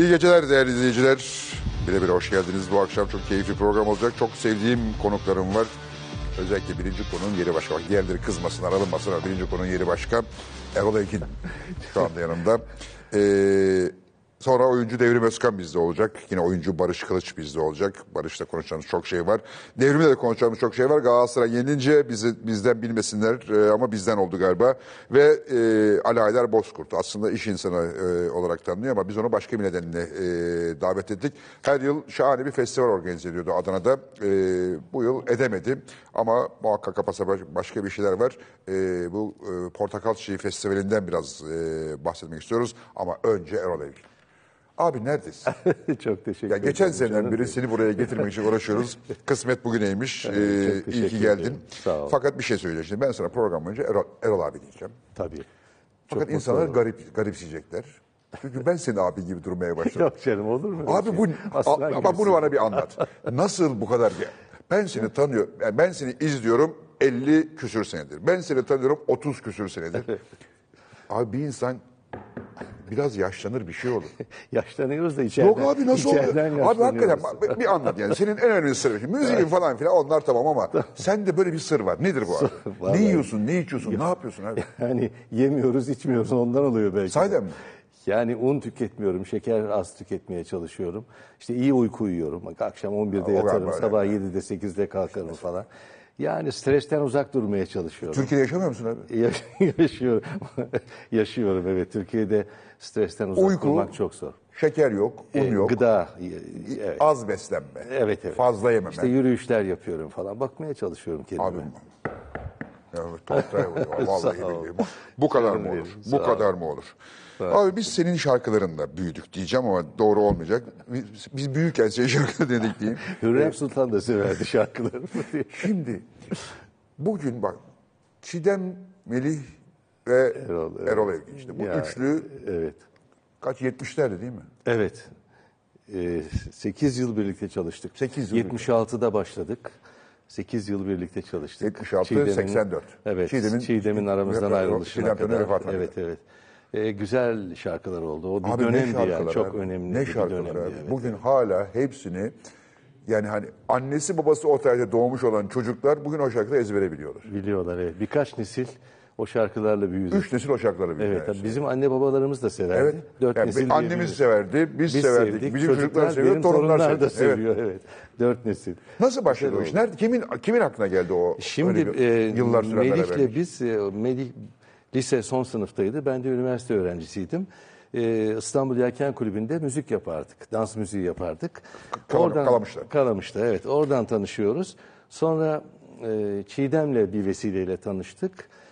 İyi geceler değerli izleyiciler. Birebir hoş geldiniz. Bu akşam çok keyifli program olacak. Çok sevdiğim konuklarım var. Özellikle birinci konunun yeri başka. Bak, diğerleri kızmasınlar, alınmasınlar. Birinci konunun yeri başka. Erol Evgin şu anda yanımda. Sonra oyuncu Devrim Özkan bizde olacak. Yine oyuncu Barış Kılıç bizde olacak. Barış'la konuşacağımız çok şey var. Devrim'le de konuşacağımız çok şey var. Galatasaray yenilince bizden bilmesinler ama bizden oldu galiba. Ve Ali Haydar Bozkurt. Aslında iş insanı olarak tanınıyor ama biz onu başka bir nedenle davet ettik. Her yıl şahane bir festival organize ediyordu Adana'da. Bu yıl edemedi ama muhakkak kapasa başka bir şeyler var. Bu Portakal Çiçeği Festivali'nden biraz bahsetmek istiyoruz. Ama önce Erol Evgin. Abi neredesin? Çok teşekkür ederim. Geçen seneden beri seni buraya getirmek için uğraşıyoruz. Kısmet bugüneymiş. İyi ki geldin. Sağ ol. Fakat bir şey söyleyeceğim. Şimdi ben sana program boyunca Erol abi diyeceğim. Tabii. Fakat insanlar garipseyecekler. Çünkü ben senin abi gibi durmaya başladım. Yok canım, olur mu? Abi ama bunu bana bir anlat. Nasıl bu kadar? Ben seni tanıyorum. Yani ben seni izliyorum 50 küsür senedir. Ben seni tanıyorum 30 küsür senedir. Abi bir insan biraz yaşlanır, bir şey olur. Yaşlanıyoruz da içeriden. Yok abi nasıl oluyor? Abi hakikaten bir anlat yani. Senin en önemli sırrı. Müziğin falan filan onlar tamam ama sende böyle bir sır var. Nedir bu abi? Ne yiyorsun, ne içiyorsun, ne yapıyorsun abi? Yani yemiyoruz, içmiyoruz, ondan oluyor belki. Sahiden mi? Yani un tüketmiyorum, şeker az tüketmeye çalışıyorum. İşte iyi uyku uyuyorum. Bak, akşam 11'de yatarım, sabah 7'de 8'de kalkarım falan. Yani stresten uzak durmaya çalışıyorum. Türkiye'de yaşamıyor musun abi? Yaşıyorum. Yaşıyorum, evet. Türkiye'de stresten uzak durmak çok zor. Şeker yok, un yok. Gıda. Evet. Az beslenme. Evet. Fazla yememe. İşte yürüyüşler yapıyorum falan. Bakmaya çalışıyorum kendime. Abim. Vallahi billahi. Bu kadar mı olur? Bu kadar mı olur? Abi biz senin şarkılarında büyüdük diyeceğim ama doğru olmayacak. Biz büyükken senin şarkıları dedik diyeyim. Hürrem Sultan da severdi şarkılarımı diye. Şimdi bugün bak Çiğdem, Melih ve Erol Evgin işte. Bu üçlü kaç 70'lerde değil mi? Evet. 8 yıl birlikte çalıştık. 8 yıl 76'da başladık. 8 yıl birlikte çalıştık. 76, 84. Evet. Çiğdem'in aramızdan ayrılışına kadar. Evet. Güzel şarkılar oldu. O bir abi dönemdi ya. Çok önemli bir dönemdi. Evet. Bugün hala hepsini yani hani annesi babası o tarihte doğmuş olan çocuklar bugün o şarkıları ezbere biliyorlar. Biliyorlar, evet. Birkaç nesil o şarkılarla büyüdü. 3 nesil o şarkılarla büyüdü. Evet, tabii bizim anne babalarımız da severdi. Evet. 4 yani nesil annemiz severdi, biz severdik. Bizim çocuklar seviyor, torunlar da seviyor. Evet. 4 nesil. Nasıl başladı o iş? Nerede, kimin aklına geldi o? Şimdi yıllar süren Melih'le biz, Melih lise son sınıftaydı. Ben de üniversite öğrencisiydim. İstanbul Yelken Kulübü'nde müzik yapardık. Dans müziği yapardık. Kalamış'ta, evet. Oradan tanışıyoruz. Sonra Çiğdem'le bir vesileyle tanıştık.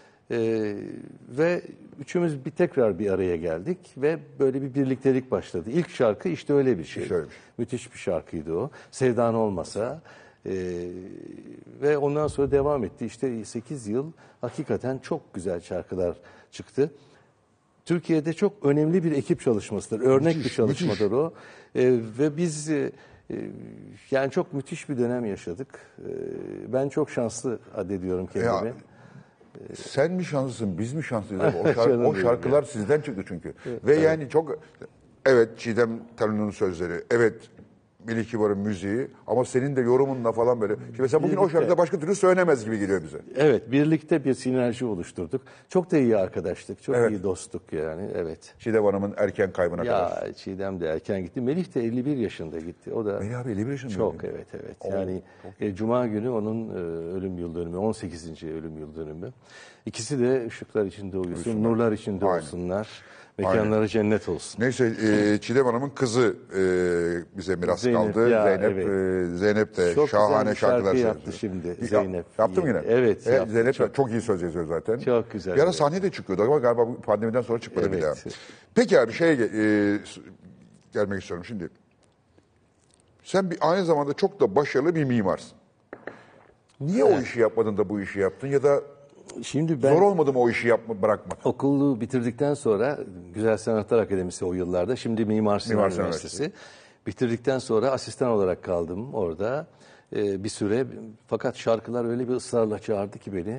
Ve üçümüz tekrar bir araya geldik ve böyle bir birliktelik başladı. İlk şarkı işte öyle bir şey. Müthiş bir şarkıydı o. Sevdan Olmasa. Ve ondan sonra devam etti. İşte 8 yıl hakikaten çok güzel şarkılar çıktı. Türkiye'de çok önemli bir ekip çalışmasıdır. Örnek bir çalışmadır o. Ve biz yani çok müthiş bir dönem yaşadık. Ben çok şanslı addediyorum kendimi. Ya, sen mi şanslısın, biz mi şanslıyız? O şarkılar sizden çıktı çünkü. Evet, ve yani çok, evet Çiğdem Talun'un sözleri, evet Melih Kibar'ın müziği ama senin de yorumunla falan böyle. Şimdi mesela bugün o şarkıda başka türlü söylenemez gibi geliyor bize. Evet, birlikte bir sinerji oluşturduk. Çok da iyi arkadaştık, çok iyi dostluk yani, evet. Çiğdem Hanım'ın erken kaybına kadar. Ya Çiğdem de erken gitti. Melih de 51 yaşında gitti. O da Melih abi 51 yaşında. Çok, evet. Yani Cuma günü onun ölüm yıl dönümü, 18. ölüm yıl dönümü. İkisi de ışıklar içinde uyusun, nurlar içinde olsunlar. Mekanları cennet olsun. Neyse Çiğdem Hanım'ın kızı bize miras kaldı. Zeynep de çok şahane şarkılar yaptı şimdi Zeynep. Yaptım yine. Evet. Zeynep çok iyi söz yazıyor zaten. Çok güzel. Bir ara sahnede çıkıyordu ama galiba pandemiden sonra çıkmadı bir daha. Peki abi gelmek istiyorum şimdi. Sen aynı zamanda çok da başarılı bir mimarsın. Niye o işi yapmadın da bu işi yaptın ya da şimdi zor olmadı mı o işi bırakmak? Okulu bitirdikten sonra Güzel Sanatlar Akademisi o yıllarda, şimdi Mimar Sinan Üniversitesi. Bitirdikten sonra asistan olarak kaldım orada bir süre. Fakat şarkılar öyle bir ısrarla çağırdı ki beni.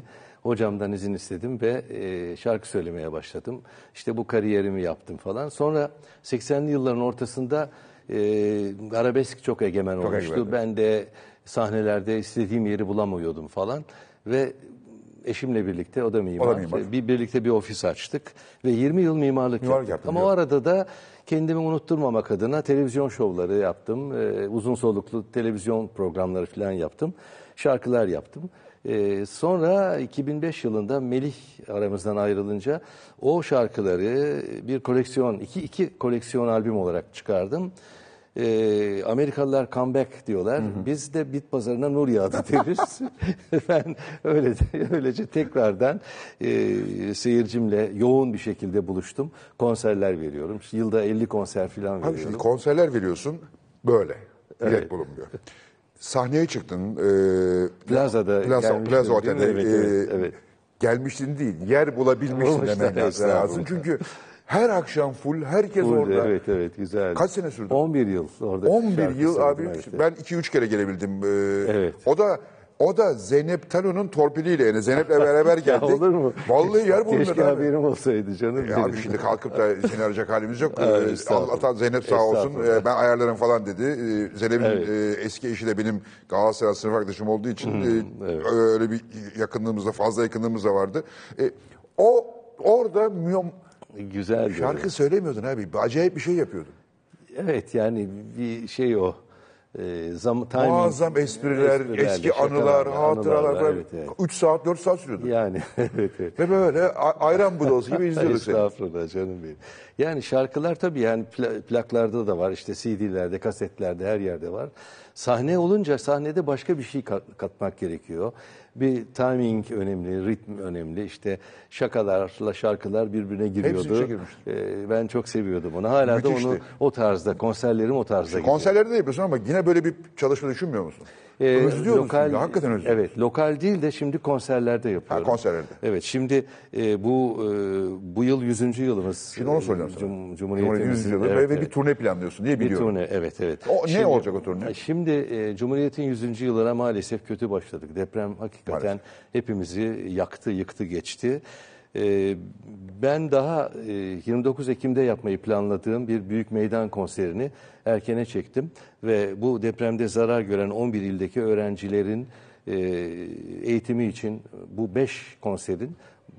Hocamdan izin istedim ve şarkı söylemeye başladım. İşte bu kariyerimi yaptım falan. Sonra 80'li yılların ortasında arabesk çok egemen olmuştu. egemendi. Ben de sahnelerde istediğim yeri bulamıyordum falan. Ve eşimle birlikte, o da mimar, birlikte bir ofis açtık. Ve 20 yıl mimarlık yaptık. Ama o arada da kendimi unutturmamak adına televizyon şovları yaptım. Uzun soluklu televizyon programları falan yaptım. Şarkılar yaptım. Sonra 2005 yılında Melih aramızdan ayrılınca o şarkıları bir koleksiyon, iki koleksiyon albüm olarak çıkardım. Amerikalılar comeback diyorlar. Biz de bit pazarına nur yağdı deriz. Ben öylece tekrardan seyircimle yoğun bir şekilde buluştum. Konserler veriyorum. Yılda 50 konser falan veriyorum. Şimdi konserler veriyorsun böyle. Bilet bulunmuyor. Sahneye çıktın. Plaza Otel'de. Evet. Gelmiştin değil, yer bulabilmişsin demen lazım. Çünkü her akşam full, herkes orada. Evet, güzel. Kaç sene sürdü? 11 yıl orada. 11 yıl abi. Ben 2-3 kere gelebildim. Evet. O da Zeynep Talo'nun torpiliyle, yani Zeynep'le beraber geldik. Olur mu? Vallahi yer bulunmadı. Keşke haberim olsaydı canım. Abi şimdi kalkıp da seni arayacak halimiz yok. Allah'tan Zeynep sağ olsun. Ben ayarlarım falan dedi. Zeynep'in eski eşi de benim Galatasaray sınıf arkadaşım olduğu için öyle bir yakınlığımız da, fazla yakınlığımız da vardı. Orada güzel şarkı söylemiyordun abi. Acayip bir şey yapıyordun. Evet, yani bir şey o. Muazzam espriler, eski anılar, hatıralar. Evet. 3 saat, 4 saat sürüyordu. Yani evet. Ve böyle ayran budası gibi izliyorduk seni. Estağfurullah canım benim. Yani şarkılar tabii, yani plaklarda da var, işte CD'lerde, kasetlerde, her yerde var. Sahne olunca sahnede başka bir şey katmak gerekiyor. Bir timing önemli, ritim önemli. İşte şakalarla şarkılar birbirine giriyordu. Ben çok seviyordum onu. Hala da onu o tarzda, konserlerim o tarzda gidiyor. Konserlerde de yapıyorsun ama yine böyle bir çalışma düşünmüyor musun? Özlüyorsun. Hakikaten özlüyorum. Evet, lokal değil de şimdi konserlerde yapıyorum. Konserlerde. Evet, şimdi bu yıl 100. yılımız. Şimdi onu soracağım sana. Cumhuriyetimizin 100. yılı ve bir turne planlıyorsun diye biliyorum. Bir turne, evet. Ne olacak o turne? Şimdi Cumhuriyet'in 100. yılına maalesef kötü başladık. Deprem hakikaten hepimizi yaktı, yıktı, geçti. Ben daha 29 Ekim'de yapmayı planladığım bir büyük meydan konserini erkene çektim ve bu depremde zarar gören 11 ildeki öğrencilerin eğitimi için bu 5 konserin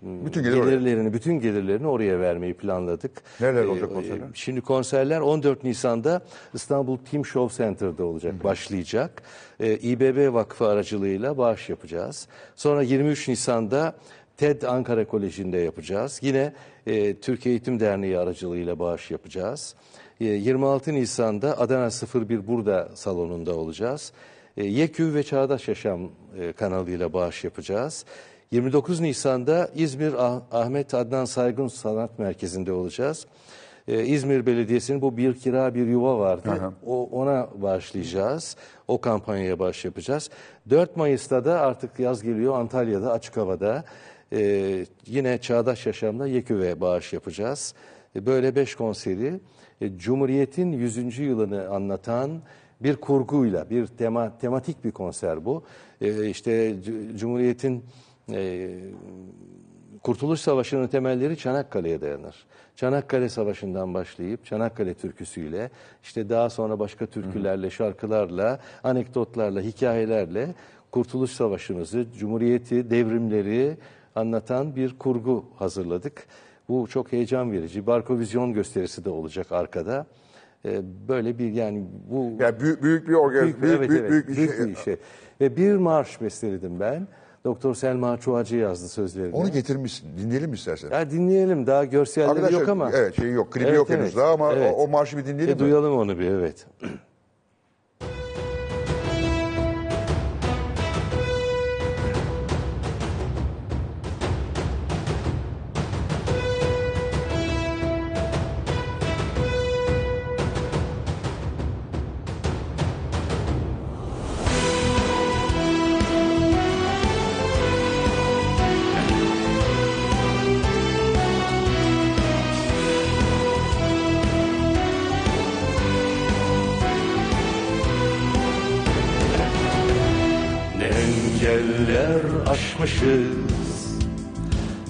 bütün gelirlerini oraya vermeyi planladık. Nereler olacak konserler? Şimdi konserler 14 Nisan'da İstanbul Team Show Center'da olacak, başlayacak. İBB Vakfı aracılığıyla bağış yapacağız. Sonra 23 Nisan'da TED Ankara Koleji'nde yapacağız. Yine Türkiye Eğitim Derneği aracılığıyla bağış yapacağız. 26 Nisan'da Adana 01 Burda salonunda olacağız. YEKÜ ve Çağdaş Yaşam kanalıyla bağış yapacağız. 29 Nisan'da İzmir Ahmet Adnan Saygun Sanat Merkezi'nde olacağız. İzmir Belediyesi'nin bu Bir Kira Bir Yuva vardı. Ona bağışlayacağız. O kampanyaya bağış yapacağız. 4 Mayıs'ta da artık yaz geliyor, Antalya'da açık havada yine Çağdaş Yaşam'da YEKÜV'e bağış yapacağız. Böyle 5 konseri Cumhuriyet'in 100. yılını anlatan bir kurguyla, bir tematik bir konser bu. İşte Cumhuriyet'in Kurtuluş Savaşı'nın temelleri Çanakkale'ye dayanır. Çanakkale Savaşı'ndan başlayıp Çanakkale türküsüyle, işte daha sonra başka türkülerle, şarkılarla, anekdotlarla, hikayelerle Kurtuluş Savaşı'mızı, Cumhuriyeti, devrimleri anlatan bir kurgu hazırladık. Bu çok heyecan verici. Barkovizyon gösterisi de olacak arkada. Böyle bir, yani bu büyük bir organ, büyük bir şey. Ve bir marş besteledim ben. Doktor Selma Çuhacı yazdı sözlerini. Onu getirmişsin. Dinleyelim istersen. Ya dinleyelim. Daha görselleri yok ama. Evet, yok. Klibi yok henüz daha ama o marşı bir dinleyelim mi? Duyalım onu bir, evet. Engeller aşmışız,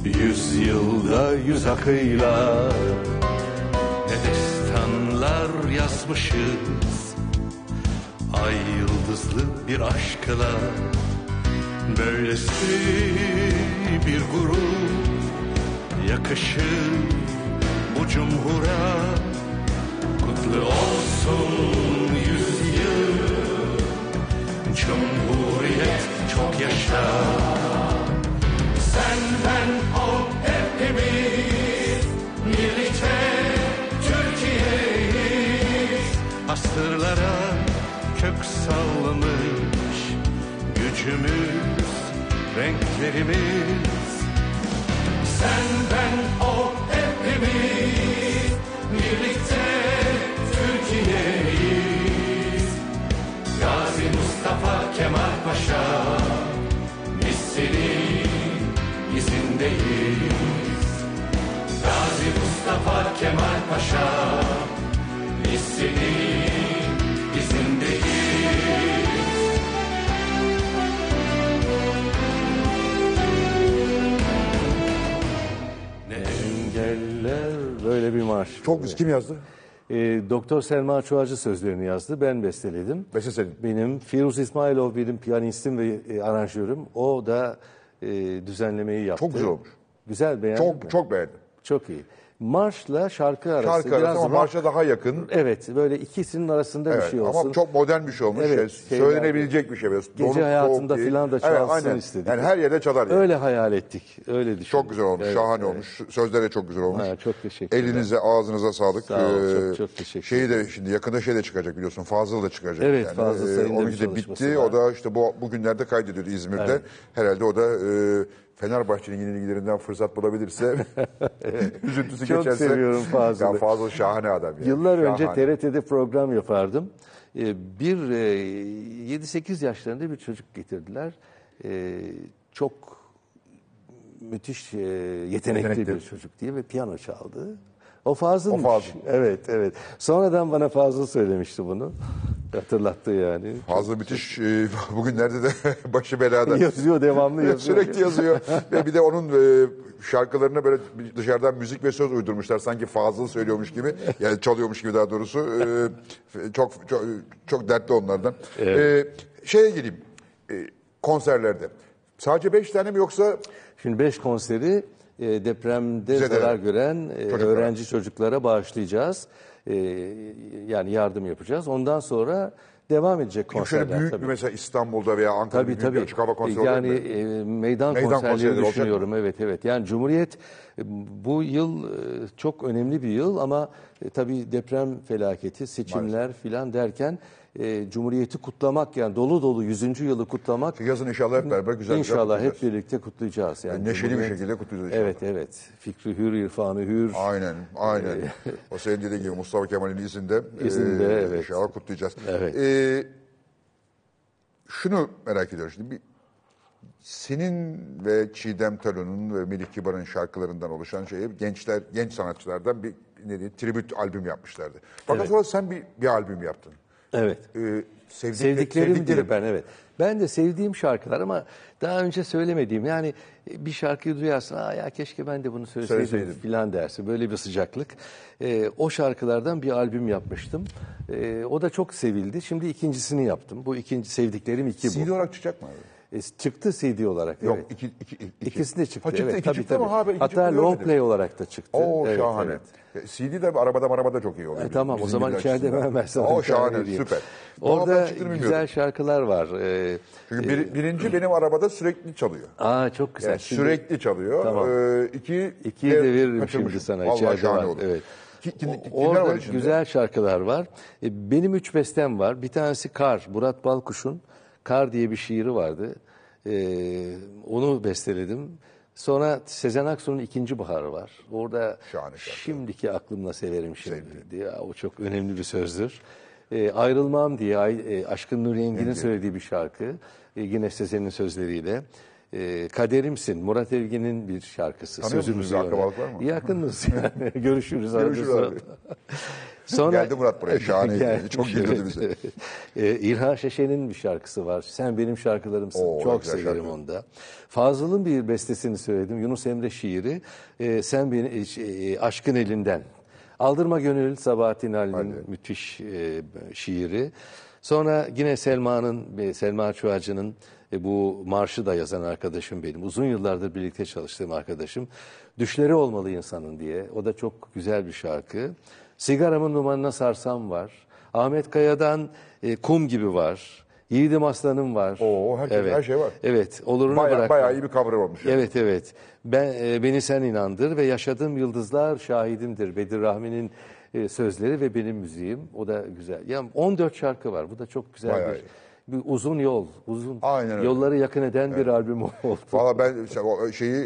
Yüzyılda yüz akıyla ne destanlar yazmışız, ay yıldızlı bir aşkla. Böylesi bir gurur yakışır bu cumhura. Kutlu olsun 100 yıl, Cumhuriyet çok yaşa. Sen, ben, o, hepimiz birlikte Türkiye'yiz. Asırlara kök sallamış gücümüz, renklerimiz. Sen, ben, o, hepimiz birlikte Türkiye'yiz. Gazi Mustafa Kemal Paşa, biz senin izindeyiz. Gazi Mustafa Kemal Paşa, biz senin izindeyiz. Ne engeller, böyle bir marş. Çok güzel. Kim yazdı? Doktor Selma Çuhacı sözlerini yazdı. Ben besteledim. Beste senin. Benim. Firuz İsmailov benim piyanistim ve aranjörüm. O da düzenlemeyi yaptı. Çok güzel olmuş. Güzel, beğendin mi? Çok beğendim. Çok iyi. Marşla şarkı arası. Şarkı arası ama marşa daha yakın. Evet, böyle ikisinin arasında bir şey olsun. Ama çok modern bir şey olmuş. Evet, söylenebilecek bir şey. Gece hayatında filan da çalsın istedik. Yani her yerde çalar. Yani. Öyle hayal ettik. Öyle düşündük. Çok güzel olmuş. Evet, şahane olmuş. Sözleri çok güzel olmuş. Ha, çok teşekkür ederim. Elinize, ağzınıza sağlık. Sağ ol, çok teşekkür Şeyi de şimdi yakında şey de çıkacak biliyorsun. Fazıl da çıkacak. Evet, yani. Fazıl Sayın'da Onunki bir de çalışması bitti. var. O da işte bugünlerde kaydediyordu İzmir'de. Evet. Herhalde o da Fenerbahçe'nin yenilgilerinden fırsat bulabilirse üzüntüsü Çok geçerse. seviyorum Fazıl'ı. Ya Fazıl şahane adam. Yani. Yıllar önce Şahane. TRT'de program yapardım. 7-8 yaşlarında bir çocuk getirdiler. Çok müthiş yetenekli bir çocuk diye ve piyano çaldı. O Fazıl'mış. O Fazıl. Evet. Sonradan bana Fazıl söylemişti bunu. Hatırlattı yani. Fazıl müthiş. Bugünlerde de başı belada. Yazıyor, devamlı yazıyor. Sürekli yazıyor. Ve bir de onun şarkılarına böyle dışarıdan müzik ve söz uydurmuşlar. Sanki Fazıl söylüyormuş gibi. Yani çalıyormuş gibi daha doğrusu. Çok dertli onlardan. Evet. Şeye geleyim. Konserlerde. Sadece 5 tane mi yoksa? Şimdi 5 konseri depremde Zedeler. zarar gören Çocuklara. öğrenci çocuklara bağışlayacağız. Yani yardım yapacağız. Ondan sonra devam edecek konserler. Şöyle büyük tabii. bir mesela İstanbul'da veya Ankara'da büyük bir açık hava konseri Yani olabilir mi? meydan konserleri konserleri olacak düşünüyorum. Evet. Yani Cumhuriyet bu yıl çok önemli bir yıl ama tabii deprem felaketi, seçimler filan derken Cumhuriyeti kutlamak, yani dolu dolu 100. yılı kutlamak. Yazın inşallah hep beraber güzel İnşallah kutlayacağız. hep birlikte kutlayacağız. Yani Neşeli bir şekilde kutlayacağız inşallah. Evet. Fikri hür, irfanı hür. Aynen. O senin dediğin gibi Mustafa Kemal'in izinde, evet. inşallah kutlayacağız. Evet. Şunu merak ediyorum şimdi. Senin ve Çiğdem Talon'un ve Melih Kibar'ın şarkılarından oluşan genç sanatçılardan bir tribüt albüm yapmışlardı. Fakat Evet. sonra sen bir albüm yaptın. Evet. Sevdiklerim diye ben, evet. Ben de sevdiğim şarkılar ama daha önce söylemediğim, yani bir şarkıyı duyarsın, ya keşke ben de bunu söyleseydim filan dersin. Böyle bir sıcaklık. O şarkılardan bir albüm yapmıştım. O da çok sevildi. Şimdi ikincisini yaptım. Bu sevdiklerim 2 bu. CD olarak çıkacak mı abi? Çıktı CD olarak. Yok, evet. iki. İkisi de çıktı. Ha, çıktı, evet, iki çıktı ama abi, iki hatta çıktı, long görmedim. play olarak da çıktı. Oo, Evet, şahane. evet. CD de arabada çok iyi oluyor. Tamam, o zaman içeride ben sana O bir tane şahane, vereyim. süper. Orada çıktığını güzel bilmiyordum. şarkılar var. Çünkü birinci benim arabada sürekli çalıyor. Çok güzel. Yani sürekli çalıyor. Tamam. İkiyi de veririm kaçırmışım. şimdi sana. Vallahi İçeride şahane var. olur. Evet. Kimler Orada var içinde? güzel şarkılar var. Benim 3 bestem var. Bir tanesi Kar. Murat Balkuş'un Kar diye bir şiiri vardı. Onu besteledim. Sonra Sezen Aksu'nun İkinci Baharı var. Orada Şahane şarkı. şimdiki aklımla severim şimdi diye. O çok önemli bir sözdür. Ayrılmam diye Aşkın Nur Yengi'nin söylediği bir şarkı. Yine Sezen'in sözleriyle. Kaderimsin, Murat Evgin'in bir şarkısı. Tanıyor musunuz? Bir akrabalık var mı? Yakınız yani. Görüşürüz. Görüşürüz abi. Sonra Geldi Murat buraya, şahaneydi. Geldi. Çok güldürdü bizi. İlhan Şeşen'in bir şarkısı var. Sen benim şarkılarımsın. Oo, Çok güzel severim şarkı. onu da. Fazıl'ın bir bestesini söyledim. Yunus Emre şiiri. Sen beni aşkın elinden. Aldırma Gönül, Sabahattin Ali'nin müthiş şiiri. Sonra yine Selma Çuhacı'nın bu marşı da yazan arkadaşım benim. Uzun yıllardır birlikte çalıştığım arkadaşım. Düşleri olmalı insanın diye. O da çok güzel bir şarkı. Sigaramın dumanına sarsam var. Ahmet Kaya'dan Kum gibi var. Yiğidim Aslanım var. Oo, her şey var. Evet, olurunu bırakma. Bayağı iyi bir cover olmuş. Yani. Evet. Beni sen inandır ve yaşadığım yıldızlar şahidimdir. Bedir Rahmi'nin sözleri ve benim müziğim. O da güzel. Yani 14 şarkı var. Bu da çok güzel Bayağı bir uzun yol. Aynen öyle. Yolları yakın eden bir albüm oldu. Valla ben o şeyi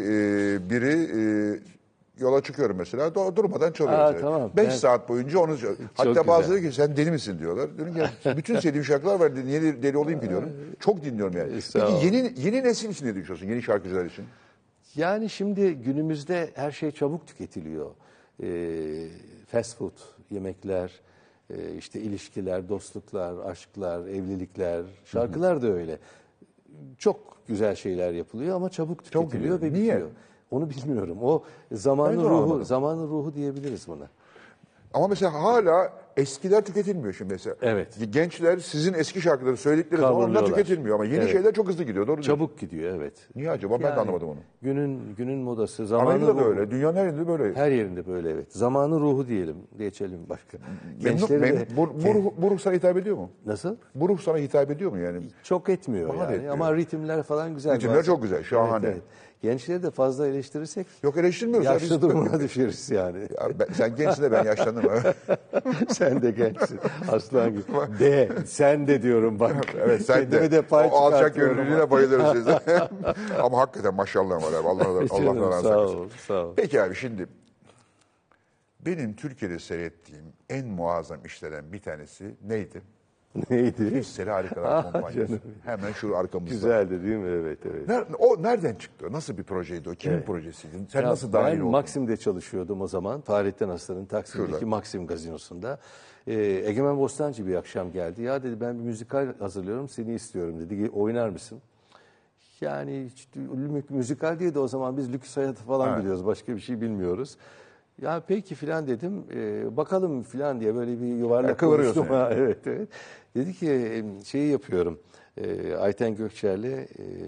yola çıkıyorum mesela durmadan çalıyoruz. Tamam. 5 saat boyunca onu hatta güzel. bazıları ki sen deli misin diyorlar. Diyorum ki bütün sevdiğim şarkılar var. Niye deli olayım ki diyorum. Çok dinliyorum yani. Sağ ol. Peki yeni nesil için ne düşünüyorsun? Yeni şarkıcılar için? Yani şimdi günümüzde her şey çabuk tüketiliyor. Fast food, yemekler, işte ilişkiler, dostluklar, aşklar, evlilikler, şarkılar da öyle. Çok güzel şeyler yapılıyor ama çabuk tüketiliyor ve Niye? bitiyor. Onu bilmiyorum. O Ben de zamanın anlamadım. zamanın ruhu diyebiliriz buna. Ama mesela hala eskiler tüketilmiyor şimdi mesela. Evet. Gençler sizin eski şarkıları söyledikleri zaman onlar Coverlıyorlar. tüketilmiyor ama yeni Evet. şeyler çok hızlı gidiyor. Doğru diyorsun. Çabuk gidiyor, evet. Niye acaba? Ben de anlamadım onu. Günün modası, zamanın Amerika'da da ruhu. öyle. Dünyanın her yerinde böyle. Her yerinde böyle, evet. Zamanın ruhu diyelim. Geçelim başka. Bu ruh sana hitap ediyor mu? Nasıl? Bu ruh sana hitap ediyor mu yani? Çok etmiyor Bana da yani etmiyor. ama ritimler falan güzel. Ritimler bazen. çok güzel, şahane. Evet. Gençleri de fazla eleştirirsek Yok eleştirmiyoruz. ya yaşlı durumuna düşeriz yani. Ya sen gençsin de ben yaşlandım. Sen de gençsin. Aslan gibi. Sen de diyorum bak. Evet sen Kendime de. pay O alçak çıkartıyorum. gönüllülüğüne bayılırız size. Ama hakikaten maşallah var abi. Allah'tan Canım, razı sağ olsun. ol, sağ ol. Peki abi şimdi benim Türkiye'de seyrettiğim en muazzam işlerden bir tanesi neydi? Neydi? Hisseli Harikalar Kompanyası. canım. Hemen şu arkamızda. Güzeldi değil mi? Evet. O nereden çıktı? Nasıl bir projeydi o? Kimin projesiydi? Sen Ya nasıl dahil ben oldun? Maxim'de çalışıyordum o zaman. Fahrettin Aslan'ın Taksim'deki Şurada. Maxim gazinosunda. Egemen Bostancı bir akşam geldi. Ya dedi ben bir müzikal hazırlıyorum seni istiyorum dedi. Oynar mısın? Yani işte, müzikal diye de o zaman biz lüks hayatı falan Evet. biliyoruz. Başka bir şey bilmiyoruz. Ya peki filan dedim. Bakalım filan diye böyle bir yuvarlak kıvırıyorsun konuştum. yani. Ha, evet. Dedi ki şeyi yapıyorum. Ayten Gökçer'le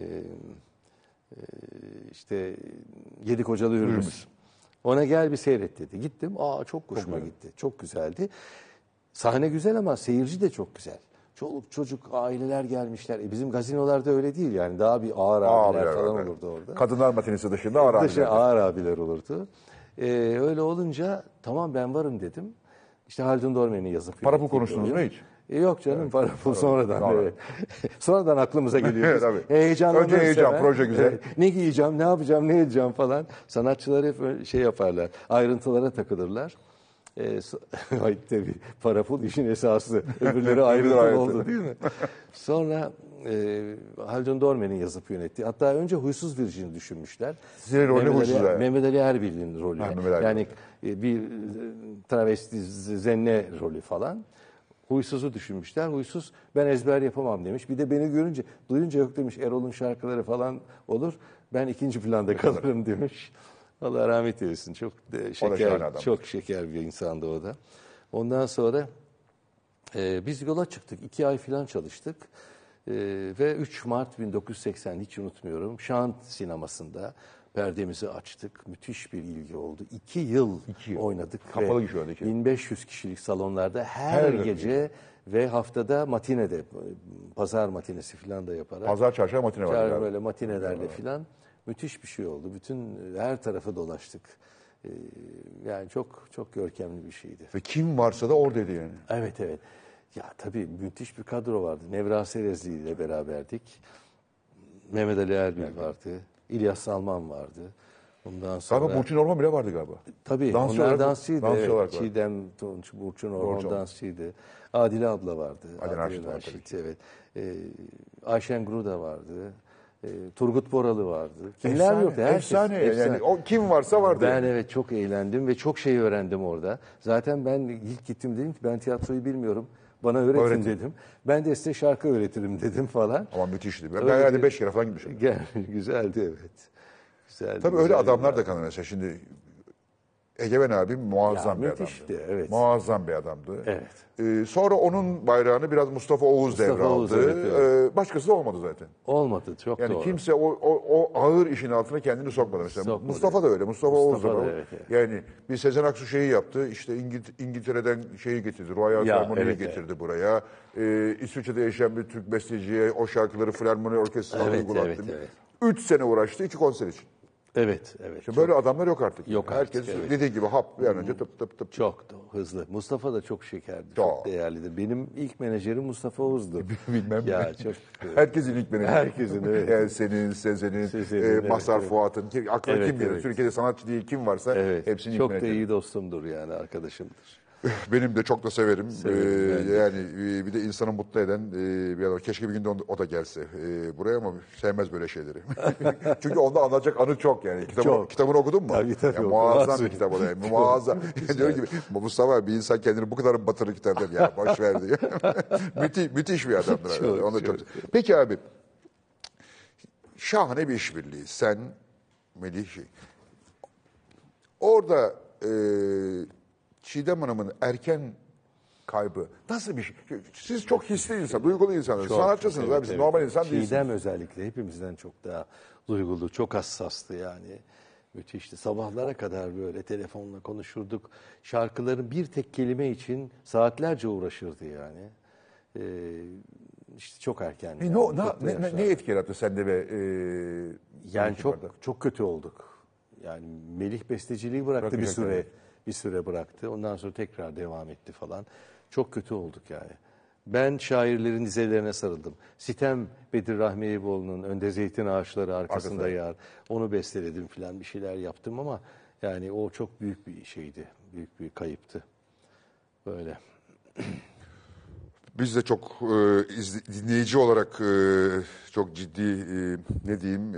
işte Yedi Kocalı Hürmüz. Ona gel bir seyret dedi. Gittim. Çok hoşuma gitti. Çok güzeldi. Sahne güzel ama seyirci de çok güzel. Çoluk çocuk aileler gelmişler. Bizim gazinolarda öyle değil yani. Daha bir ağır abiler falan var. olurdu orada. Kadınlar matinesi dışında ağır Dışı abiler. ağır abiler olurdu. Öyle olunca tamam ben varım dedim. İşte Haldun Dormen'in yazıp Para pul yönettiği konuştunuz bir mu oyun. hiç? Yok canım para pul sonradan. Sonra. Evet. Sonradan aklımıza geliyor. Evet, Biz tabii. heyecanlanırız Önce heyecan, hemen. proje güzel. Evet. Ne giyeceğim, ne yapacağım, ne edeceğim falan. Sanatçılar hep şey yaparlar. Ayrıntılara takılırlar. Ay tabii para pul işin esası. Öbürleri ayrıntı oldu değil mi? Sonra Haldun Dormen'in yazıp yönettiği. Hatta önce Huysuz Virgin'i düşünmüşler. Sizin rolü Huysuz yani. Mehmet Ali Erbil'in rolü. Mehmet Ali Yani bir travesti zenne rolü falan. Huysuz'u düşünmüşler. Huysuz ben ezber yapamam demiş. Bir de beni duyunca yok demiş Erol'un şarkıları falan olur. Ben ikinci planda kalırım demiş. Allah rahmet eylesin. Çok çok şeker bir insandı o da. Ondan sonra biz yola çıktık. 2 ay falan çalıştık. Ve 3 Mart 1980 hiç unutmuyorum. Şant sinemasında perdemizi açtık. Müthiş bir ilgi oldu. 2 yıl oynadık. Kapalı gişe oynadık. 1500 kişilik salonlarda her gece ve haftada matinede, pazar matinesi falan da yaparak. Pazar çarşamba matine var. Böyle matinelerle falan müthiş bir şey oldu. Bütün her tarafı dolaştık. Yani çok çok görkemli bir şeydi. Ve kim varsa da oradaydı yani. Evet. Ya tabii müthiş bir kadro vardı. Nevra Serezli ile beraberdik. Mehmet Ali Erbil vardı. İlyas Salman vardı. Ondan sonra... Galiba Burçin Orman bile vardı galiba. Tabii onlar dansçıydı. Evet. Çiğdem Tunç, Burçin Orman dansçıydı. Adile abla vardı. Adile Naşit evet. Ayşen Guru da vardı. Turgut Boralı vardı. Kimler Efsane, yoktu? Herkes. efsane. Yani o kim varsa vardı. Ben yani. evet çok eğlendim ve çok şey öğrendim orada. Zaten ben ilk gittim dedim ki ben tiyatroyu bilmiyorum. Bana öğretin dedim. Ben de size şarkı öğretirim dedim falan. Ama müthişti. Ben herhalde 5 kere falan gitmişim. Güzeldi evet. Güzeldi. Tabii öyle adamlar da kanır mesela. Şimdi Egemen abi muazzam bir adamdı. müthişti, evet. Muazzam bir adamdı. Evet. Sonra onun bayrağını biraz Mustafa Oğuz devraldı. Oğuz, evet. Başkası da olmadı zaten. Olmadı çok Yani doğru. kimse o ağır işin altına kendini sokmadı mesela. Sokmadı. Mustafa da öyle. Mustafa Oğuz da da, öyle. evet, evet. Yani bir Sezen Aksu şeyi yaptı. İşte İngiltere'den şeyi getirdi. Royal Filarmoni'yi evet, getirdi buraya. İsviçre'de yaşayan bir Türk besteciye o şarkıları Filarmoni Orkestrası'na Evet, uygulattı. evet. 3 sene uğraştı 2 konser için. Evet. Şimdi böyle adamlar yok artık. Yok Herkes artık, evet. dediği gibi hap bir an önce tıp tıp tıp. Çok hızlı. Mustafa da çok şekerdi. Çok. Çok değerlidir. Benim ilk menajerim Mustafa Oğuz'du. Bilmem ya ne. çok Herkesin ilk menajeri. Herkesin, evet. Yani senin, Sezen'in, Sezen'in, Mazhar evet. Fuat'ın. Aklına Evet, kim gelir? evet. Türkiye'de sanatçı değil kim varsa hepsinin ilk çok da menajeri. iyi dostumdur yani arkadaşımdır. Benim de çok da severim. Severim ben de. Yani bir de insanı mutlu eden bir adam. Keşke bir günde o da gelse buraya ama sevmez böyle şeyleri. Çünkü onda anlatacak anı çok yani. Kitabını okudun mu? Tabii, Ya, muazzam bir kitap o da yani. Muazzam. Diyor ki Mustafa bir insan kendini bu kadar batırır kitapta ya boş ver diyor. müthiş bir adamdır. Çok, Onu da çok. Peki abi. Şahane bir işbirliği. Sen, Melih orada Çiğdem Hanım'ın erken kaybı nasıl bir şey? Siz çok hisli insan, duygulu insansınız. Sanatçısınız abi. Siz normal insan değilsiniz. Çiğdem özellikle hepimizden çok daha duygulu, çok hassastı yani. Müthişti. Sabahlara kadar böyle telefonla konuşurduk. Şarkıların bir tek kelime için saatlerce uğraşırdı yani. İşte çok erken. Ne etki yarattı sende ve yani çok kötü olduk. Yani Melih besteciliği bıraktı bir süre bıraktı. Ondan sonra tekrar devam etti falan. Çok kötü olduk yani. Ben şairlerin dizelerine sarıldım. Sitem Bedir Rahmi Eyüboğlu'nun Önde Zeytin Ağaçları Arkasında Yar. Onu besteledim falan bir şeyler yaptım ama yani o çok büyük bir şeydi. Büyük bir kayıptı. Böyle. Biz de çok dinleyici olarak çok ciddi ne diyeyim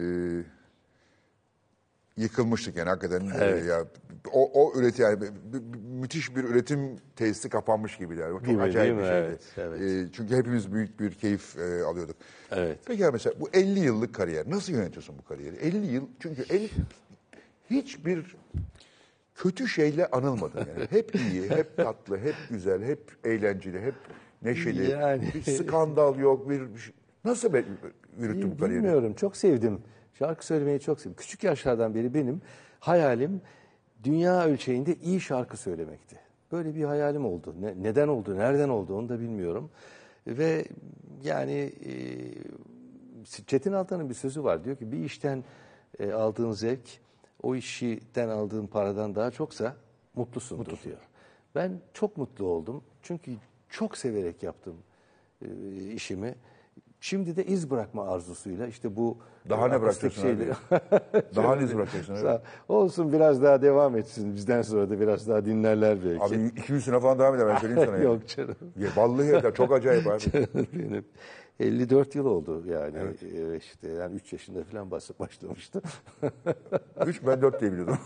yıkılmıştık yani hakikaten. Evet. Ya o üretim yani müthiş bir üretim tesisi kapanmış gibiydi. Yani. Çok acayip bir şeydi. Evet. Çünkü hepimiz büyük bir keyif alıyorduk. Evet. Peki ya mesela bu 50 yıllık kariyer nasıl yönetiyorsun bu kariyeri? 50 yıl çünkü hiçbir kötü şeyle anılmadı. Yani hep iyi, hep tatlı, hep güzel, hep eğlenceli, hep neşeli. Yani. Bir skandal yok. Nasıl yürüttün bu kariyeri? Bilmiyorum. Çok sevdim. Şarkı söylemeyi çok sevdim. Küçük yaşlardan beri benim hayalim dünya ölçeğinde iyi şarkı söylemekti. Böyle bir hayalim oldu. Neden oldu, nereden oldu onu da bilmiyorum. Ve yani Çetin Altan'ın bir sözü var. Diyor ki bir işten aldığın zevk o işten aldığın paradan daha çoksa mutlusundur diyor. Ben çok mutlu oldum. Çünkü çok severek yaptım işimi. Şimdi de iz bırakma arzusuyla işte bu daha ne bırakacaksın abi? Daha ne iz bırakacaksın abi? Olsun biraz daha devam etsin. Bizden sonra da biraz daha dinlerler belki. Abi 200 sene falan devam eder ben söyleyeyim sana. Yok canım. Ya, vallahi ya, çok acayip abi. Benim 54 yıl oldu yani. Evet. İşte yani 3 yaşında falan başlamıştım. 3 ben 4 diye biliyordum.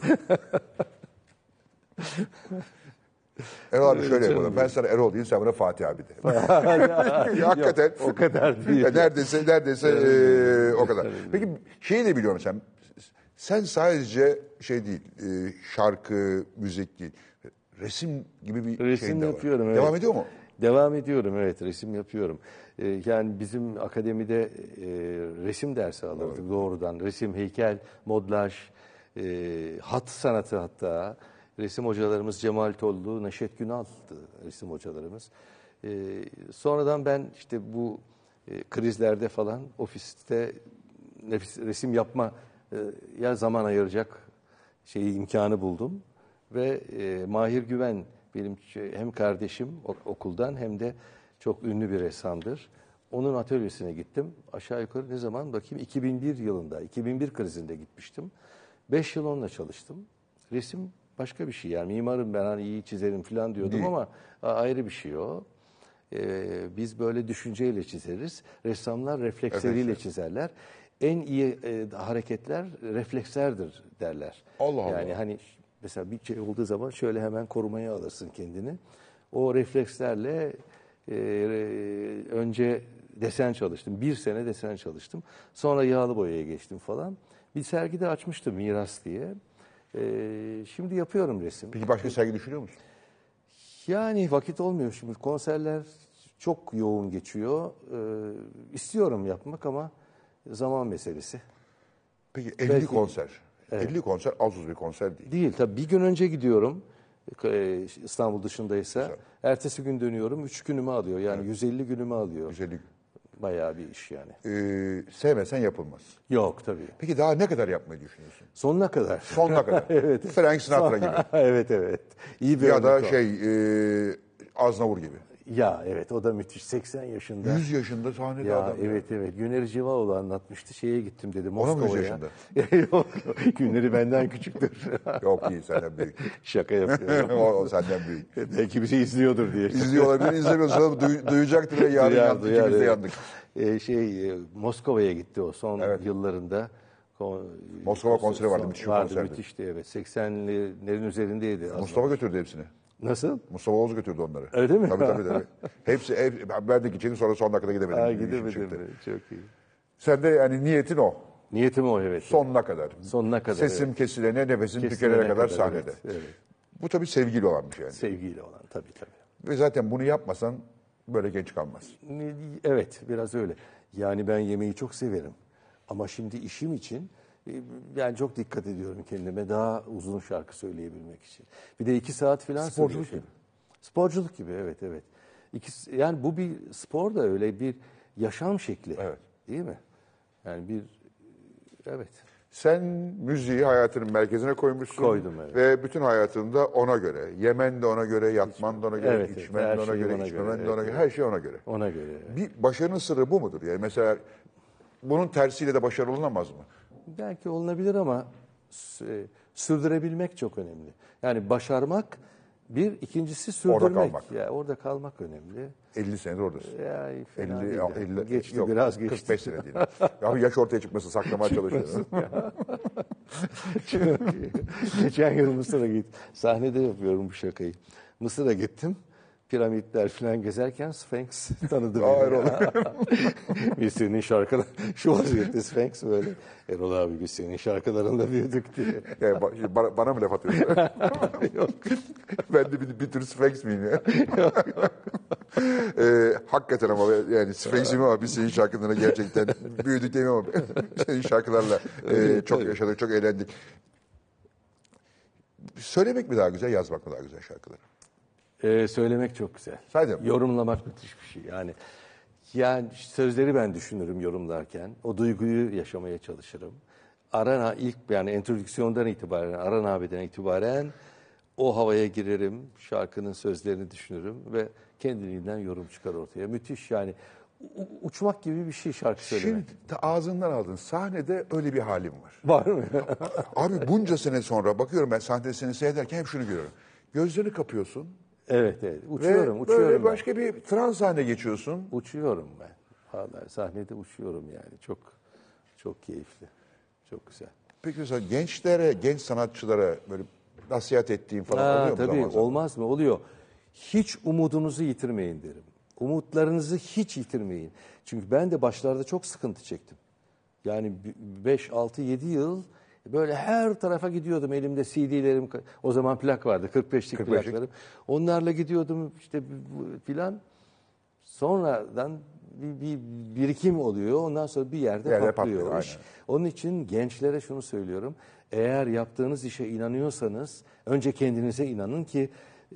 Erol abi şöyle yapalım. Ben sana Erol değil, sen bana Fatih abi de. Hakikaten. Yok, o kadar değil. Neredeyse o kadar. Peki şeyi de biliyorum sen sadece şey değil, şarkı, müzik değil. Resim gibi bir resim şeyin de var. yapıyorum, evet. Devam ediyor mu? Devam ediyorum, evet. Resim yapıyorum. Yani bizim akademide resim dersi alırdık doğrudan. Resim, heykel, modlaj, hat sanatı hatta. Resim hocalarımız Cemal Tollu, Neşet Günal'dı resim hocalarımız. Sonradan ben işte bu krizlerde falan ofiste resim yapma ya zaman ayıracak imkanı buldum. Ve Mahir Güven benim hem kardeşim okuldan hem de çok ünlü bir ressamdır. Onun atölyesine gittim. Aşağı yukarı ne zaman bakayım 2001 yılında, 2001 krizinde gitmiştim. 5 yıl onunla çalıştım. Resim başka bir şey yani mimarım ben hani iyi çizerim falan diyordum değil. Ama ayrı bir şey o. Biz böyle düşünceyle çizeriz. Ressamlar refleksleriyle çizerler. en iyi hareketler reflekslerdir derler. Allah Allah. Yani hani mesela bir şey olduğu zaman şöyle hemen korumaya alırsın kendini. O reflekslerle önce desen çalıştım. 1 sene desen çalıştım. Sonra yağlı boyaya geçtim falan. Bir sergide açmıştım Miras diye. Şimdi yapıyorum resim. Peki başka sergi düşünüyor musun? Yani vakit olmuyor şimdi. Konserler çok yoğun geçiyor. İstiyorum yapmak ama zaman meselesi. Peki 50 Belki- konser. 50 konser az uz bir konser değil. Değil tabii. Bir gün önce gidiyorum. İstanbul dışındaysa. Ertesi gün dönüyorum. 3 günümü alıyor. Yani 150 günümü alıyor. 150. Bayağı bir iş yani. Sevmesen yapılmaz. Yok tabii. Peki daha ne kadar yapmayı düşünüyorsun? Sonuna kadar. Sonuna kadar. Evet. Frank Sinatra gibi. Evet evet. İyi bir Ya da örnek o. Aznavur gibi. Ya evet o da müthiş. 80 yaşında. 100 yaşında sahnede Ya adam. evet evet. Güneri Civaoğlu anlatmıştı. Şeye gittim dedi Ona mı 100 Moskova'ya. Yok. Güneri benden küçüktür. Yok değil, senden büyük. Şaka yapıyorum. o senden büyük. Belki bizi izliyordur diye. İzliyor olabilir, izlemiyorsa duyacaktır ve yarın Duyar, yandık, duyar, ikimiz de evet. yandık. Moskova'ya gitti o son yıllarında. Moskova konseri vardı, müthiş bir Vardı, konserdi. müthişti evet. 80'lerin üzerindeydi. Mustafa götürdü hepsini. Nasıl? Mustafa Oğuz götürdü onları. Öyle mi? Tabii. Hepsi, ben de gideceğim, sonra son dakikada gidemedim. Ha, Bir işim gidemedim çıktı. mi? Çok iyi. Sen de yani niyetin o. Niyetim o evet. Sonuna kadar. Sonuna kadar. Sesim evet. kesilene, nefesim Kesilene tükenene kadar sahnede. Evet, evet. Bu tabii sevgiyle olan bir şey yani. Sevgiyle olan tabii. Ve zaten bunu yapmasan böyle genç kalmaz. Evet biraz öyle. Yani ben yemeği çok severim. Ama şimdi işim için yani çok dikkat ediyorum kendime daha uzun şarkı söyleyebilmek için. Bir de 2 saat falan Sporculuk söylüyorum. gibi. Sporculuk gibi evet. Yani bu bir spor da öyle bir yaşam şekli. Evet. Değil mi? Yani evet. Sen müziği hayatının merkezine koymuşsun. Koydum, evet. Ve bütün hayatında ona göre. Yemen de ona göre, yatman da ona göre, Evet, içmen her de ona şey göre, ona içmemen göre, de ona evet, göre. Her şey ona göre. Ona göre. Evet. Bir başarının sırrı bu mudur? Yani mesela bunun tersiyle de başarılı olamaz mı? Belki olunabilir ama sürdürebilmek çok önemli. Yani başarmak bir, ikincisi sürdürmek. Orada kalmak. Ya orada kalmak önemli. 50 senedir oradasın. Ya fena 50, değil. 50, Geçti yok, biraz geçti. 45 sene değil. Ya yaş ortaya çıkmasın, saklamaya çalışıyorum. Geçen yıl Mısır'a gittim. Sahnede yapıyorum bu şakayı. Mısır'a gittim. Piramitler falan gezerken Sphinx tanıdı beni. Erol. Biz senin şarkılar şu vaziyette Sphinx böyle. Erol abi biz senin şarkılarında büyüdük diye. Yani bana mı laf atıyorsun? Yok. Ben de bir tür Sphinx miyim ya? Hakikaten ama yani Sphinx'im ama biz senin şarkılarına gerçekten büyüdük değil mi ama senin şarkılarla çok yaşadık, çok eğlendik. Söylemek mi daha güzel, yazmak mı daha güzel şarkıları? Söylemek çok güzel. Saydın mı? Yorumlamak müthiş bir şey. Yani sözleri ben düşünürüm yorumlarken. O duyguyu yaşamaya çalışırım. Yani entrodüksiyondan itibaren, Aran abiden itibaren o havaya girerim. Şarkının sözlerini düşünürüm ve kendiliğinden yorum çıkar ortaya. Müthiş yani. Uçmak gibi bir şey şarkı söylemek. Şimdi de ağzından aldın. Sahnede öyle bir halim var. Var mı? Abi bunca sene sonra bakıyorum ben sahnede seni seyrederken hep şunu görüyorum. Gözlerini kapıyorsun. Evet. Uçuyorum, Ve uçuyorum böyle ben. başka bir trans haline geçiyorsun. Uçuyorum ben. Vallahi sahnede uçuyorum yani. Çok keyifli. Çok güzel. Peki mesela gençlere, genç sanatçılara böyle nasihat ettiğin falan oluyor mu Tabii zaman zaman? olmaz mı? Oluyor. Hiç umudunuzu yitirmeyin derim. Umutlarınızı hiç yitirmeyin. Çünkü ben de başlarda çok sıkıntı çektim. Yani 5, 6, 7 yıl böyle her tarafa gidiyordum. Elimde CD'lerim, o zaman plak vardı, 45'lik 45'lik. plaklarım. Onlarla gidiyordum işte filan. Sonradan bir birikim oluyor. Ondan sonra bir yerde yerde patlıyor patlıyor, iş. aynen. Onun için gençlere şunu söylüyorum. Eğer yaptığınız işe inanıyorsanız önce kendinize inanın ki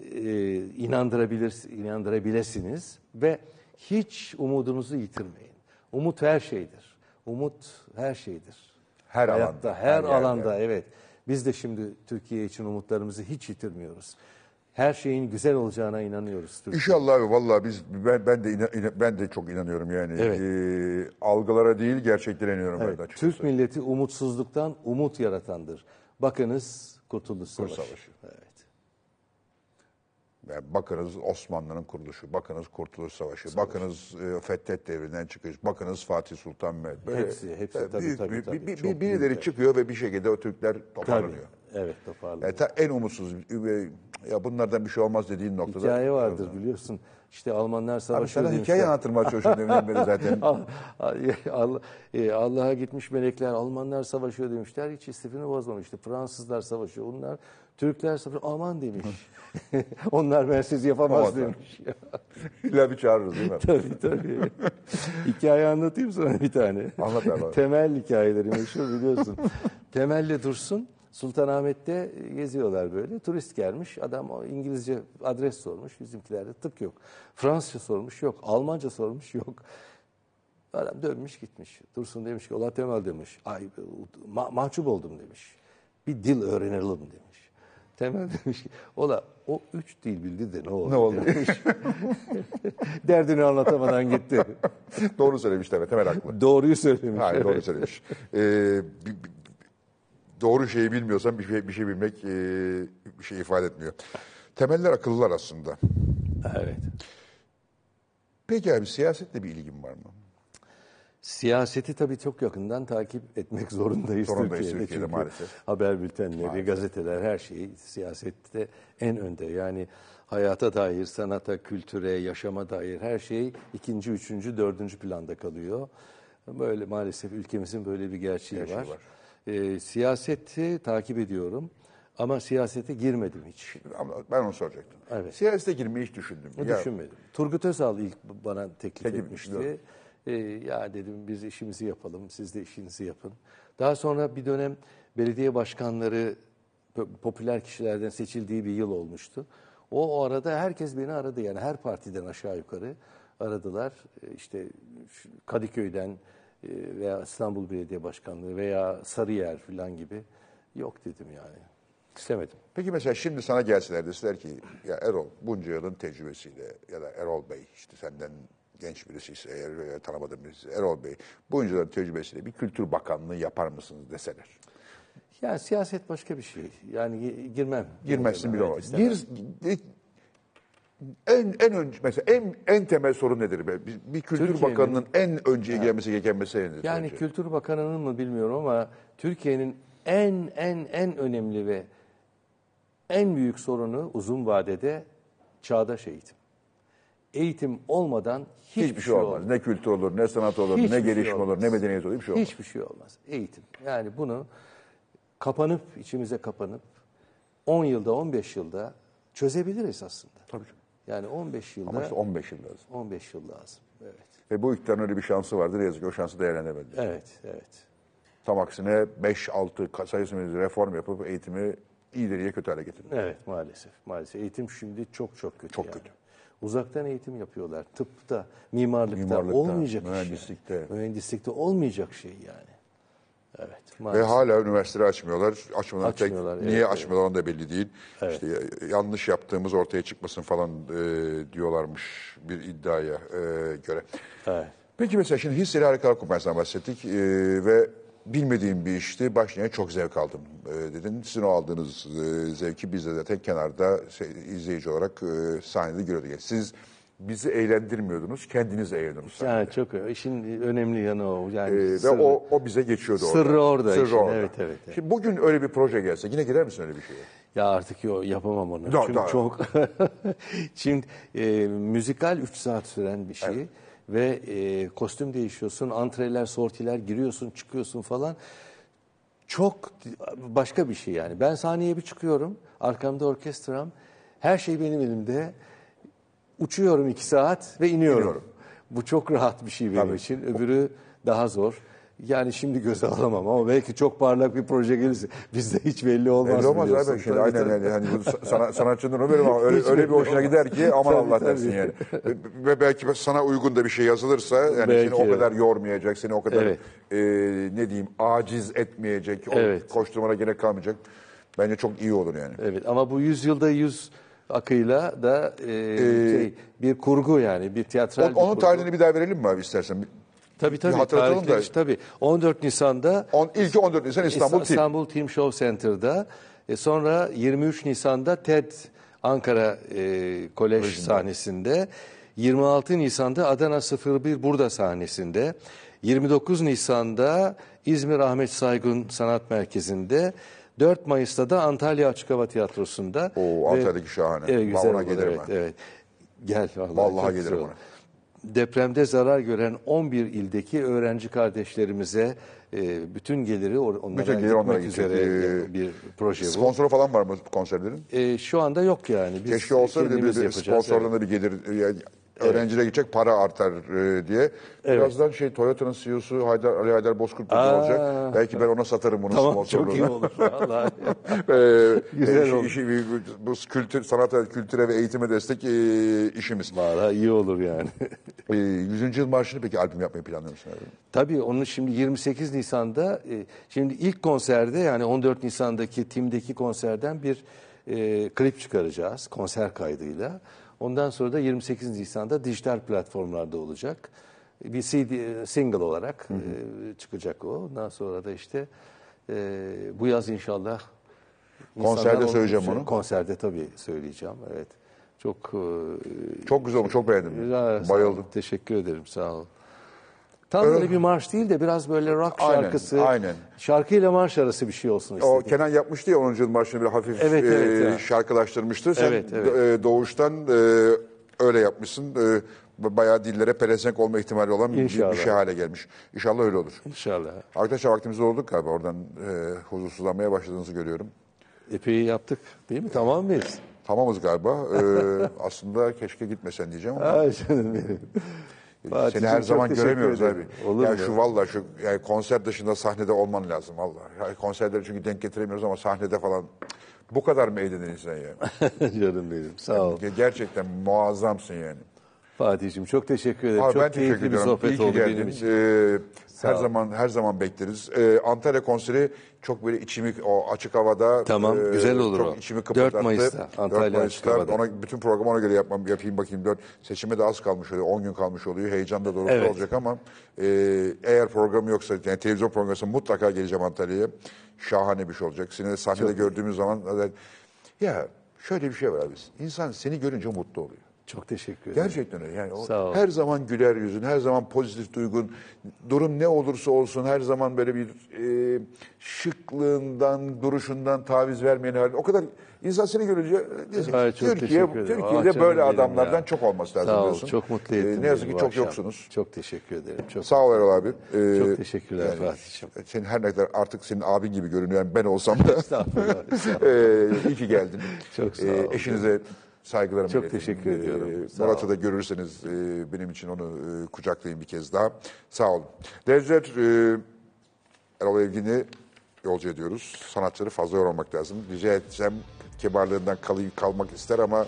inandırabilesiniz ve hiç umudunuzu yitirmeyin. Umut her şeydir. Umut her şeydir. Her Hayatta, alanda, her her yerde. alanda evet. Biz de şimdi Türkiye için umutlarımızı hiç yitirmiyoruz. Her şeyin güzel olacağına inanıyoruz. Türkiye. İnşallah abi vallahi ben de çok inanıyorum yani. Evet. Algılara değil gerçeklere inanıyorum ben de açıkçası. Türk milleti umutsuzluktan umut yaratandır. Bakınız Kurtuluş Savaşı. Savaşı. Evet. Yani bakınız Osmanlı'nın kuruluşu, bakınız Kurtuluş Savaşı, bakınız Fethet Devri'nden çıkış, bakınız Fatih Sultan Mehmet. Böyle Hepsi tabii, büyük, tabii, büyük, tabii. bir- Çok birileri büyükler. çıkıyor ve bir şekilde o Türkler toparlanıyor. Evet, toparlanıyor. Yani en umutsuz ya bunlardan bir şey olmaz dediğin noktada. Hikaye vardır biliyorsun. İşte Almanlar Abi savaşıyor sana demişler. hikaye anlatırmaya çalışıyorum deminden beri zaten. Allah'a gitmiş melekler Almanlar savaşıyor demişler. Hiç istifini bozmamıştı. Fransızlar savaşıyor. Onlar Türkler savaşıyor. Aman demiş. Onlar bensiz yapamaz Aman demiş. İlla bir çağırırız değil mi? Tabii. Hikaye anlatayım sana bir tane. Anlat abi. Temel hikayeleri meşhur biliyorsun. Temel'le Dursun Sultanahmet'te geziyorlar böyle. Turist gelmiş. Adam o İngilizce adres sormuş. Bizimkilerde tık yok. Fransızca sormuş. Yok. Almanca sormuş. Yok. Adam dönmüş gitmiş. Dursun demiş ki ola Temel demiş. Ay mahcup oldum demiş. Bir dil öğrenelim demiş. Temel demiş ki ola o 3 dil bildi de ne oldu? Ne oldu? Demiş. Derdini anlatamadan gitti. Doğru söylemiş Temel haklı. Doğruyu söylemiş. Hayır, doğru evet. söylemiş. Doğru şeyi bilmiyorsan bir şey bilmek bir şey ifade etmiyor. Temeller akıllılar aslında. Evet. Peki abi siyasetle bir ilgin var mı? Siyaseti tabii çok yakından takip etmek zorundayız, Zorundayız Türkiye'de. Türkiye'de Çünkü maalesef. haber bültenleri, gazeteler her şey siyasette en önde. Yani hayata dair, sanata, kültüre, yaşama dair her şey ikinci, üçüncü, dördüncü planda kalıyor. Böyle maalesef ülkemizin böyle bir gerçeği var. Siyaseti takip ediyorum ama siyasete girmedim hiç. Ama ben onu soracaktım. Evet. Siyasete girmeyi hiç düşündüm. Ya, Düşünmedim. Turgut Özal ilk bana teklif Teklif etmişti. ediyorum. Ya dedim biz işimizi yapalım, siz de işinizi yapın. Daha sonra bir dönem belediye başkanları popüler kişilerden seçildiği bir yıl olmuştu. O arada herkes beni aradı yani her partiden aşağı yukarı aradılar. İşte Kadıköy'den veya İstanbul Belediye Başkanlığı veya Sarıyer falan gibi. Yok dedim yani. İstemedim. Peki mesela şimdi sana gelseler deseler ki ya Erol bunca yılın tecrübesiyle ya da Erol Bey işte senden genç birisi ise eğer tanımadığım birisi Erol Bey bunca yılın tecrübesiyle bir kültür bakanlığı yapar mısınız deseler. Yani siyaset başka bir şey. Yani girmem. Girmezsin bile Evet, olmaz. istemem. En önce mesela en temel sorun nedir be? Bir kültür Türkiye'nin- bakanının en önce ilgilenmesi gereken mesele nedir? Yani sence? Kültür Bakanı'nın mı bilmiyorum ama Türkiye'nin en önemli ve en büyük sorunu uzun vadede çağdaş eğitim. Eğitim olmadan hiçbir şey olmaz. Ne kültür olur, ne sanat olur, Hiçbir ne şey gelişme olur, olmaz. ne medeniyet olur, hiçbir şey olmaz. Hiçbir şey olmaz. Eğitim. Yani bunu içimize kapanıp 10 yılda, 15 yılda çözebiliriz aslında. Tabii canım. Yani 15 yılda Ama işte 15 yıl lazım. 15 yıl lazım. Evet. Ve bu iktidarın öyle bir şansı vardır. Ne yazık ki o şansı değerlendiremediler. Evet. Tam aksine 5-6 sayısını reform yapıp eğitimi ileriye kötü hale getirdi. Evet maalesef. Eğitim şimdi çok kötü. Çok yani. kötü. Uzaktan eğitim yapıyorlar. Tıpta, mimarlıkta olmayacak mühendislikte. iş. Mühendislikte olmayacak şey yani. Evet Ve maalesef. hala üniversiteleri açmıyorlar. Açmıyorlar, Niye evet, açmıyorlar onu da belli değil. İşte yanlış yaptığımız ortaya çıkmasın falan diyorlarmış bir iddiaya göre. Evet. Peki mesela şimdi hisseli harikalar kumpanyasından bahsettik ve bilmediğim bir işti. Başlayan çok zevk aldım dedin. Sizin o aldığınız zevki biz de zaten kenarda izleyici olarak sahnede görüyorduk. Yani siz bizi eğlendirmiyordunuz, kendiniz eğleniyordunuz. Yani çok işin önemli yanı o. Yani Ve o bize geçiyordu orada. Sırrı orada işin, orada. evet. Şimdi bugün öyle bir proje gelse yine girer misin öyle bir şeye? Ya artık yapamam onu. Da- Çünkü da- çok şimdi müzikal 3 saat süren bir şey ve kostüm değişiyorsun, antreler, sortiler giriyorsun, çıkıyorsun falan. Çok başka bir şey yani. Ben sahneye bir çıkıyorum, arkamda orkestram, her şey benim elimde. Uçuyorum 2 saat ve iniyorum. Bu çok rahat bir şey benim için. Öbürü daha zor. Yani şimdi göze alamam ama belki çok parlak bir proje gelirse bizde hiç belli olmaz. Belli olmaz biliyorsun. abi. Şimdi Tabii, aynen tabii. yani sanatçının o böyle öyle bir hoşuna gider ki aman Allah dersin yani. Ve belki sana uygun da bir şey yazılırsa yani Belki, seni o kadar yormayacak, seni o kadar Evet. ne diyeyim aciz etmeyecek, Evet. koşturmana gerek kalmayacak. Bence çok iyi olur yani. Evet ama bu 100 yılda 100 akıyla da bir kurgu yani bir tiyatral bir Onun kurgu. tarihini bir daha verelim mi abi istersen? Tabii hatırlatalım tarihleri da. işte, tabii. 14 Nisan'da İlki 14 Nisan İstanbul Team. Team Show Center'da sonra 23 Nisan'da TED Ankara Kolej sahnesinde, 26 Nisan'da Adana 01 Burda sahnesinde, 29 Nisan'da İzmir Ahmet Saygun Sanat Merkezi'nde, 4 Mayıs'ta da Antalya Açık Hava Tiyatrosu'nda. Antalya'daki şahane. Evet, güzel Ona olur, gelirim evet, ben. evet. Gel vallahi, Vallahi çok gelirim güzel olur. ona. Depremde zarar gören 11 ildeki öğrenci kardeşlerimize bütün geliri onlara Bütün gelir gitmek onlara gidecek. üzere bir proje bu. Sponsoru falan var mı konserlerin? Şu anda yok yani. Biz Keşke olsa bir de kendimiz bir yapacağız, sponsorluğuna evet. bir gelir. Yani öğrencilere gidecek, para artar diye. Birazdan Toyota'nın CEO'su Ali Haydar Bozkurt burada olacak. Belki ben ona satarım bunun Tamam, sponsorluğunu. çok iyi olur vallahi. Güzel olur. Bu sanata, kültüre ve eğitime destek işimiz. Vallahi iyi olur yani. 100. Yıl Marşı'nı peki albüm yapmayı planlıyor musun abi? Tabii onu şimdi 28 Nisan'da, şimdi ilk konserde, yani 14 Nisan'daki Tim'deki konserden bir klip çıkaracağız konser kaydıyla. Ondan sonra da 28 Nisan'da dijital platformlarda olacak. Bir CD, single olarak çıkacak o. Ondan sonra da işte bu yaz inşallah. Konserde insanlar söyleyeceğim onu. Konserde tabii söyleyeceğim, evet. Çok güzel olmuş, çok beğendim. Bayıldım. Teşekkür ederim, sağ ol. Tam böyle bir marş değil de biraz böyle rock şarkısı. Aynen. Şarkıyla marş arası bir şey olsun istedim. O Kenan yapmıştı ya 10. Yıl Marşı'nı bir hafif Evet. şarkılaştırmıştı. Sen Evet. doğuştan öyle yapmışsın. Bayağı dillere pelesenk olma ihtimali olan bir şey hale gelmiş. İnşallah öyle olur. İnşallah. Arkadaşlar vaktimiz olduk galiba. Oradan huzursuzlanmaya başladığınızı görüyorum. Epey yaptık değil mi? Tamam mıyız? Tamamız galiba. Aslında keşke gitmesen diyeceğim ama. Ay canım benim. Seni her zaman göremiyoruz abi. Olur ya mu? Yani konser dışında sahnede olman lazım vallahi. Yani konserleri çünkü denk getiremiyoruz ama sahnede falan bu kadar mı eğlendin sen ya? Canım benim. Sağ ol. Gerçekten muazzamsın yani. Fatih'ciğim çok teşekkür ederim. Abi çok ben keyifli teşekkür bir ediyorum. sohbet İyi ki oldu geldin. benim için. Her zaman bekleriz. Antalya konseri çok böyle içimi o açık havada. Tamam, güzel olur çok o. içimi kıpırdattı. 4 Mayıs'ta Antalya açık havada. Bütün programı ona göre yapayım bakayım. Seçime de az kalmış oluyor. 10 gün kalmış oluyor. Heyecan da doğrusu olacak ama eğer program yoksa, yani televizyon programı yoksa mutlaka geleceğim Antalya'ya. Şahane bir şey olacak. Seni sahnede gördüğümüz zaman ya şöyle bir şey var abi. İnsan seni görünce mutlu oluyor. Çok teşekkür ederim. Gerçekten öyle. Yani Sağ ol. her zaman güler yüzün, her zaman pozitif duygun, durum ne olursa olsun her zaman böyle bir şıklığından, duruşundan taviz vermeyen hali. O kadar insan seni görünce Türkiye'de böyle adamlardan çok olması lazım. Sağ ol, diyorsun. çok mutlu ettin. Ne yazık ki bu çok akşam. yoksunuz. Çok teşekkür ederim. Sağ ol Erol abi. Çok teşekkürler Fatih'ciğim. Senin her ne kadar artık senin abin gibi görünüyor ben olsam da. Estağfurullah. İyi ki geldin. Çok sağ ol. Eşinize saygılarımı Çok iletin. teşekkür ediyorum. Sağ Murat'ı ol. da görürseniz benim için onu kucaklayın bir kez daha. Sağ olun. Değerli Erol Evgin'i yolcu ediyoruz. Sanatçıları fazla yormamak lazım. Rica etsem kibarlığından kalmak ister ama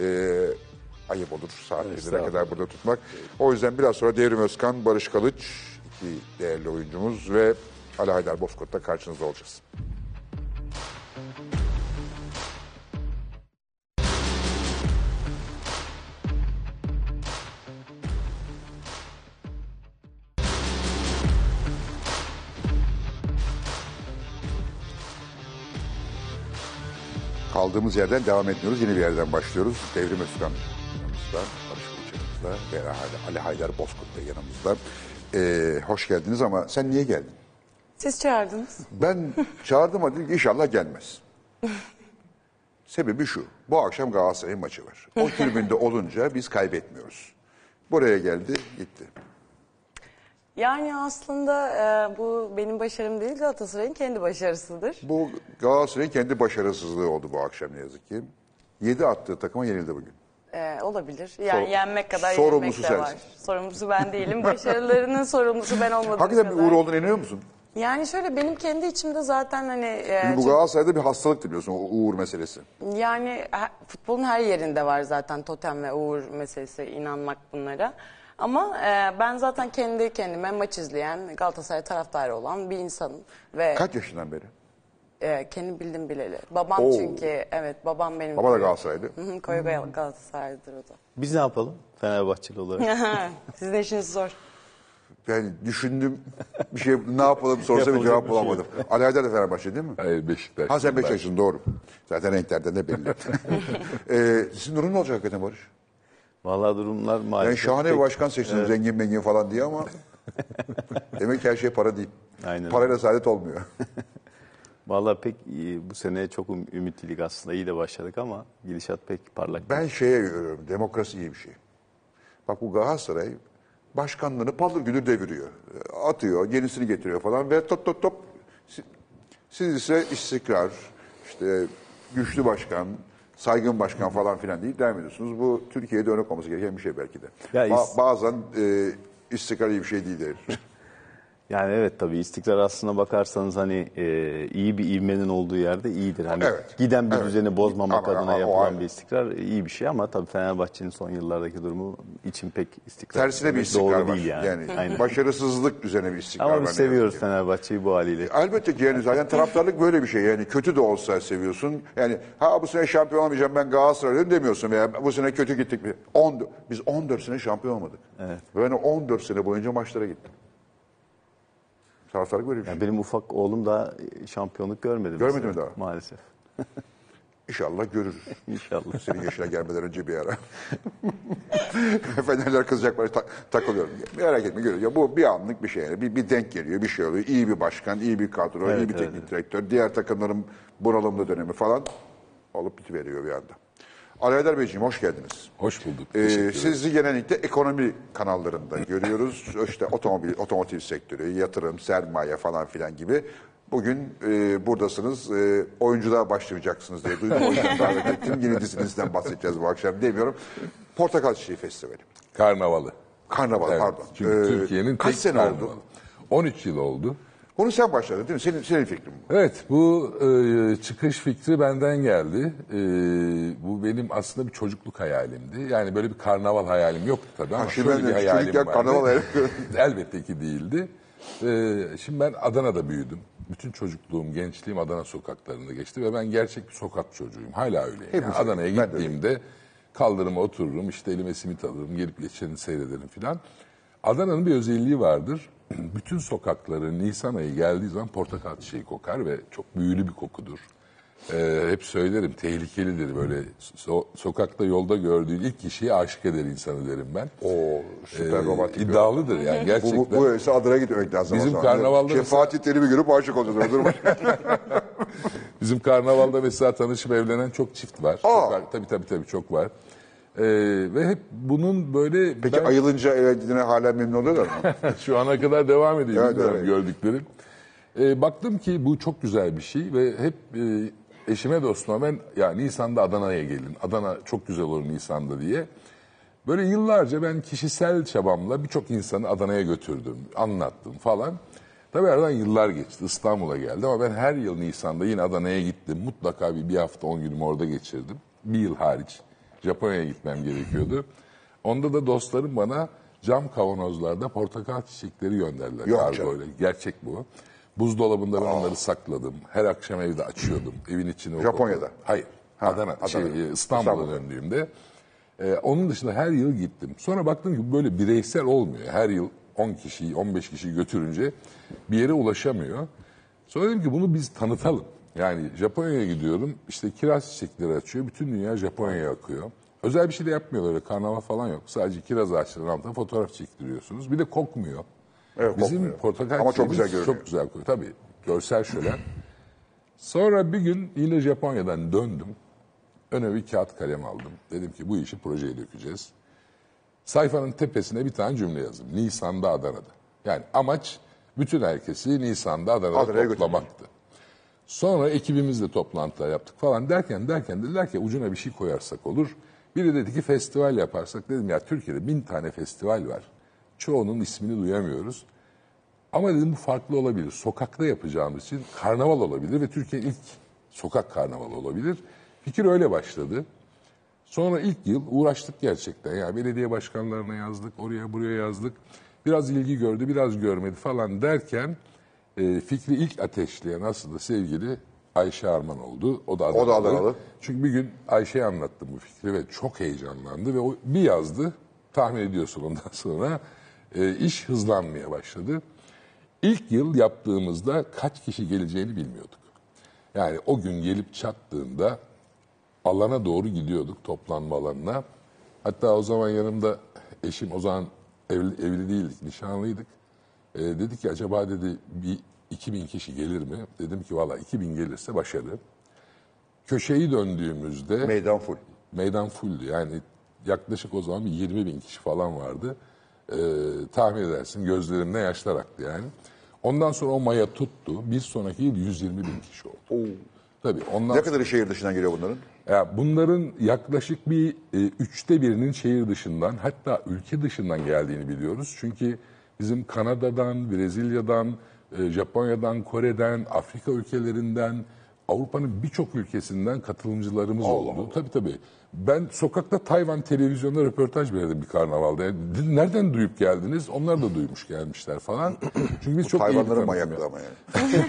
ayıp olur saatlerine kadar burada tutmak. O yüzden biraz sonra Devrim Özkan, Barış Kalıç, iki değerli oyuncumuz ve Ali Haydar Bozkurt'ta karşınızda olacağız. Kaldığımız yerden devam etmiyoruz. Yeni bir yerden başlıyoruz. Devrim Özkan yanımızda, Barış Kılıç yanımızda ve Ali Haydar Bozkurt da yanımızda. Hoş geldiniz ama sen niye geldin? Siz çağırdınız. Ben çağırdım ama dedim ki inşallah gelmez. Sebebi şu, bu akşam Galatasaray'ın maçı var. O tribünde olunca biz kaybetmiyoruz. Buraya geldi, gitti. Yani aslında bu benim başarım değil, Galatasaray'ın kendi başarısıdır. Bu Galatasaray'ın kendi başarısızlığı oldu bu akşam ne yazık ki. 7 attığı takıma yenildi bugün. Olabilir. Yani yenmek kadar sorumlusu yenilmek de var. sensin. Sorumlusu ben değilim. Başarılarının sorumlusu ben olmadığım Hakikaten kadar. bir uğur olduğuna inanıyor musun? Yani şöyle benim kendi içimde zaten hani... Çünkü bu Galatasaray'da bir hastalık biliyorsun, o uğur meselesi. Yani futbolun her yerinde var zaten totem ve uğur meselesi, inanmak bunlara. Ama ben zaten kendi kendime maç izleyen, Galatasaray taraftarı olan bir insanım. Ve Kaç yaşından beri? kendim bildim bileli. Babam çünkü, evet babam benim. Baba da Galatasaraylı. Koyu Galatasaray'dır o da. Biz ne yapalım Fenerbahçeli olarak? Sizin işiniz zor. Ben düşündüm bir şey ne yapalım sorsa bir cevap bulamadım. Ali Aydar da Fenerbahçe değil mi? Hayır, Beşiktaş. Ha sen Beşiktaş'ın doğru. Zaten renklerden de belli. Sizin durum ne olacak hakikaten Barış? Vallahi durumlar maalesef. Yani şahane bir başkan seçtiniz zengin mengin falan diye ama demek ki her şey para değil. Aynen. Parayla saadet olmuyor. Vallahi pek bu sene çok ümitliydik aslında. İyi de başladık ama gidişat pek parlak. Ben şeye görüyorum, demokrasi iyi bir şey. Bak bu Galatasaray başkanlığını paldır güdür deviriyor. Atıyor, yenisini getiriyor falan ve top. Siz ise istikrar, işte güçlü başkan, saygın başkan falan filan deyip devam ediyorsunuz. Bu Türkiye'de örnek olması gereken bir şey belki de. Ya Bazen istikrar iyi bir şey değildir. Yani evet, tabii istikrar aslına bakarsanız hani iyi bir ivmenin olduğu yerde iyidir. Hani Evet. giden bir Evet. düzeni bozmamak Ama adına o yapılan ayrı. bir istikrar iyi bir şey ama tabii Fenerbahçe'nin son yıllardaki durumu için pek istikrar Tersine bir demek istikrar doğru var. değil yani. Aynen. Başarısızlık üzerine bir istikrar var. Ama biz ne seviyoruz yazık ki. Fenerbahçe'yi bu haliyle. Elbette ki yani zaten taraftarlık böyle bir şey. Yani kötü de olsa seviyorsun. Yani bu sene şampiyon olamayacağım ben Galatasaraylıyım demiyorsun veya bu sene kötü gittik. Biz 14 sene şampiyon olmadık. Evet. Ben 14 sene boyunca maçlara gittim. Taraftarlık böyle bir şey. Yani benim ufak oğlum da şampiyonluk görmedi. Görmedi mesela. mi daha? Maalesef. İnşallah görürüz. İnşallah. Senin yaşına gelmeden önce bir ara. Fenerler kızacak var takılıyorum. Merak etme görüyoruz. Ya bu bir anlık bir şey. Yani. Bir denk geliyor, bir şey oluyor. İyi bir başkan, iyi bir kadro, Evet, iyi bir teknik direktör. Diğer takımların bunalımlı dönemi falan olup bitiveriyor bir anda. Ali Aydar Beyciğim hoş geldiniz. Hoş bulduk. Teşekkür ederim. Sizi genellikle ekonomi kanallarında görüyoruz. İşte otomotiv sektörü, yatırım, sermaye falan filan gibi. Bugün buradasınız. Oyunculuğa başlayacaksınız diye duydum. O yüzden davet ettim. Yeni dizinizden bahsedeceğiz bu akşam demiyorum. Portakal Çiçeği Festivali. Karnavalı. Karnaval Evet, pardon. çünkü Türkiye'nin kaç tek sene karnavalı. oldu? 13 yıl oldu. Bunu sen başladın değil mi? Senin fikrin bu. Evet, bu çıkış fikri benden geldi. Bu benim aslında bir çocukluk hayalimdi. Yani böyle bir karnaval hayalim yoktu tabii ama Şimdi şöyle ben bir de hayalim çocukken vardı. karnaval hayali Elbette ki değildi. Şimdi ben Adana'da büyüdüm. Bütün çocukluğum, gençliğim Adana sokaklarında geçti ve ben gerçek bir sokak çocuğuyum. Hala öyleyim. Yani Hepimiz Adana'ya öyle. Ben de gittiğimde kaldırıma otururum, işte elime simit alırım, gelip geçeni seyrederim filan. Adana'nın bir özelliği vardır. Bütün sokakları Nisan ayı geldiği zaman portakal çiçeği kokar ve çok büyülü bir kokudur. Hep söylerim, tehlikelidir. Böyle sokakta, yolda gördüğün ilk kişiye aşık eder insanı derim ben. Oo, süper romantik. İddialıdır yani gerçekten. Bu öyleyse Adana'ya gitmek lazım. Bizim o zaman. karnavalda mesela- Fatih Terim'i görüp aşık olacağız. Bizim karnavalda mesela tanışıp evlenen çok çift var. Çok var. Tabii çok var. Ve hep bunun böyle... Peki ayılınca evlendiğine hala memnun oluyorlar mı? Şu ana kadar devam ediyor Evet, bilmiyorum evet. gördüklerim. Baktım ki bu çok güzel bir şey ve hep eşime dostuma ben ya Nisan'da Adana'ya gelin. Adana çok güzel olur Nisan'da diye. Böyle yıllarca ben kişisel çabamla birçok insanı Adana'ya götürdüm, anlattım falan. Tabii aradan yıllar geçti. İstanbul'a geldi ama ben her yıl Nisan'da yine Adana'ya gittim. Mutlaka bir hafta 10 günümü orada geçirdim. Bir yıl hariç. Japonya'ya gitmem gerekiyordu. Onda da dostlarım bana cam kavanozlarda portakal çiçekleri gönderdiler. Yok Kargoyla. Gerçek bu. Buzdolabında ben onları sakladım. Her akşam evde açıyordum. Evin içine. Japonya'da? Hayır. Adana. İstanbul'a döndüğümde. Onun dışında her yıl gittim. Sonra baktım ki böyle bireysel olmuyor. Her yıl 10 kişiyi, 15 kişiyi götürünce bir yere ulaşamıyor. Sonra dedim ki bunu biz tanıtalım. Yani Japonya'ya gidiyorum, işte kiraz çiçekleri açıyor, bütün dünya Japonya'ya akıyor. Özel bir şey de yapmıyorlar, öyle karnaval falan yok. Sadece kiraz ağaçlarının altına fotoğraf çektiriyorsunuz. Bir de kokmuyor. Evet, Bizim kokmuyor. portakal Ama çok çiçeğimiz güzel görünüyor. Çok güzel kokuyor. Tabii, görsel şölen. Sonra bir gün yine Japonya'dan döndüm. Öne bir kağıt kalem aldım. Dedim ki bu işi projeye dökeceğiz. Sayfanın tepesine bir tane cümle yazdım. Nisan'da Adana'da. Yani amaç bütün herkesi Nisan'da Adana'da Adana'ya toplamaktı. Sonra ekibimizle toplantılar yaptık falan derken dediler ki ucuna bir şey koyarsak olur. Biri dedi ki festival yaparsak. Dedim ya Türkiye'de 1000 tane festival var. Çoğunun ismini duyamıyoruz. Ama dedim bu farklı olabilir. Sokakta yapacağımız için karnaval olabilir ve Türkiye'nin ilk sokak karnavalı olabilir. Fikir öyle başladı. Sonra ilk yıl uğraştık gerçekten. Yani belediye başkanlarına yazdık, oraya buraya yazdık. Biraz ilgi gördü, biraz görmedi falan derken fikri ilk ateşleyen aslında sevgili Ayşe Arman oldu. O da Adanalı. Çünkü bir gün Ayşe'ye anlattım bu fikri ve çok heyecanlandı ve o bir yazdı. Tahmin ediyorsun ondan sonra İş hızlanmaya başladı. İlk yıl yaptığımızda kaç kişi geleceğini bilmiyorduk. Yani o gün gelip çattığında alana doğru gidiyorduk, toplanma alanına. Hatta o zaman yanımda eşim, o zaman evli değildik, nişanlıydık. Dedi ki acaba dedi bir 2000 kişi gelir mi? Dedim ki valla 2000 gelirse başarı. Köşeyi döndüğümüzde Meydan full. meydan fulldü. Yani yaklaşık o zaman bir 20 bin kişi falan vardı. Tahmin edersin gözlerimden yaşlar aktı yani. Ondan sonra o maya tuttu. Bir sonraki yıl 120 bin kişi oldu. Tabii ondan Ne kadarı şehir dışından geliyor bunların? ya bunların yaklaşık bir 1/3'ünün şehir dışından, hatta ülke dışından geldiğini biliyoruz. Çünkü bizim Kanada'dan, Brezilya'dan, Japonya'dan, Kore'den, Afrika ülkelerinden, Avrupa'nın birçok ülkesinden katılımcılarımız oldu. Tabii. Ben sokakta Tayvan televizyonda röportaj verdim bir karnavalda. Dedim, nereden duyup geldiniz? Onlar da duymuş gelmişler falan. Çünkü biz çok iyi bir Tayvanların tanıtım manyaklığı ama yani.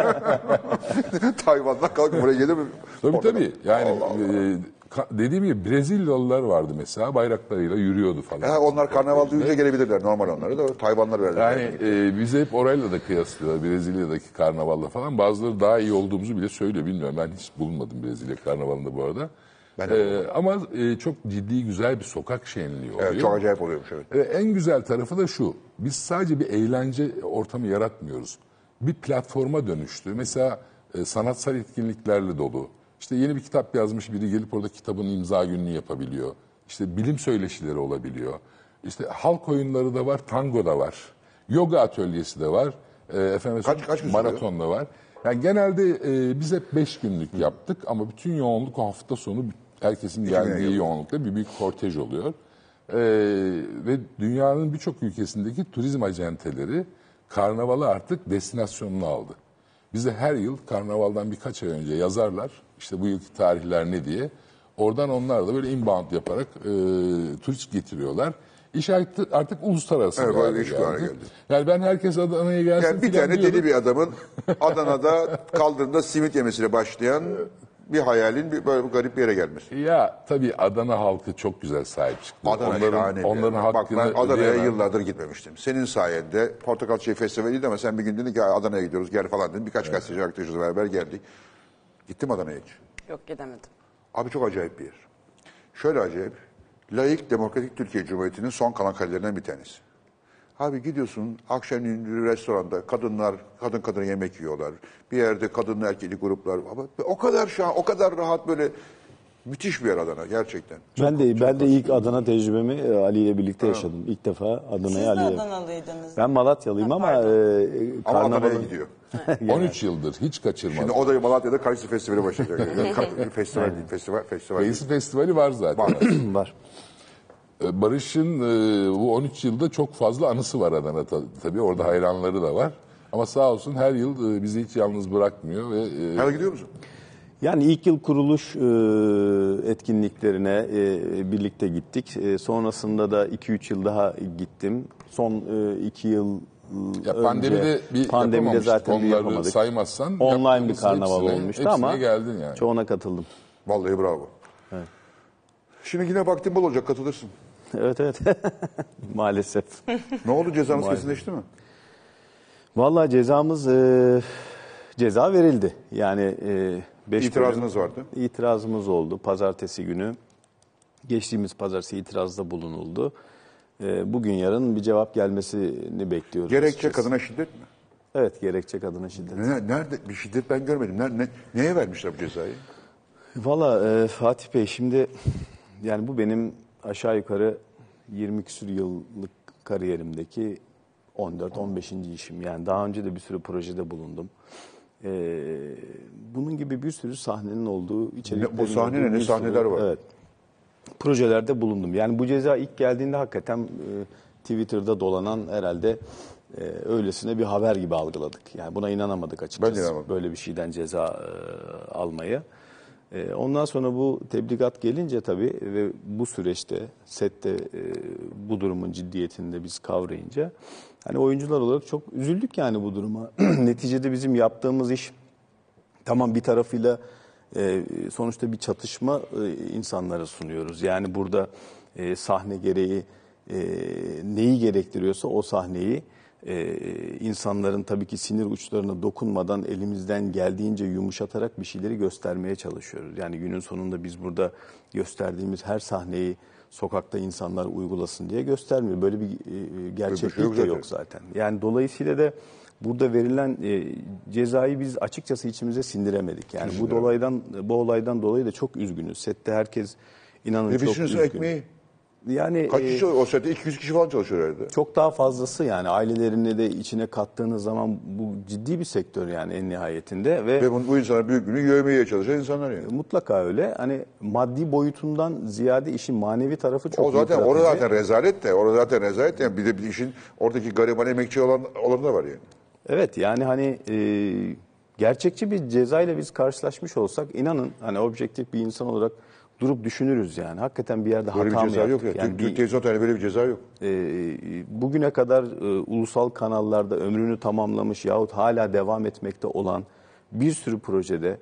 Tayvan'dan kalkıp buraya gelir mi? Tabii. Yani dediğim gibi Brezilyalılar vardı mesela, bayraklarıyla yürüyordu falan. Onlar karnaval duyunca gelebilirler. Normal onları da Tayvanlar verdiler. Yani bizi hep orayla da kıyaslıyorlar, Brezilya'daki karnavalla falan. Bazıları daha iyi olduğumuzu bile söylüyor, bilmiyorum. Ben hiç bulunmadım Brezilya karnavalında bu arada. Ama çok ciddi, güzel bir sokak şenliği oluyor. Evet, çok acayip oluyormuş evet. En güzel tarafı da şu, biz sadece bir eğlence ortamı yaratmıyoruz. Bir platforma dönüştü. Mesela sanatsal etkinliklerle dolu. İşte yeni bir kitap yazmış biri gelip orada kitabın imza gününü yapabiliyor. İşte bilim söyleşileri olabiliyor. İşte halk oyunları da var, tango da var. Yoga atölyesi de var. Kaç gün maraton da var. Yani genelde biz hep 5 günlük yaptık ama bütün yoğunluk o hafta sonu herkesin geldiği yoğunlukta bir büyük kortej oluyor. Ve dünyanın birçok ülkesindeki turizm acenteleri karnavalı artık destinasyonunu aldı. Bize her yıl karnavaldan birkaç ay önce yazarlar, işte bu yılki tarihler ne diye. Oradan onlar da böyle inbound yaparak turist getiriyorlar. İş artık uluslararası bir hale geldi. Yani ben herkes Adana'ya gelsin Yani bir tane deli bir adamın Adana'da kaldırımda simit yemesiyle başlayan bir hayalin böyle bir garip bir yere gelmesi. Ya tabii Adana halkı çok güzel sahip çıktı. Onların hakkını Bak ben Adana'ya ödeyemem. yıllardır gitmemiştim. Senin sayende Portakal Çiçeği Festivali'ydi ama sen bir gün dedin ki Adana'ya gidiyoruz gel falan dedin. Birkaç gazeteci arkadaşımızla beraber geldik. Gittim Adana'ya hiç. Yok gidemedim. Abi çok acayip bir yer. Şöyle acayip. Laik Demokratik Türkiye Cumhuriyeti'nin son kalan kalelerinden bir tanesi. Abi gidiyorsun akşamleyin bir restoranda kadınlar kadın yemek yiyorlar. Bir yerde kadınlı erkekli gruplar. Ama o kadar o kadar rahat böyle müthiş bir yer Adana gerçekten. Ben de ilk Adana tecrübemi Ali ile birlikte yaşadım. İlk defa Adana'ya Siz de Ali ile. Adanalıydınız. Ben Malatyalıyım ama Ama Adana'ya karnavalın gidiyor. 13 yıldır hiç kaçırmaz. Şimdi o da Malatya'da Kayısı Festivali başlayacak. Festival. Kayısı Festivali var zaten. var. Barış'ın bu 13 yılda çok fazla anısı var Adana tabii. Orada hayranları da var. Ama sağ olsun her yıl bizi hiç yalnız bırakmıyor. Her gidiyor musun? Yani ilk yıl kuruluş etkinliklerine birlikte gittik. Sonrasında da 2-3 yıl daha gittim. Son 2 yıl pandemide zaten onları yapamadık. saymazsan Online bir karnaval olmuştu ama geldin yani. çoğuna katıldım. Vallahi bravo. Evet. Şimdi yine vaktin bol olacak katılırsın. Evet. Maalesef. Ne oldu cezanız kesinleşti mi? Vallahi ceza verildi. Yani 5 İtirazınız vardı. İtirazımız oldu. Pazartesi günü. Geçtiğimiz pazartesi itirazda bulunuldu. Bugün yarın bir cevap gelmesini bekliyoruz. Gerekçe açıkçası. kadına şiddet mi? Evet, gerekçe kadına şiddet. Nerede? Bir şiddet ben görmedim. Neye vermişler bu cezayı? Valla Fatih Bey şimdi yani bu benim aşağı yukarı 20 küsur yıllık kariyerimdeki 14-15. işim. Yani daha önce de bir sürü projede bulundum. Bunun gibi bir sürü sahnenin olduğu içeriklerin Bu sahne olduğu ne sahneler var? Evet. Projelerde bulundum. Yani bu ceza ilk geldiğinde hakikaten Twitter'da dolanan herhalde öylesine bir haber gibi algıladık. Yani buna inanamadık açıkçası. Ben de inanamadım. Böyle bir şeyden ceza almayı. Ondan sonra bu tebligat gelince tabii ve bu süreçte sette bu durumun ciddiyetini de biz kavrayınca hani oyuncular olarak çok üzüldük yani bu duruma. Neticede bizim yaptığımız iş tamam bir tarafıyla sonuçta bir çatışma insanlara sunuyoruz. Yani burada sahne gereği neyi gerektiriyorsa o sahneyi insanların tabii ki sinir uçlarına dokunmadan elimizden geldiğince yumuşatarak bir şeyleri göstermeye çalışıyoruz. Yani günün sonunda biz burada gösterdiğimiz her sahneyi sokakta insanlar uygulasın diye göstermiyor. Böyle bir gerçeklik de yok zaten. Yani dolayısıyla da burada verilen cezayı biz açıkçası içimize sindiremedik. Yani bu olaydan dolayı da çok üzgünüz. Sette herkes inanın çok üzgün. Ekmeği. Yani Kaç kişi o sette 200 kişi falan çalışıyor herhalde. çok daha fazlası yani ailelerini de içine kattığınız zaman bu ciddi bir sektör yani en nihayetinde Ve bu insanlar büyük günü yövmeye çalışan insanlar yani. mutlaka öyle. Hani maddi boyutundan ziyade işin manevi tarafı çok O zaten yıpratıcı. orada zaten rezalet de. Orada zaten rezalet de. Yani bir de bir işin oradaki gariban emekçi olan da var yani. Evet yani hani gerçekçi bir cezayla biz karşılaşmış olsak inanın hani objektif bir insan olarak durup düşünürüz yani. Hakikaten bir yerde Böyle hata bir mı ceza yok yaptık? ya. Yani Türk televizyon tarihinde böyle bir ceza yok. bugüne kadar ulusal kanallarda ömrünü tamamlamış yahut hala devam etmekte olan bir sürü projede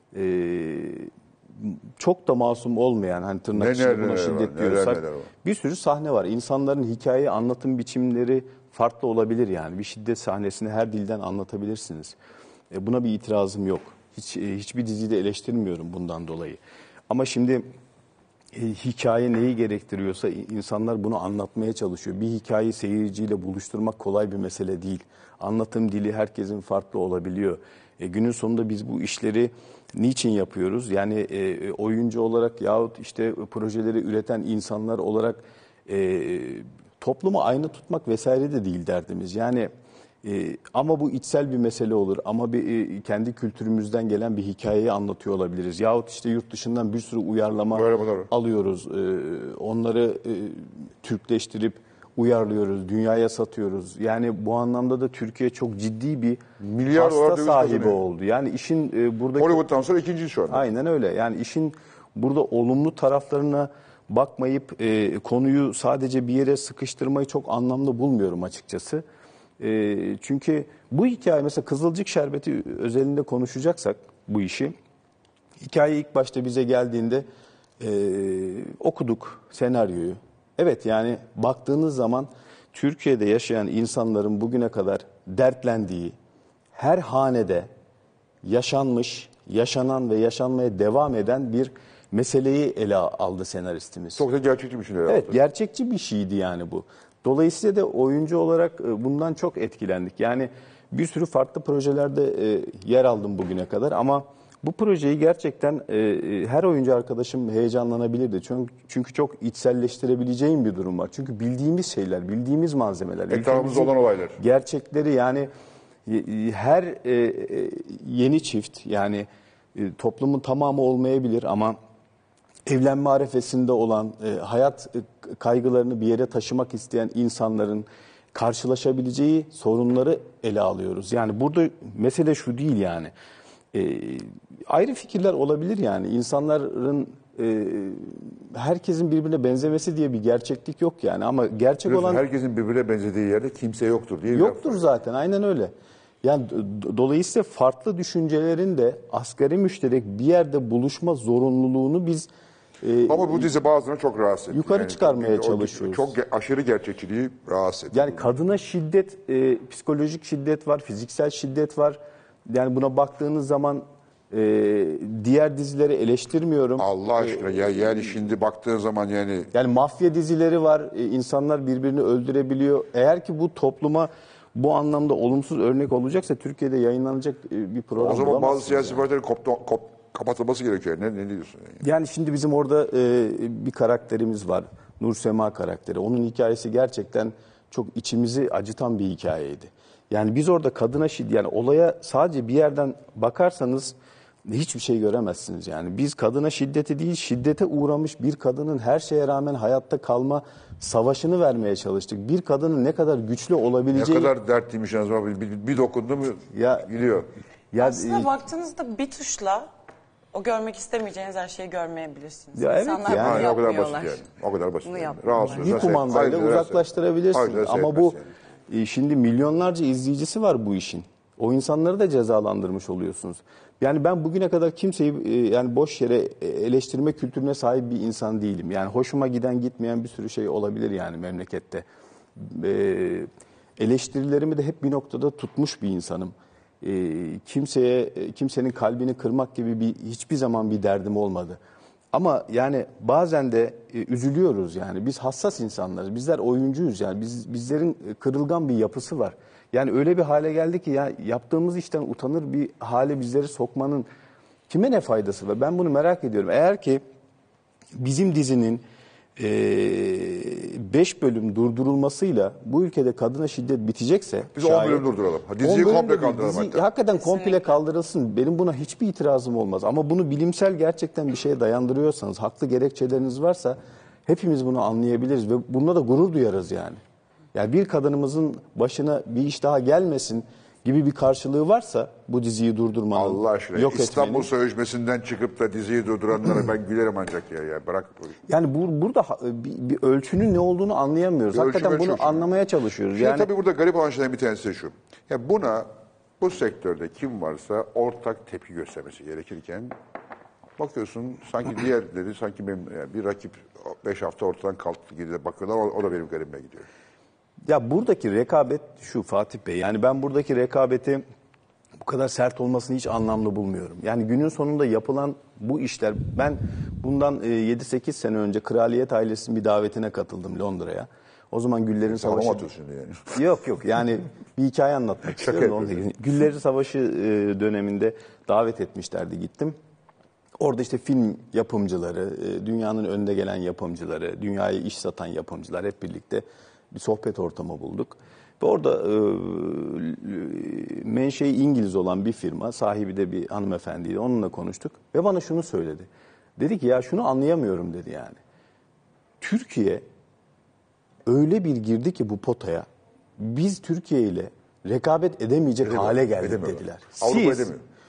çok da masum olmayan hani tırnak içinde buna şiddet diyorsak bir sürü sahne var. İnsanların hikaye anlatım biçimleri farklı olabilir yani. Bir şiddet sahnesini her dilden anlatabilirsiniz. Buna bir itirazım yok. Hiçbir diziyi de eleştirmiyorum bundan dolayı. Ama şimdi hikaye neyi gerektiriyorsa insanlar bunu anlatmaya çalışıyor. Bir hikayeyi seyirciyle buluşturmak kolay bir mesele değil. Anlatım dili herkesin farklı olabiliyor. Günün sonunda biz bu işleri niçin yapıyoruz? Yani oyuncu olarak yahut işte projeleri üreten insanlar olarak toplumu aynı tutmak vesaire de değil derdimiz. Yani ama bu içsel bir mesele olur. Ama bir kendi kültürümüzden gelen bir hikayeyi anlatıyor olabiliriz. Yahut işte yurt dışından bir sürü uyarlama alıyoruz. Onları Türkleştirip uyarlıyoruz, dünyaya satıyoruz. Yani bu anlamda da Türkiye çok ciddi bir hasta sahibi oldu. Yani işin buradaki... Hollywood'dan sonra ikinci şu anda. Aynen öyle. Yani işin burada olumlu taraflarına bakmayıp konuyu sadece bir yere sıkıştırmayı çok anlamlı bulmuyorum açıkçası. Çünkü bu hikaye mesela Kızılcık Şerbeti özelinde konuşacaksak bu işi, hikaye ilk başta bize geldiğinde okuduk senaryoyu. Evet yani baktığınız zaman Türkiye'de yaşayan insanların bugüne kadar dertlendiği her hanede yaşanmış, yaşanan ve yaşanmaya devam eden bir meseleyi ele aldı senaristimiz. Çok da gerçekçi bir şey. Evet, gerçekçi bir şeydi yani bu. Dolayısıyla da oyuncu olarak bundan çok etkilendik. Yani bir sürü farklı projelerde yer aldım bugüne kadar ama bu projeyi gerçekten her oyuncu arkadaşım heyecanlanabilirdi. Çünkü çok içselleştirebileceğim bir durum var. Çünkü bildiğimiz şeyler, bildiğimiz malzemeler. Etrafımızda olan olaylar. Gerçekleri yani her yeni çift yani toplumun tamamı olmayabilir ama evlenme arifesinde olan, hayat kaygılarını bir yere taşımak isteyen insanların karşılaşabileceği sorunları ele alıyoruz. Yani burada mesele şu değil yani. Ayrı fikirler olabilir yani. İnsanların herkesin birbirine benzemesi diye bir gerçeklik yok yani. Ama gerçek biliyorsun, olan... herkesin birbirine benzediği yerde kimse yoktur diye. Yoktur zaten, aynen öyle. Yani dolayısıyla farklı düşüncelerin de asgari müşterek bir yerde buluşma zorunluluğunu biz ama bu dizi bazılarını çok rahatsız ediyor. Yukarı çıkarmaya çalışıyoruz. Çok aşırı gerçekçiliği rahatsız ediyor. Yani kadına şiddet, psikolojik şiddet var, fiziksel şiddet var. Yani buna baktığınız zaman diğer dizileri eleştirmiyorum. Allah aşkına yani şimdi baktığın zaman yani mafya dizileri var. İnsanlar birbirini öldürebiliyor. Eğer ki bu topluma bu anlamda olumsuz örnek olacaksa Türkiye'de yayınlanacak bir program o zaman bazı siyasi yani. partilerin kapatılması gerekiyor. Ne diyorsun? Yani şimdi bizim orada bir karakterimiz var. Nursema karakteri. Onun hikayesi gerçekten çok içimizi acıtan bir hikayeydi. Yani biz orada kadına yani olaya sadece bir yerden bakarsanız hiçbir şey göremezsiniz yani. Biz kadına şiddeti değil, şiddete uğramış bir kadının her şeye rağmen hayatta kalma savaşını vermeye çalıştık. Bir kadının ne kadar güçlü olabileceği... Ne kadar dertliymiş yani. Bir dokundu mu gidiyor. Aslında baktığınızda bir tuşla o görmek istemeyeceğiniz her şeyi görmeyebilirsiniz. Ya İnsanlar evet yani. bunu O kadar basit yapmıyorlar. yani. O kadar basit. Bunu Yani. yapmıyorlar. Bir kumandayla uzaklaştırabilirsiniz. Ama bu şimdi milyonlarca izleyicisi var bu işin. O insanları da cezalandırmış oluyorsunuz. Yani ben bugüne kadar kimseyi yani boş yere eleştirme kültürüne sahip bir insan değilim. Yani hoşuma giden gitmeyen bir sürü şey olabilir yani memlekette. Eleştirilerimi de hep bir noktada tutmuş bir insanım. Kimsenin kalbini kırmak gibi hiçbir zaman bir derdim olmadı. Ama yani bazen de üzülüyoruz yani. Biz hassas insanlarız. Bizler oyuncuyuz yani. Bizlerin kırılgan bir yapısı var. Yani öyle bir hale geldi ki ya yaptığımız işten utanır bir hale bizleri sokmanın kime ne faydası var? Ben bunu merak ediyorum. Eğer ki bizim dizinin 5 bölüm durdurulmasıyla bu ülkede kadına şiddet bitecekse... Biz 10 bölüm durduralım. Diziyi komple kaldıralım hatta. Hakikaten komple kaldırılsın. Benim buna hiçbir itirazım olmaz. Ama bunu bilimsel gerçekten bir şeye dayandırıyorsanız, haklı gerekçeleriniz varsa hepimiz bunu anlayabiliriz ve bununla da gurur duyarız yani. Yani bir kadınımızın başına bir iş daha gelmesin gibi bir karşılığı varsa bu diziyi durdurmanın, Allah aşkına yok İstanbul etmenin. Sözleşmesi'nden çıkıp da diziyi durduranlara ben gülerim ancak ya. Bırak. Yani burada bir ölçünün ne olduğunu anlayamıyoruz. Hakikaten bunu anlamaya çalışıyoruz. Şimdi tabii burada garip olan şeyden bir tanesi de şu. Ya bu sektörde kim varsa ortak tepki göstermesi gerekirken bakıyorsun sanki diğerleri sanki bir rakip 5 hafta ortadan kalktı gibi de bakıyorlar. O da benim garibime gidiyor. Ya buradaki rekabet şu Fatih Bey. Yani ben buradaki rekabeti bu kadar sert olmasını hiç anlamlı bulmuyorum. Yani günün sonunda yapılan bu işler, ben bundan 7-8 sene önce kraliyet ailesinin bir davetine katıldım Londra'ya. O zaman Güllerin Savaşı... Yani. Yok yani bir hikaye anlatmak istiyorum. Güllerin Savaşı döneminde davet etmişlerdi, gittim. Orada işte film yapımcıları, dünyanın önde gelen yapımcıları, dünyaya iş satan yapımcılar hep birlikte bir sohbet ortamı bulduk. Ve orada menşei İngiliz olan bir firma, sahibi de bir hanımefendiydi. Onunla konuştuk ve bana şunu söyledi. Dedi ki ya şunu anlayamıyorum dedi yani. Türkiye öyle bir girdi ki bu potaya, biz Türkiye ile rekabet edemeyecek hale geldik dediler. Siz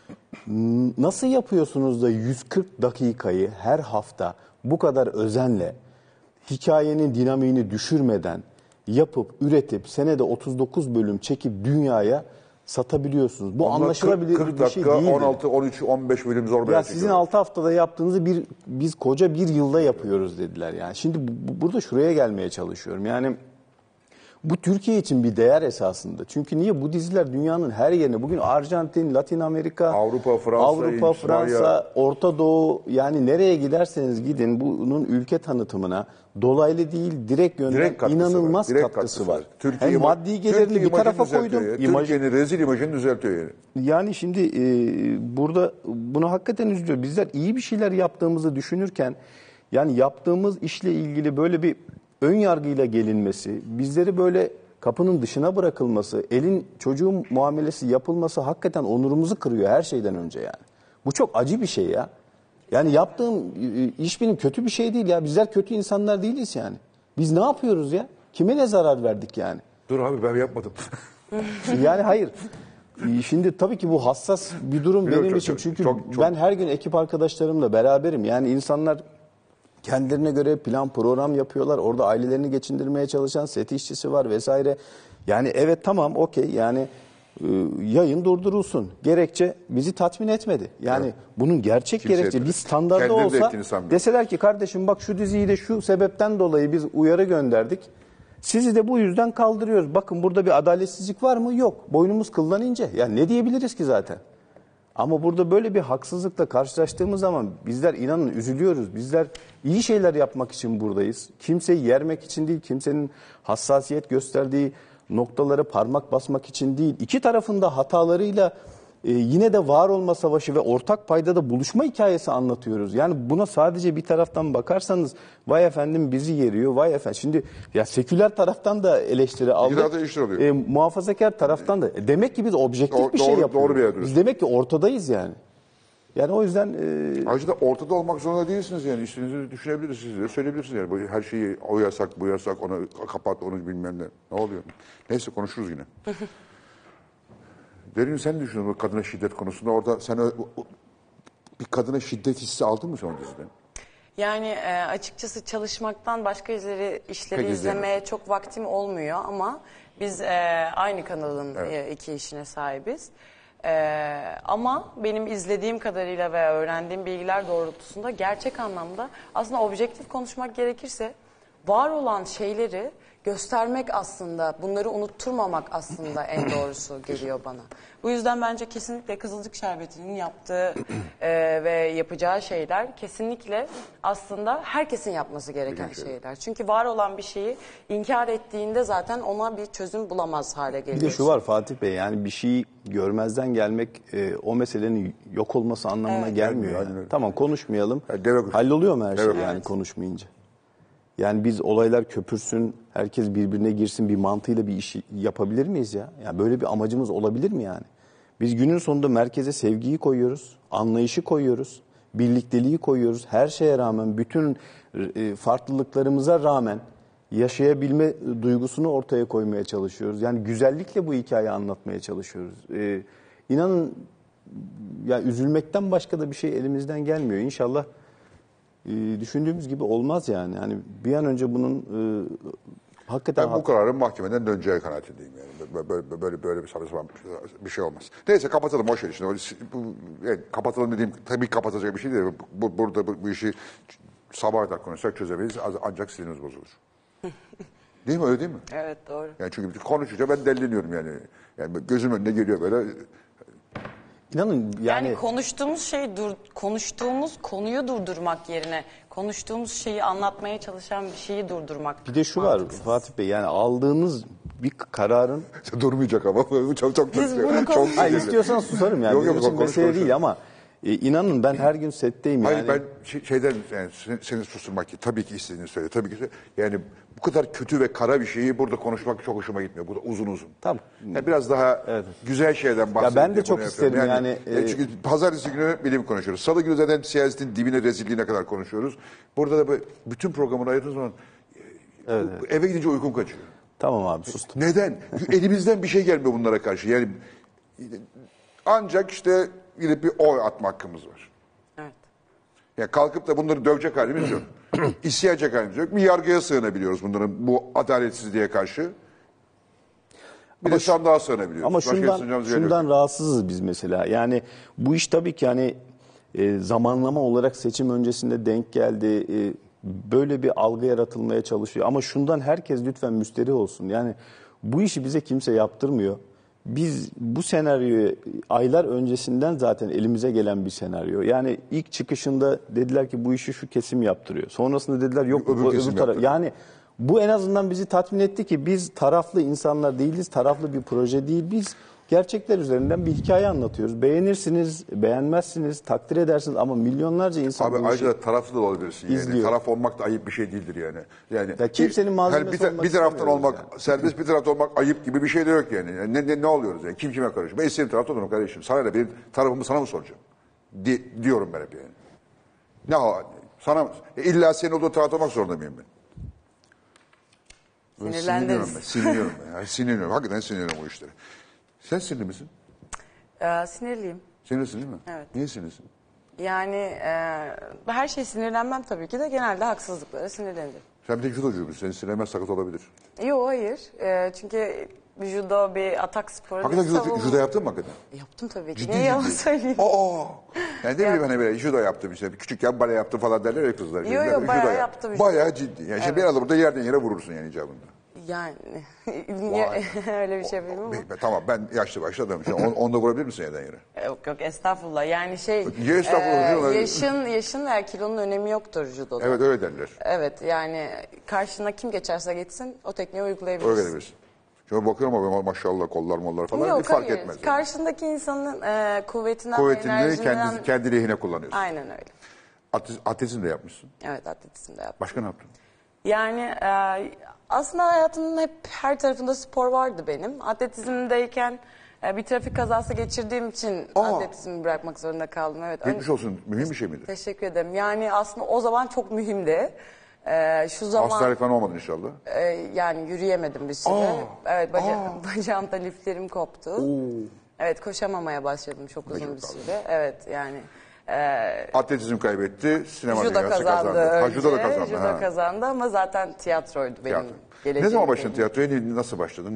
nasıl yapıyorsunuz da 140 dakikayı her hafta bu kadar özenle, hikayenin dinamiğini düşürmeden yapıp, üretip, senede 39 bölüm çekip dünyaya satabiliyorsunuz? Bu anlaşılabilir 40 bir şey dakika, değil. 16, 13, 15 bölüm zor. Ya sizin 6 haftada yaptığınızı biz koca bir yılda yapıyoruz dediler yani. Şimdi burada şuraya gelmeye çalışıyorum. Yani bu Türkiye için bir değer esasında. Çünkü niye? Bu diziler dünyanın her yerine. Bugün Arjantin, Latin Amerika, Avrupa, Fransa, Orta Doğu, yani nereye giderseniz gidin bunun ülke tanıtımına dolaylı değil direkt yönden inanılmaz katkısı var. Türkiye, maddi gelirini bir tarafa koydum. Türkiye'nin rezil imajını düzeltiyor yani. Yani şimdi burada bunu hakikaten üzülüyor. Bizler iyi bir şeyler yaptığımızı düşünürken yani yaptığımız işle ilgili böyle bir ön yargıyla gelinmesi, bizleri böyle kapının dışına bırakılması, elin çocuğun muamelesi yapılması hakikaten onurumuzu kırıyor her şeyden önce yani. Bu çok acı bir şey ya. Yani yaptığım iş benim kötü bir şey değil ya. Bizler kötü insanlar değiliz yani. Biz ne yapıyoruz ya? Kime ne zarar verdik yani? Dur abi ben yapmadım. Yani hayır. Şimdi tabii ki bu hassas bir durum benim için. Çünkü ben her gün ekip arkadaşlarımla beraberim. Yani insanlar kendilerine göre plan program yapıyorlar. Orada ailelerini geçindirmeye çalışan set işçisi var vesaire. Yani evet tamam okey yani yayın durdurulsun. Gerekçe bizi tatmin etmedi. Yani bunun gerçek gerekçe bir standarda olsa deseler ki kardeşim bak şu diziyi de şu sebepten dolayı biz uyarı gönderdik. Sizi de bu yüzden kaldırıyoruz. Bakın burada bir adaletsizlik var mı? Yok. Boynumuz kıldan ince. Yani ne diyebiliriz ki zaten? Ama burada böyle bir haksızlıkla karşılaştığımız zaman bizler inanın üzülüyoruz. Bizler iyi şeyler yapmak için buradayız. Kimseyi yermek için değil, kimsenin hassasiyet gösterdiği noktalara parmak basmak için değil. İki tarafında hatalarıyla yine de var olma savaşı ve ortak paydada buluşma hikayesi anlatıyoruz. Yani buna sadece bir taraftan bakarsanız vay efendim bizi yeriyor, vay efendim. Şimdi ya seküler taraftan da eleştiri aldık. Muhafazakar taraftan da. Demek ki biz objektif bir şey yapıyoruz. Biz demek ki ortadayız yani. Yani o yüzden... Ayrıca da ortada olmak zorunda değilsiniz yani. İstediğinizi düşünebilirsiniz de söyleyebilirsiniz yani. Her şeyi o yasak, bu yasak, onu kapat, onu bilmem ne oluyor. Neyse konuşuruz yine. Derin sen düşünüyorsun bu kadına şiddet konusunda. Orada sen bir kadına şiddet hissi aldın mı son diziden? Yani açıkçası çalışmaktan başka işleri izlemeye çok vaktim olmuyor ama Biz aynı kanalın iki işine sahibiz. Ama benim izlediğim kadarıyla ve öğrendiğim bilgiler doğrultusunda gerçek anlamda aslında objektif konuşmak gerekirse var olan şeyleri göstermek aslında, bunları unutturmamak aslında en doğrusu geliyor bana. Bu yüzden bence kesinlikle Kızılcık Şerbeti'nin yaptığı ve yapacağı şeyler kesinlikle aslında herkesin yapması gereken şeyler. Çünkü var olan bir şeyi inkar ettiğinde zaten ona bir çözüm bulamaz hale geliyor. Bir de şu var Fatih Bey, yani bir şeyi görmezden gelmek o meselenin yok olması anlamına gelmiyor. Yani. Tamam, konuşmayalım. Halloluyor mu her şey yani konuşmayınca? Yani biz olaylar köpürsün, herkes birbirine girsin bir mantığıyla bir işi yapabilir miyiz ya? Yani böyle bir amacımız olabilir mi yani? Biz günün sonunda merkeze sevgiyi koyuyoruz, anlayışı koyuyoruz, birlikteliği koyuyoruz. Her şeye rağmen, bütün farklılıklarımıza rağmen yaşayabilme duygusunu ortaya koymaya çalışıyoruz. Yani güzellikle bu hikayeyi anlatmaya çalışıyoruz. İnanın ya, üzülmekten başka da bir şey elimizden gelmiyor. İnşallah düşündüğümüz gibi olmaz yani. Yani bir an önce bunun hakikaten... Ben bu kararın mahkemeden döneceği kanaatindeyim yani. Böyle bir saçma bir şey olmaz. Neyse, kapatalım, boş ver şimdi. Kapatalım dediğim tabii kapatacak bir şey değil. Burada bu işi sabaha kadar konuşsak çözemeyiz. Ancak sinirimiz bozulur. Değil mi? Öyle değil mi? Evet, doğru. Yani çünkü konuşunca ben deliniyorum yani. Yani gözüm önüne geliyor böyle. İnanın yani konuştuğumuz konuyu durdurmak yerine konuştuğumuz şeyi anlatmaya çalışan bir şeyi durdurmak. Bir de şu var Fatih Bey, yani aldığınız bir kararın durmayacak ama çok hayır, istiyorsan susarım yani. Yok, için mesele değil ama inanın ben her gün setteyim yani. Hayır, ben şeyden yani seni susturmak ki tabii ki istediğini söyle. Tabii ki yani bu kadar kötü ve kara bir şeyi burada konuşmak çok hoşuma gitmiyor. Bu da uzun. Tamam. Yani biraz daha güzel şeyden bahsedeyim. Ya ben de çok isterim yani. Çünkü pazartesi günü bilim konuşuyoruz. Salı günü zaten siyasetin dibine, rezilliğine kadar konuşuyoruz. Burada da bütün programını ayırdığınız zaman eve gidince uykum kaçıyor. Tamam abi, sustum. Neden? Çünkü elimizden bir şey gelmiyor bunlara karşı. Yani ancak işte gidip bir oy atma hakkımız var. Evet. Yani kalkıp da bunları dövecek halimiz yok. İsyan edecek halimiz yok. Bir yargıya sığınabiliyoruz bunların bu adaletsizliğe karşı. Bir de sandığa sığınabiliyoruz. Ama şundan rahatsızız biz mesela. Yani bu iş tabii ki hani zamanlama olarak seçim öncesinde denk geldi. Böyle bir algı yaratılmaya çalışıyor. Ama şundan herkes lütfen müsterih olsun. Yani bu işi bize kimse yaptırmıyor. Biz bu senaryoyu aylar öncesinden zaten elimize gelen bir senaryo. Yani ilk çıkışında dediler ki bu işi şu kesim yaptırıyor. Sonrasında dediler yok öbür taraf. Yani bu en azından bizi tatmin etti ki biz taraflı insanlar değiliz, taraflı bir proje değil. Biz gerçekler üzerinden bir hikaye anlatıyoruz. Beğenirsiniz, beğenmezsiniz, takdir edersiniz ama milyonlarca insan... Abi ayrıca da taraflı da olabilirsin yani. Taraf olmak da ayıp bir şey değildir yani. Ya kimsenin malzemesi bir taraftan olmak serbest, bir taraftan olmak ayıp gibi bir şey de yok yani. Ne oluyoruz yani? Kim kime karışıyor? Ben senin tarafta olurum kardeşim. Sana ne? Benim tarafımı sana mı soracağım? Diyorum ben hep yani. Sana illa senin olduğu tarafta olmak zorunda mıyım ben? Sinirlendiniz. Sinirliyorum ben. Sinirliyorum. Hakikaten sinirliyorum bu işleri. Sen sinirli misin? Sinirliyim. Sinirlisin değil mi? Evet. Niye sinirlisin? Yani her şey sinirlenmem tabii ki de, genelde haksızlıklara sinirlenirim. Sen bir tek judocu musun? Seni sinirlenmez sakat olabilir. Yok, hayır. Çünkü judo bir atak sporu. Hakikaten judo yaptın mı hakikaten? Yaptım tabii ki. Ciddi Niye yalan söyleyeyim? Yani ne bileyim hani böyle judo yaptım işte. Küçükken bale yaptım falan derler ya kızlar. Yok, bayağı yaptım işte. Bayağı ciddi. Yani şimdi biraz da burada yerden yere vurursun yani icabında. Yani öyle bir şey bilmiyorum ama. Tamam, ben yaşlı başlı adamım. Onda vurabilir misin yerden yere? Yok estağfurullah. Yani yaşın ve kilonun önemi yoktur judoda. Evet, öyle derler. Evet, yani karşına kim geçerse geçsin o tekniği uygulayabilirsin. Öyle demişsin. Şimdi bakıyorum ama maşallah kollar mollar falan yok, bir fark etmez. Karşındaki insanın kuvvetinden ve enerjinden... kendi lehine kullanıyorsun. Aynen öyle. Atletizm de yapmışsın. Evet, atletizm de yaptım. Başka ne yaptın? Yani aslında hayatımın hep her tarafında spor vardı benim. Atletizmdeyken bir trafik kazası geçirdiğim için atletizmi bırakmak zorunda kaldım. Evet. Geçmiş olsun. Mühim bir şey miydi? Teşekkür ederim. Yani aslında o zaman çok mühimdi. Şu zaman hastanelik falan olmadın inşallah. Yani yürüyemedim bir süre. Evet, bacağımda liflerim koptu. Evet, koşamamaya başladım çok uzun bir süre. Evet, yani atletizm kaybetti, sinema judo dünyası kazandı. Önce, judo da kazandı. Judo kazandı ama zaten tiyatroydu benim geleceğim. Ne zaman başladın tiyatroya? Nasıl başladın?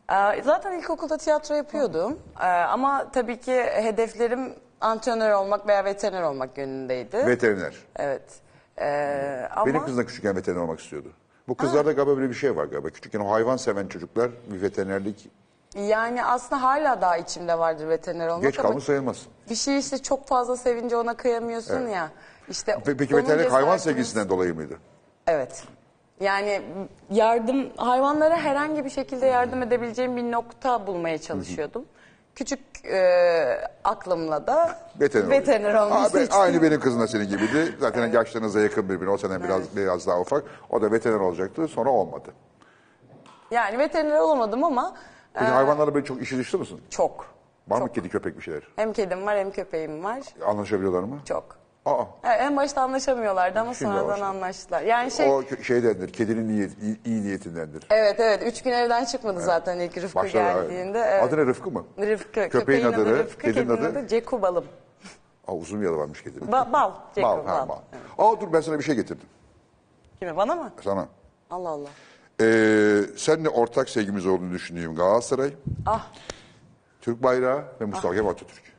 Zaten ilkokulda tiyatro yapıyordum. Ama tabii ki hedeflerim antrenör olmak veya veteriner olmak yönündeydi. Veteriner. Evet. Ama Benim kızım da küçükken veteriner olmak istiyordu. Bu kızlarda galiba böyle bir şey var galiba. Küçükken o hayvan seven çocuklar bir veterinerlik yani aslında hala daha içimde vardır veteriner olmak geç ama kalmış sayılmaz. bir şey işte çok fazla sevince ona kıyamıyorsun ya. İşte Peki onun veterinerlik hayvan cesaretini- sevgisinden dolayı mıydı? Evet. Yani hayvanlara herhangi bir şekilde yardım edebileceğim bir nokta bulmaya çalışıyordum. Küçük aklımla da veteriner olmak Aa, için. aynı benim kızım da senin gibiydi. Zaten yaşlarınıza yakın birbirine. O sene biraz daha ufak. O da veteriner olacaktı. Sonra olmadı. Yani veteriner olamadım ama Peki hayvanlarla böyle çok işi düştü müsün? çok. Var mı çok. kedi köpek bir şeyler? Hem kedim var hem köpeğim var. Anlaşabiliyorlar mı? Çok. Aa. Evet, en başta anlaşamıyorlardı ama Şimdi sonradan başladı. anlaştılar. Yani O şeydendir. Kedinin iyi niyetindendir. evet 3 gün evden çıkmadı zaten ilk Rıfkı Başladı, geldiğinde. Evet. Adı ne, Rıfkı mı? Rıfkı. Köpeğin adı ne? Rıfkı, Kedinin kedinin adı? adı Ceku Balım. Aa, uzun bir adı varmış kedinin. Bal. Ceku Bal. Bal. Bal. Aa, dur ben sana bir şey getirdim. Kime, bana mı? Sana. Allah Allah. Seninle ortak sevgimiz olduğunu düşündüğüm Galatasaray, Ah Türk bayrağı ve Mustafa Kemal Atatürk.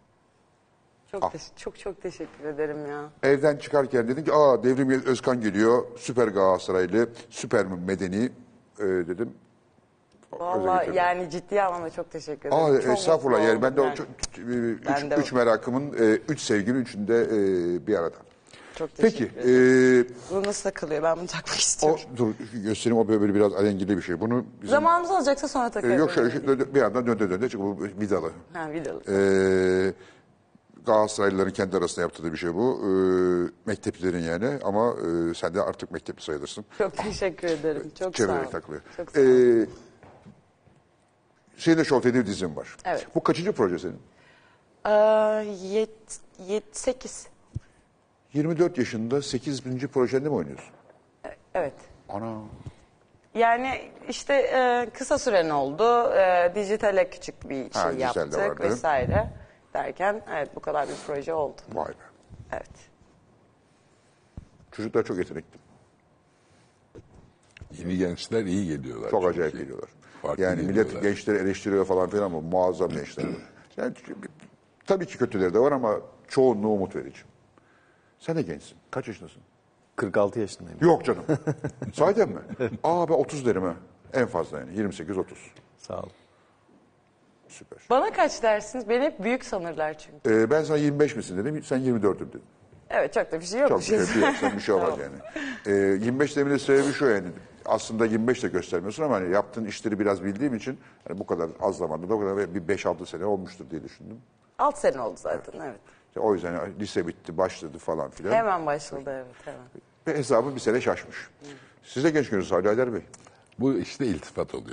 çok teşekkür ederim ya. Evden çıkarken dedim ki Devrim Özkan geliyor, süper Galatasaraylı, süper medeni dedim. Vallahi getirdim. yani ciddi anlamda çok teşekkür ederim. Çok Estağfurullah mutlu yani ben de oldum o Ben de üç merakımın, üç sevginin üçünde bir arada. Çok Peki, teşekkür ederim. Bu nasıl takılıyor? Ben bunu takmak istiyorum. dur göstereyim, o böyle biraz alengili bir şey. Bunu bizim, Zamanımız olacaksa sonra takarız. yok şöyle bir yandan döndü çünkü bu vidalı. Ha, videolu. Galatasaraylıların kendi arasında yaptığı bir şey bu. Mekteplilerin yani ama sen de artık mektepli sayılırsın. Çok teşekkür ederim. Çok sağ Çevirerek olun. takılıyor. Çok sağ olun. Senin de Show TV'de dizin var. Evet. Bu kaçıncı proje senin? 8. 24 yaşında 8. projende mi oynuyorsun? Evet. Ana. Yani işte kısa süren oldu. Dijitale küçük bir şey dijitalde yaptık vardı. vesaire derken evet bu kadar bir proje oldu. Vay be. Evet. Çocuklar çok yetenekli. Yeni gençler iyi geliyorlar. Çok çünkü. acayip geliyorlar. Farklı Yani millet geliyorlar. gençleri eleştiriyor falan filan ama muazzam gençler var. Yani, tabii ki kötüleri de var ama çoğunluğu umut verici. Sen de gençsin. Kaç yaşındasın? 46 yaşındayım. Yok canım. Sahiden mi? Ben 30 derim ha. En fazla yani. 28-30. Sağ ol. Süper. Bana kaç dersiniz? Beni hep büyük sanırlar çünkü. Ben sana 25 misin dedim. Sen 24'üm dedin. Evet çok da bir şey yok. Çok bir şey yok. Sen bir şey olmaz yani. 25 demenin sebebi şu yani. Aslında 25 de göstermiyorsun ama hani yaptığın işleri biraz bildiğim için hani bu kadar az zamanda da o kadar bir 5-6 sene olmuştur diye düşündüm. 6 sene oldu zaten evet. İşte o yüzden lise bitti, başladı falan filan. Hemen başladı evet hemen. Ve hesabı bir sene şaşmış. Siz de genç görüyorsunuz Ali Haydar Bey. Bu işte iltifat oluyor.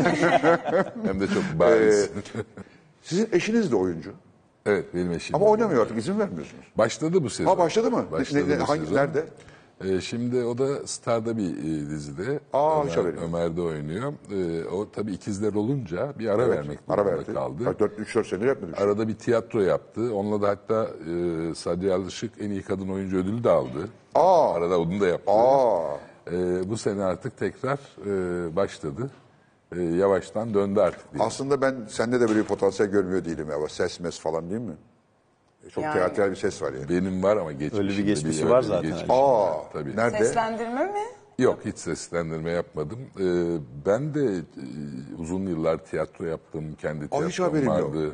Hem de çok bariz. Sizin eşiniz de oyuncu. Evet benim eşim. Ama oynamıyor artık, izin vermiyorsunuz. Başladı bu sezon. Başladı mı? Başladı bu Hangi, sezon. nerede? Şimdi o da Star'da bir dizide. hiç haberim yok. Ömer'de oynuyor. O tabii ikizler olunca bir ara vermek Ara durumunda verdi. kaldı. 3-4 sene yapmadı. Arada bir tiyatro yaptı. Onunla da hatta Sadiye Alışık en iyi kadın oyuncu ödülü de aldı. Arada onu da yaptı. Bu sene artık tekrar başladı. Yavaştan döndü artık diye. Aslında ben sende de böyle bir potansiyel görmüyor değilim ya. Ses mes falan değil mi? Çok Yani. teatral bir ses var yani. Benim var ama geçmişimde Öyle bir geçmişi öyle var bir zaten. geçmişim Aa, var, tabii. nerede? Seslendirme mi? Yok hiç seslendirme yapmadım. Ben de uzun yıllar tiyatro yaptım. Kendi hiç tiyatrom haberim yok. vardı.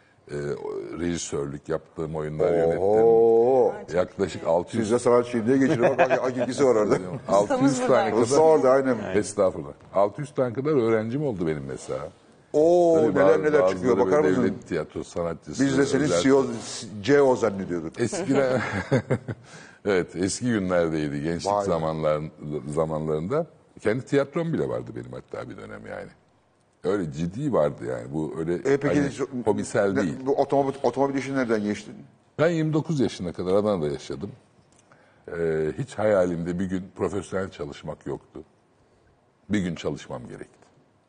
Rejisörlük yaptığım oyunlar yönettim. Oo. Yaklaşık 600 Siz de sanatçıyım diye geçiriyor. Bak hakikisi var orada. 600 tane Usta kadar. orada aynen. Estağfurullah. 600 tane kadar öğrencim oldu benim mesela. Oo Tabii neler neler çıkıyor bazıları bakar böyle mısın? devlet tiyatro sanatçısı. Biz de seni özel- CEO zannediyorduk. Eskiden evet eski günlerdeydi gençlik Vay be. zamanlarında. Kendi tiyatrom bile vardı benim hatta bir dönem yani. Öyle ciddi vardı yani bu öyle Peki hani, hobisel değil. Bu otomobil işi nereden geçtin? Ben 29 yaşına kadar Adana'da yaşadım. Hiç hayalimde bir gün profesyonel çalışmak yoktu. Bir gün çalışmam gerekti.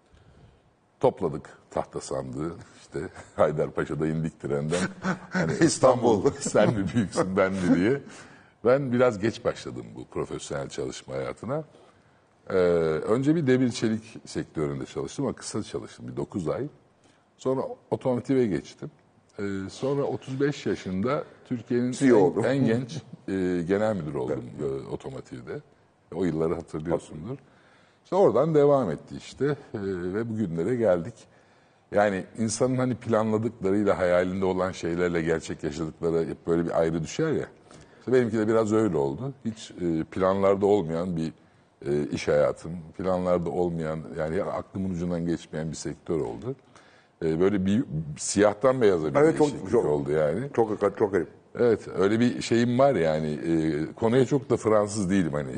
Topladık tahta sandığı işte Haydarpaşa'da indik trenden. Hani İstanbul sen mi büyüksün ben mi diye. Ben biraz geç başladım bu profesyonel çalışma hayatına. Önce bir demir çelik sektöründe çalıştım ama kısa çalıştım, bir 9 ay. Sonra otomotive geçtim. Sonra 35 yaşında Türkiye'nin en genç genel müdür oldum otomotivde. O yılları hatırlıyorsundur. İşte oradan devam etti işte ve bugünlere geldik. Yani insanın hani planladıklarıyla, hayalinde olan şeylerle gerçek yaşadıkları hep böyle bir ayrı düşer ya. İşte benimki de biraz öyle oldu. Hiç planlarda olmayan bir iş hayatım, planlarda olmayan, yani aklımın ucundan geçmeyen bir sektör oldu. Böyle bir siyahtan beyaza bir değişiklik oldu yani. Çok garip. Evet, öyle bir şeyim var yani. Konuya çok da Fransız değilim hani.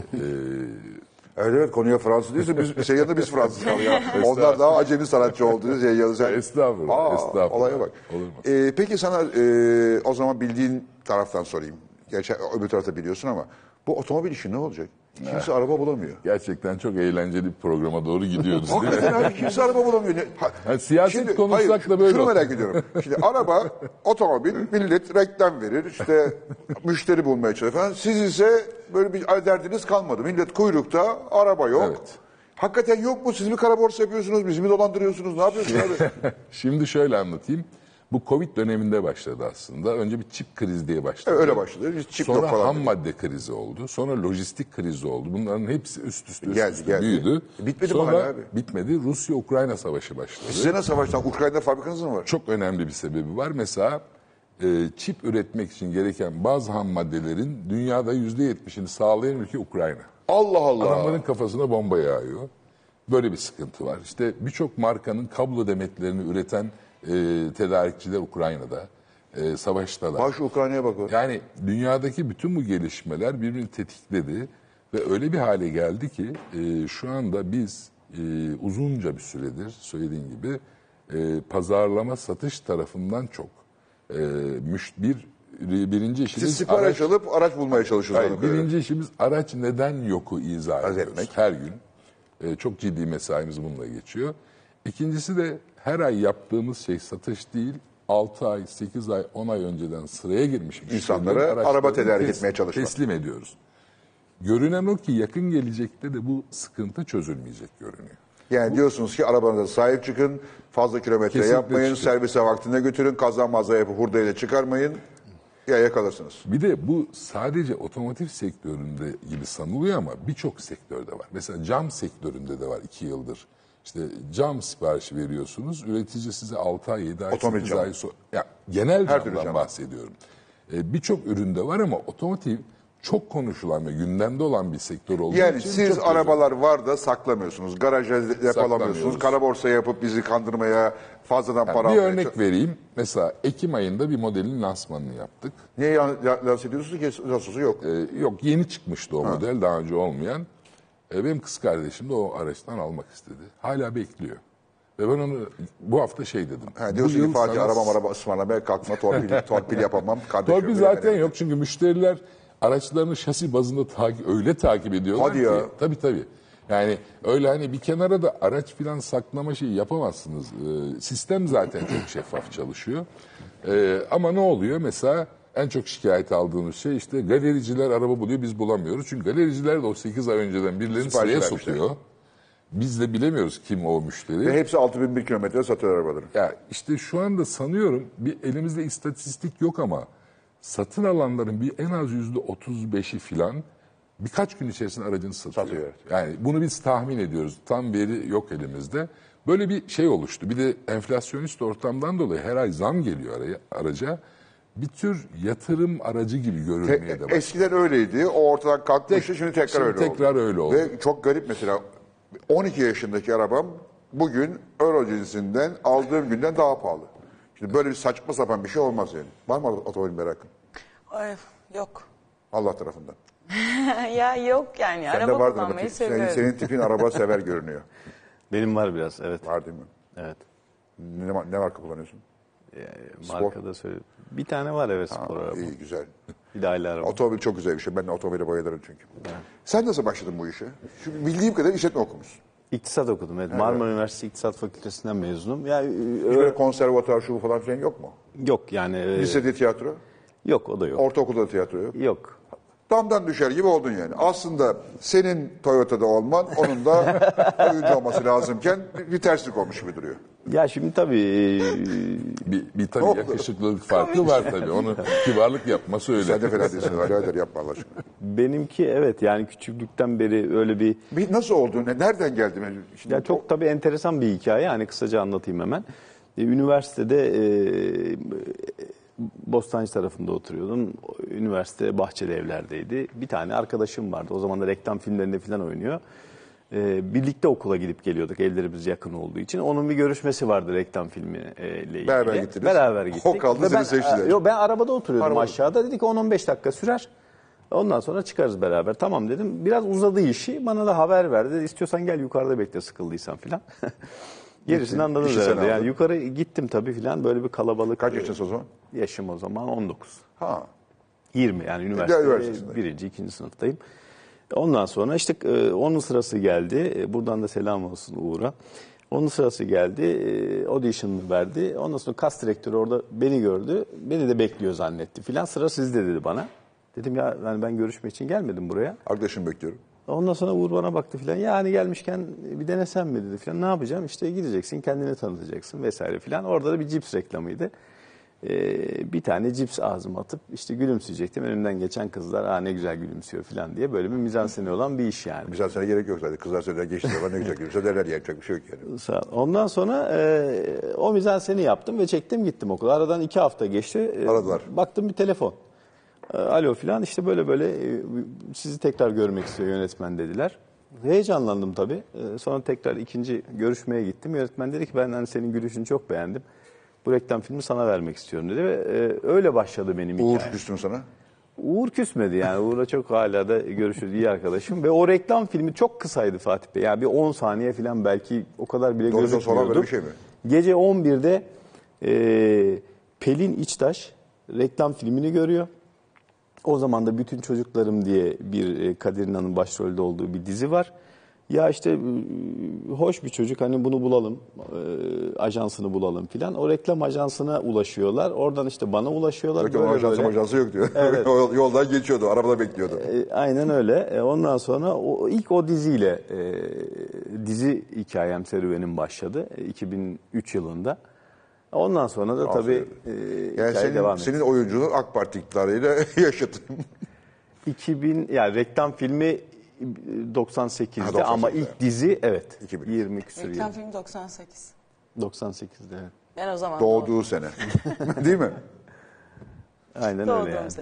Evet, konuya Fransız değilse biz yanında biz Fransız kalıyor. Onlar daha acemi sanatçı oldunuz ya. Estağfurullah. Estağfurullah. Olaya bak. Olur mu? Peki sana o zaman bildiğin taraftan sorayım. Gerçi öbür tarafta biliyorsun ama bu otomobil işi ne olacak? Kimse araba bulamıyor. Gerçekten çok eğlenceli bir programa doğru gidiyoruz değil mi? Hakikaten abi, kimse araba bulamıyor. Yani siyaset konuşsak da böyle şunu olur. merak ediyorum. Şimdi araba, otomobil, millet reklam verir, işte müşteri bulmaya çalışır falan. Siz ise böyle bir derdiniz kalmadı. Millet kuyrukta, araba yok. Evet. Hakikaten yok mu? Siz mi kara borsa yapıyorsunuz, bizi mi dolandırıyorsunuz? Ne yapıyorsunuz abi? Şimdi şöyle anlatayım. Bu Covid döneminde başladı aslında. Önce bir çip krizi diye başladı. Öyle başladı. Hiç çip yok Sonra falan ham dedi. madde krizi oldu. Sonra lojistik krizi oldu. Bunların hepsi üst üste Geldi. büyüdü. Bitmedi mi Sonra hala abi? bitmedi. Rusya-Ukrayna savaşı başladı. Size ne savaştan? Ukrayna'da fabrikanız mı var? Çok önemli bir sebebi var. Mesela çip üretmek için gereken bazı ham maddelerin dünyada %70'ini sağlayan ülke Ukrayna. Allah Allah. Adamların kafasına bomba yağıyor. Böyle bir sıkıntı var. İşte birçok markanın kablo demetlerini üreten tedarikçiler Ukrayna'da. Savaştalar. Baş Ukrayna'ya bakın. Yani dünyadaki bütün bu gelişmeler birbirini tetikledi ve öyle bir hale geldi ki şu anda biz uzunca bir süredir söylediğin gibi pazarlama satış tarafından çok birinci işimiz Siz sipariş alıp araç bulmaya çalışıyorsunuz. Hayır, birinci işimiz araç neden yoku izah ediyoruz etmek. her gün. Çok ciddi mesaimiz bununla geçiyor. İkincisi de her ay yaptığımız şey satış değil. 6 ay, 8 ay, 10 ay önceden sıraya girmiş İnsanlara müşterilerin araba araçlarını tedarik etmeye çalışmak. teslim ediyoruz. Görünen o ki yakın gelecekte de bu sıkıntı çözülmeyecek görünüyor. Yani diyorsunuz ki arabanıza sahip çıkın, fazla kilometre Kesinlikle yapmayın, çıkın. servise vaktinde götürün, kaza maza yapıp hurdayla çıkarmayın, ya yakalırsınız. Bir de bu sadece otomotiv sektöründe gibi sanılıyor ama birçok sektörde var. Mesela cam sektöründe de var 2 yıldır. İşte cam siparişi veriyorsunuz, üretici size 6 ay, 7 ay, Otomobil 8 camı. ay sonra... Ya, genel Her türlü camdan cam. bahsediyorum. Birçok üründe var ama otomotiv çok konuşulan ve gündemde olan bir sektör olduğu Yani için siz çok arabalar var da saklamıyorsunuz, garaja depolamıyorsunuz, kara borsa yapıp bizi kandırmaya fazladan para bir almaya örnek vereyim. Mesela Ekim ayında bir modelin lansmanını yaptık. Niye lanse ediyorsunuz ki? Lansası yok. Yok, yeni çıkmıştı o model, daha önce olmayan. Benim kız kardeşim de o araçtan almak istedi. Hala bekliyor. Ve ben onu bu hafta şey dedim. Diyorsun bu ki Fatih sana- araba ısmarlamaya kalkma, torpil yapamam. Torpil kardeşim, zaten yok çünkü müşteriler araçlarını şasi bazında öyle takip ediyorlar Hadi ki. ya. Tabii. Yani öyle hani bir kenara da araç falan saklama şeyi yapamazsınız. Sistem zaten çok şeffaf çalışıyor. Ama ne oluyor? Mesela en çok şikayet aldığımız şey işte galericiler araba buluyor, biz bulamıyoruz. Çünkü galericiler de o 8 ay önceden birilerini Sipariş sıraya vermişler. sokuyor. Biz de bilemiyoruz kim o müşteri. Ve hepsi 6001 kilometre satıyor arabaları. Ya işte şu anda sanıyorum elimizde istatistik yok ama satın alanların en az %35'i filan birkaç gün içerisinde aracını satıyor. Satıyor, evet. Yani bunu biz tahmin ediyoruz. Tam veri yok elimizde. Böyle bir şey oluştu. Bir de enflasyonist ortamdan dolayı her ay zam geliyor araca. Bir tür yatırım aracı gibi görünmeye de başladı. Eskiden öyleydi. O ortadan kalkmıştı. Şimdi tekrar Şimdi öyle tekrar oldu. öyle oldu. Ve çok garip mesela 12 yaşındaki arabam bugün Euro cinsinden aldığım günden daha pahalı. Şimdi böyle bir saçma sapan bir şey olmaz yani. Var mı otomobil merakın? Ay, yok. Allah tarafından. Ya yok yani. Sende Araba vardır ama kullanmayı seviyorum. senin tipin araba sever görünüyor. Benim var biraz, evet. Var değil mi? Evet. Ne marka kullanıyorsun? Markada söyle. Bir tane var, evet, spor araba. İyi, güzel. Bir de aile araba. Otomobil çok güzel bir şey. Ben de otomobile bayılırım çünkü. Sen nasıl başladın bu işe? Şu bildiğim kadar işletme okumuşsun. İktisat okudum. Evet. Marmara Üniversitesi İktisat Fakültesinden mezunum. Yani Hiç böyle konservatuar şu bu falan filan yok mu? yok yani. Lisede tiyatro, Yok, o da yok. ortaokulda tiyatro yok. Yok. Damdan düşer gibi oldun yani. Aslında senin Toyota'da olman, onun da oyuncu olması lazımken bir terslik olmuş gibi duruyor. Ya şimdi tabii Bir tabii yakışıklılık farkı var tabii. Onu kibarlık yapması öyle. Sen de fena değilsin. Hala yapma Allah aşkına. benimki evet yani küçüklükten beri öyle bir Nasıl oldu? Nereden geldi? Şimdi ya çok tabii enteresan bir hikaye. Hani kısaca anlatayım hemen. Üniversitede Bostancı tarafında oturuyordum. Üniversite bahçeli evlerdeydi. Bir tane arkadaşım vardı. O zaman da reklam filmlerinde falan oynuyor. Birlikte okula gidip geliyorduk. Evlerimiz yakın olduğu için. Onun bir görüşmesi vardı reklam filmiyle ilgili. Beraber gittiniz. Beraber gittik. O kaldı, Ve seni seçtiler. Yok, ben arabada oturuyordum aşağıda. Dedik 10-15 dakika sürer. Ondan sonra çıkarız beraber. Tamam dedim. Biraz uzadı işi. Bana da haber verdi. Dedi, İstiyorsan gel yukarıda bekle sıkıldıysan filan. Gerisini anladınız İşi sen herhalde. Yani aldın. yukarı gittim tabii filan. Böyle bir kalabalık. Kaç yaşındasın o zaman? Yaşım o zaman 19. Ha. 20 yani üniversitesinde. üniversite birinci, ikinci sınıftayım. Ondan sonra işte onun sırası geldi. Buradan da selam olsun Uğur'a. Onun sırası geldi. Audition'ını verdi. Ondan sonra kas direktörü orada beni gördü. Beni de bekliyor zannetti filan. Sıra sizde dedi bana. Dedim ya yani ben görüşme için gelmedim buraya. Arkadaşım bekliyorum. Ondan sonra Uğur bana baktı filan. Ya hani gelmişken bir denesem mi dedi filan. Ne yapacağım? İşte gideceksin, kendini tanıtacaksın vesaire filan. Orada da bir cips reklamıydı. Bir tane cips ağzıma atıp işte gülümseyecektim. Önümden geçen kızlar ne güzel gülümsüyor filan diye böyle bir mizanseni olan bir iş yani. Güzel sana gerek yok zaten. Kızlar söyler geçti. Ne güzel gülümse derler, yapacak bir şey yok yani. Sağ ol. Ondan sonra o mizanseni yaptım ve çektim gittim okula. Aradan 2 hafta geçti. Aradılar. Baktım bir telefon. Alo filan işte böyle sizi tekrar görmek istiyor yönetmen dediler. Heyecanlandım tabii. Sonra tekrar ikinci görüşmeye gittim. Yönetmen dedi ki ben hani senin gülüşünü çok beğendim. Bu reklam filmi sana vermek istiyorum dedi ve öyle başladı benim hikayem. Uğur küstüm sana. Uğur küsmedi yani. Uğur'la çok hala da görüşürüz, iyi arkadaşım. Ve o reklam filmi çok kısaydı Fatih Bey. Yani bir 10 saniye falan belki o kadar bile Doğrudan sonra böyle gözükmüyordu. bir şey mi? Gece 11'de Pelin İçtaş reklam filmini görüyor. O zaman da Bütün Çocuklarım diye bir Kadir İnan'ın başrolde olduğu bir dizi var. Ya işte hoş bir çocuk hani bunu bulalım, ajansını bulalım filan. O reklam ajansına ulaşıyorlar. Oradan işte bana ulaşıyorlar. Reklam ajansı yok diyor. Evet. Yoldan geçiyordu, arabada bekliyordu. Aynen öyle. Ondan sonra ilk o diziyle dizi hikayem serüvenim başladı 2003 yılında. Ondan sonra da tabii Yani hikaye devam etti. senin oyunculuğun AK Parti iktidarıyla yaşadın. 2000 yani reklam filmi 98'de 98'de. ama ilk dizi evet 2000. 20 küsur yıl. Reklam filmi 98. 98'de evet. Ben o zaman Doğduğu sene. Değil mi? Aynen doğdum öyle yani. seni.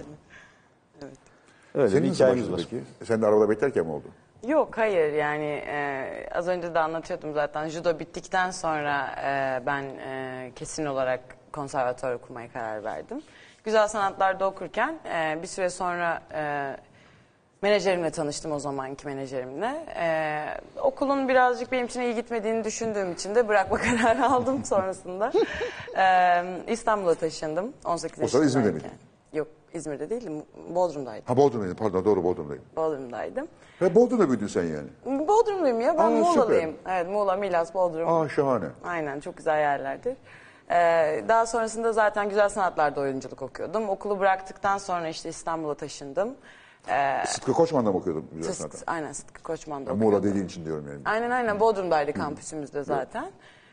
Öyle Senin bir nasıl hikayemiz başladı var. peki? Sen de arabada beklerken mi oldu? Yok hayır yani az önce de anlatıyordum zaten judo bittikten sonra ben kesin olarak konservatuvar okumaya karar verdim. Güzel sanatlarda okurken bir süre sonra menajerimle tanıştım, o zamanki menajerimle. Okulun birazcık benim için iyi gitmediğini düşündüğüm için de bırakma kararı aldım sonrasında. İstanbul'a taşındım 18 O sırada İzmir'de yaşındayken. miydin? Yok İzmir'de değildim, Bodrum'daydım. Ha Bodrum'daydın, pardon doğru Bodrum'daydın. Bodrum'daydım. Ve Bodrum'da büyüdün sen yani. Bodrumluyum ya, ben Aa, Muğla'lıyım. Evet, Muğla, Milas, Bodrum. Aa şahane. Aynen, çok güzel yerlerdir. Daha sonrasında zaten güzel sanatlarda oyunculuk okuyordum. Okulu bıraktıktan sonra işte İstanbul'a taşındım. Sıtkı Koçman'da mı okuyordun? Güzel sanatlar? Aynen, Sıtkı Koçman'da Yani okuyordum. Muğla dediğin için diyorum yani. Aynen Bodrum'daydı kampüsümüzde zaten.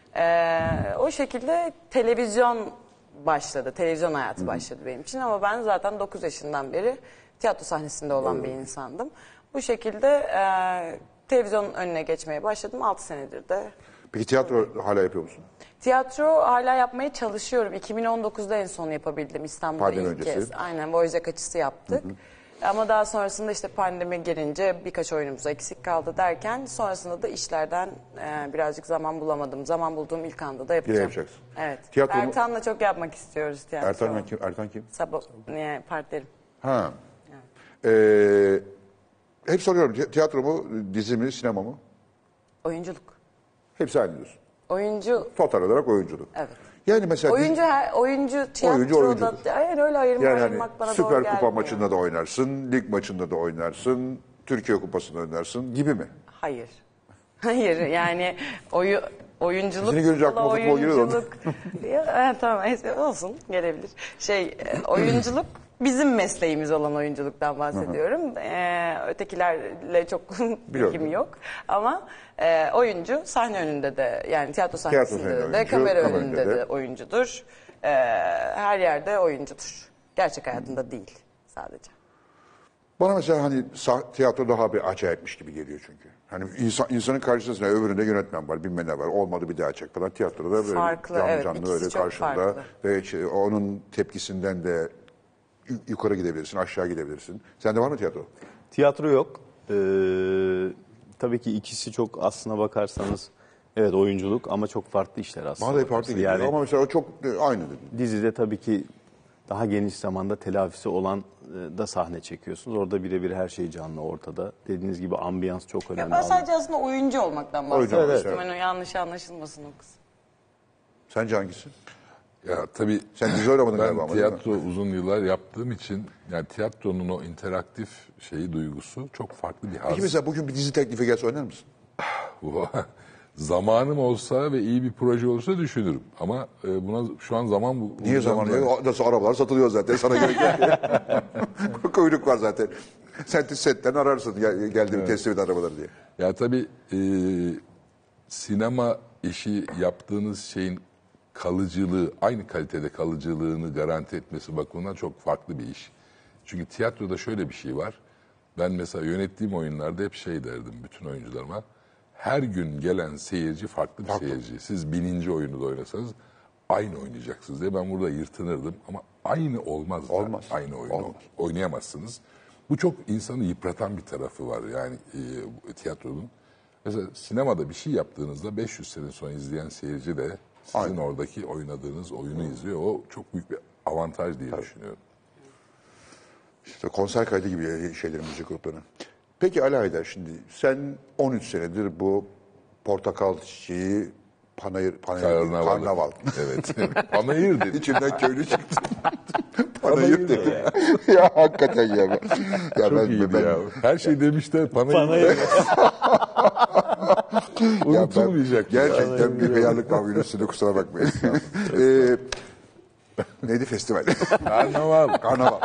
O şekilde televizyon başladı. Televizyon hayatı başladı benim için ama ben zaten 9 yaşından beri tiyatro sahnesinde olan bir insandım. Bu şekilde televizyonun önüne geçmeye başladım. 6 senedir de. Peki tiyatro hala yapıyor musun? Tiyatro hala yapmaya çalışıyorum. 2019'da en son yapabildim İstanbul'da Pandemi ilk öncesi. kez. Aynen, Voyacak açısı yaptık. Ama daha sonrasında işte pandemi gelince birkaç oyunumuz eksik kaldı derken sonrasında da işlerden birazcık zaman bulamadım. Zaman bulduğum ilk anda da yapacağım. yapacaksın. Evet. Tiyatro mu? Ertan'la çok yapmak istiyoruz tiyatro. Ertan kim? Ertan kim? Partnerim. Ha. Hep soruyorum tiyatro mu, dizi mi, sinema mı? Oyunculuk. Hepsi aynı diyorsun. Oyuncu, Total olarak oyunculuk. evet. Yani mesela Oyuncu tiyatroda, oyunculuk. yani öyle yani hani ayırmak bana doğru Süper Kupa gelmiyor. maçında da oynarsın, lig maçında da oynarsın, Türkiye Kupası'nda oynarsın gibi mi? Hayır. Hayır yani oyunculuk. Seni görünce aklıma futbol geliyor da. Ya, tamam olsun, gelebilir. Oyunculuk bizim mesleğimiz olan oyunculuktan bahsediyorum. Ötekilerle çok ilgim yok. Ama oyuncu sahne önünde de, yani tiyatro sahnesinde de, kamera önünde de oyuncudur. Her yerde oyuncudur. Gerçek hayatında değil sadece. Bana mesela hani tiyatro daha bir acayipmiş gibi geliyor çünkü. Hani insanın karşısında öbüründe yönetmen var, bilmem ne var. Olmadı bir daha çek falan. Tiyatroda böyle Farklı, canlı evet, canlı öyle karşında. farklı. Ve işte onun tepkisinden de yukarı gidebilirsin, aşağı gidebilirsin. Sende var mı tiyatro? Tiyatro yok. Tabii ki ikisi çok, aslına bakarsanız evet oyunculuk ama çok farklı işler aslında. Bana da farklı geliyor yani, ama mesela o çok aynı. dizide tabii ki daha geniş zamanda telafisi olan da sahne çekiyorsunuz. Orada birebir her şey canlı ortada. Dediğiniz gibi ambiyans çok önemli. Ben sadece aslında oyuncu olmaktan bahsediyorum. Evet. Yani yanlış anlaşılmasın o kısım. Sence hangisi? Ya tabii Sen dizi oynamadın galiba ben ama tiyatro uzun yıllar yaptığım için yani tiyatronun o interaktif duygusu çok farklı bir haz. Peki mesela bugün bir dizi teklifi gelse oynar mısın? Zamanım olsa ve iyi bir proje olursa düşünürüm. Ama buna şu an zaman... Niye zamanı yok? Nasıl arabalar satılıyor zaten. Sana gerek yok. Kuyruk var zaten. Sen setten ararsın geldiğimi teslim et arabaları diye. Ya tabii sinema işi yaptığınız şeyin kalıcılığı, aynı kalitede kalıcılığını garanti etmesi bakımından çok farklı bir iş. Çünkü tiyatroda şöyle bir şey var. Ben mesela yönettiğim oyunlarda hep derdim bütün oyuncularıma. Her gün gelen seyirci farklı bir seyirci. Siz 1000. oyunu da oynasanız aynı oynayacaksınız diye ben burada yırtınırdım. Ama aynı olmaz. Olmaz. Aynı oyunu Olmaz. oynayamazsınız. Bu çok insanı yıpratan bir tarafı var yani tiyatronun. Mesela sinemada bir şey yaptığınızda 500 sene sonra izleyen seyirci de sizin oradaki oynadığınız oyunu izliyor. O çok büyük bir avantaj diye düşünüyorum. İşte konser kaydı gibi şeylerin, müzik gruplarının. Peki Ali Haydar, şimdi sen 13 senedir bu portakal çiçeği karnaval. Evet. Panayır dedi. İçimden köylü çıktı. Panayır dedi. Ya hakikaten ya. Çok iyiydi ya. Her şey demişler panayır. Unutulmayacak. Gerçekten bir hıyarlık kavgının üstünde, kusura bakmayın. Neydi festival? Karnaval.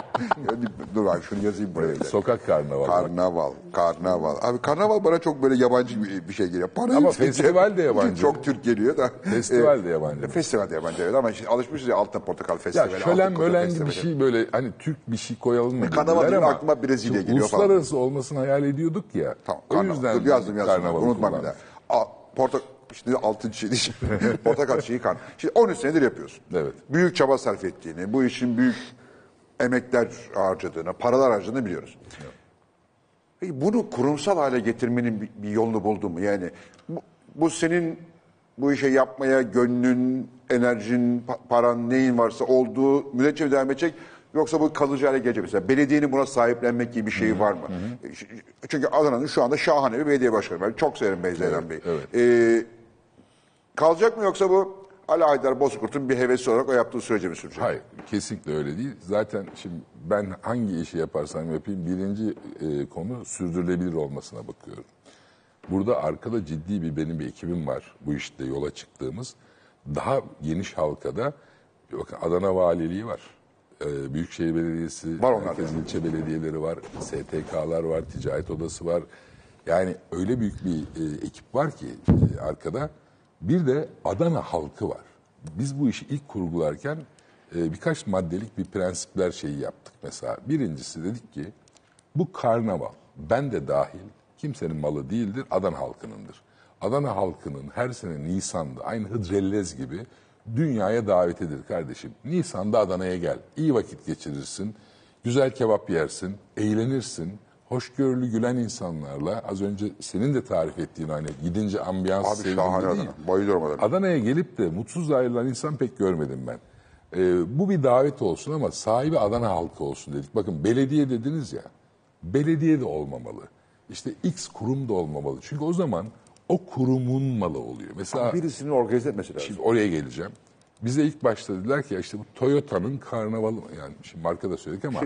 Dur abi şunu yazayım buraya. Sokak karnaval. Karnaval. Abi karnaval bana çok böyle yabancı bir şey geliyor. Ama festival de yabancı. Çok Türk geliyor da. Festival de yabancı. Festival de yabancı evet, ama şimdi alışmışız ya, altın portakal festivali. Ya şölen gibi bir şey, böyle hani Türk bir şey koyalım mı? Karnaval deyince aklıma Brezilya geliyor falan. Uluslararası olmasını hayal ediyorduk ya. Tamam, o yüzden yazdım. karnavalı Unutmam bir daha. Şimdi altın çiğ diyeceğim. Portakal çiği kan. Şimdi 13 senedir yapıyorsun. Evet. Büyük çaba sarf ettiğini, bu işin büyük emekler harcadığını, paralar harcadığını biliyoruz. Evet. Peki bunu kurumsal hale getirmenin bir yolunu buldun mu? Yani bu senin bu işe yapmaya gönlün, enerjin, paran, neyin varsa olduğu müddetçe mi devam edecek? Yoksa bu kalıcı hale gelecek mesela. Belediyenin buna sahiplenmek gibi bir şeyi var mı? Çünkü Adana'nın şu anda şahane bir belediye başkanı. Ben çok severim Beyzeylan Bey. Evet. Kalacak mı, yoksa bu Ali Haydar Bozkurt'un bir hevesi olarak o yaptığı sürece mi sürecek? Hayır, kesinlikle öyle değil. Zaten şimdi ben hangi işi yaparsam yapayım birinci konu sürdürülebilir olmasına bakıyorum. Burada arkada ciddi benim bir ekibim var bu işte yola çıktığımız. Daha geniş halkada bakın Adana Valiliği var. Büyükşehir Belediyesi, var, merkez ilçe belediyeleri var, STK'lar var, ticaret odası var. Yani öyle büyük bir ekip var ki arkada. Bir de Adana halkı var. Biz bu işi ilk kurgularken birkaç maddelik bir prensipler yaptık mesela. Birincisi dedik ki bu karnaval, ben de dahil, kimsenin malı değildir, Adana halkınındır. Adana halkının her sene Nisan'da aynı Hıdrellez gibi dünyaya davet edilir kardeşim. Nisan'da Adana'ya gel, iyi vakit geçirirsin, güzel kebap yersin, eğlenirsin. Hoşgörülü, gülen insanlarla, az önce senin de tarif ettiğin aynı gidince ambiyans sevdiğinde değil. Bayılıyorum Adana'ya. Adana'ya gelip de mutsuz ayrılan insan pek görmedim ben. Bu bir davet olsun ama sahibi Adana halkı olsun dedik. Bakın belediye dediniz ya, belediye de olmamalı. İşte X kurum da olmamalı. Çünkü o zaman o kurumun malı oluyor. Mesela birisinin organize etmesi lazım. Şimdi oraya geleceğim. Bize ilk başta dediler ki işte bu Toyota'nın karnavalı, yani şimdi marka da söyledik ama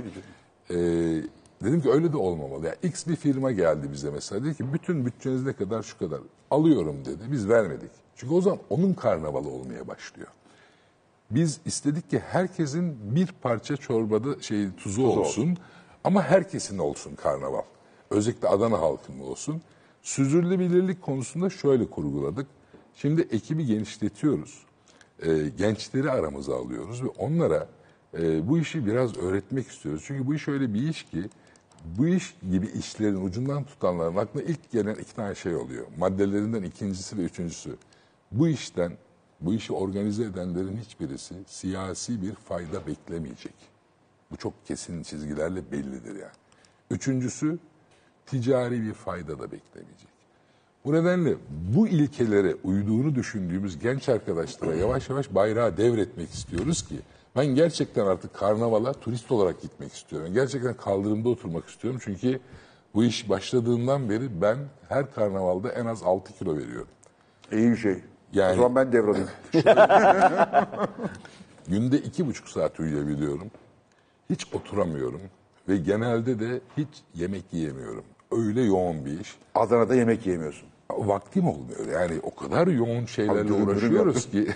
dedim ki öyle de olmamalı. Yani X bir firma geldi bize mesela, dedi ki bütün bütçeniz ne kadar, şu kadar alıyorum dedi. Biz vermedik. Çünkü o zaman onun karnavalı olmaya başlıyor. Biz istedik ki herkesin bir parça çorbada tuzu olsun ama herkesin olsun karnaval. Özellikle Adana halkının olsun. Sürdürülebilirlik konusunda şöyle kurguladık. Şimdi ekibi genişletiyoruz. Gençleri aramıza alıyoruz ve onlara bu işi biraz öğretmek istiyoruz. Çünkü bu iş öyle bir iş ki bu iş gibi işlerin ucundan tutanların aklına ilk gelen 2 tane şey oluyor. Maddelerinden ikincisi ve üçüncüsü. Bu işi organize edenlerin hiçbirisi siyasi bir fayda beklemeyecek. Bu çok kesin çizgilerle bellidir yani. Üçüncüsü ticari bir fayda da beklemeyecek. Bu nedenle bu ilkelere uyduğunu düşündüğümüz genç arkadaşlara yavaş yavaş bayrağı devretmek istiyoruz ki ben gerçekten artık karnavala turist olarak gitmek istiyorum. Gerçekten kaldırımda oturmak istiyorum. Çünkü bu iş başladığından beri ben her karnavalda en az 6 kilo veriyorum. İyi bir şey. Yani- O zaman ben devralayım. Günde 2,5 saat uyuyabiliyorum. Hiç oturamıyorum. Ve genelde de hiç yemek yiyemiyorum. Öyle yoğun bir iş. Adana'da yemek yiyemiyorsun. Vaktim olmuyor. Yani o kadar yoğun şeylerle Abi, dürüm uğraşıyoruz ki.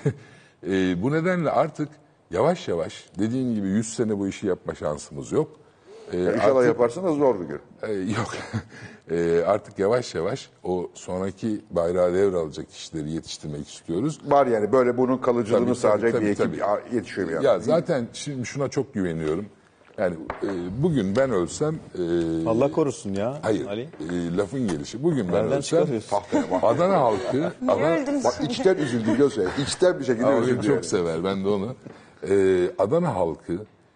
Bu nedenle artık yavaş yavaş dediğin gibi 100 sene bu işi yapma şansımız yok. İnşallah yaparsanız zor bir gün. Yok. Artık yavaş yavaş o sonraki bayrağı devralacak kişileri yetiştirmek istiyoruz. Var yani böyle bunun kalıcılığını Tabii, sağlayacak tabii, bir ekip tabii. yetişiyor bir Ya yandan. zaten şimdi şuna çok güveniyorum. Yani bugün ben ölsem Allah korusun ya hayır Ali. lafın gelişi bugün ben Nereden ölsem çıkarıyorsun? Adana halkı Bak içten üzüldü biliyorsun. İçten bir şekilde Ama üzüldü. beni çok yani. sever ben de onu. Adana halkı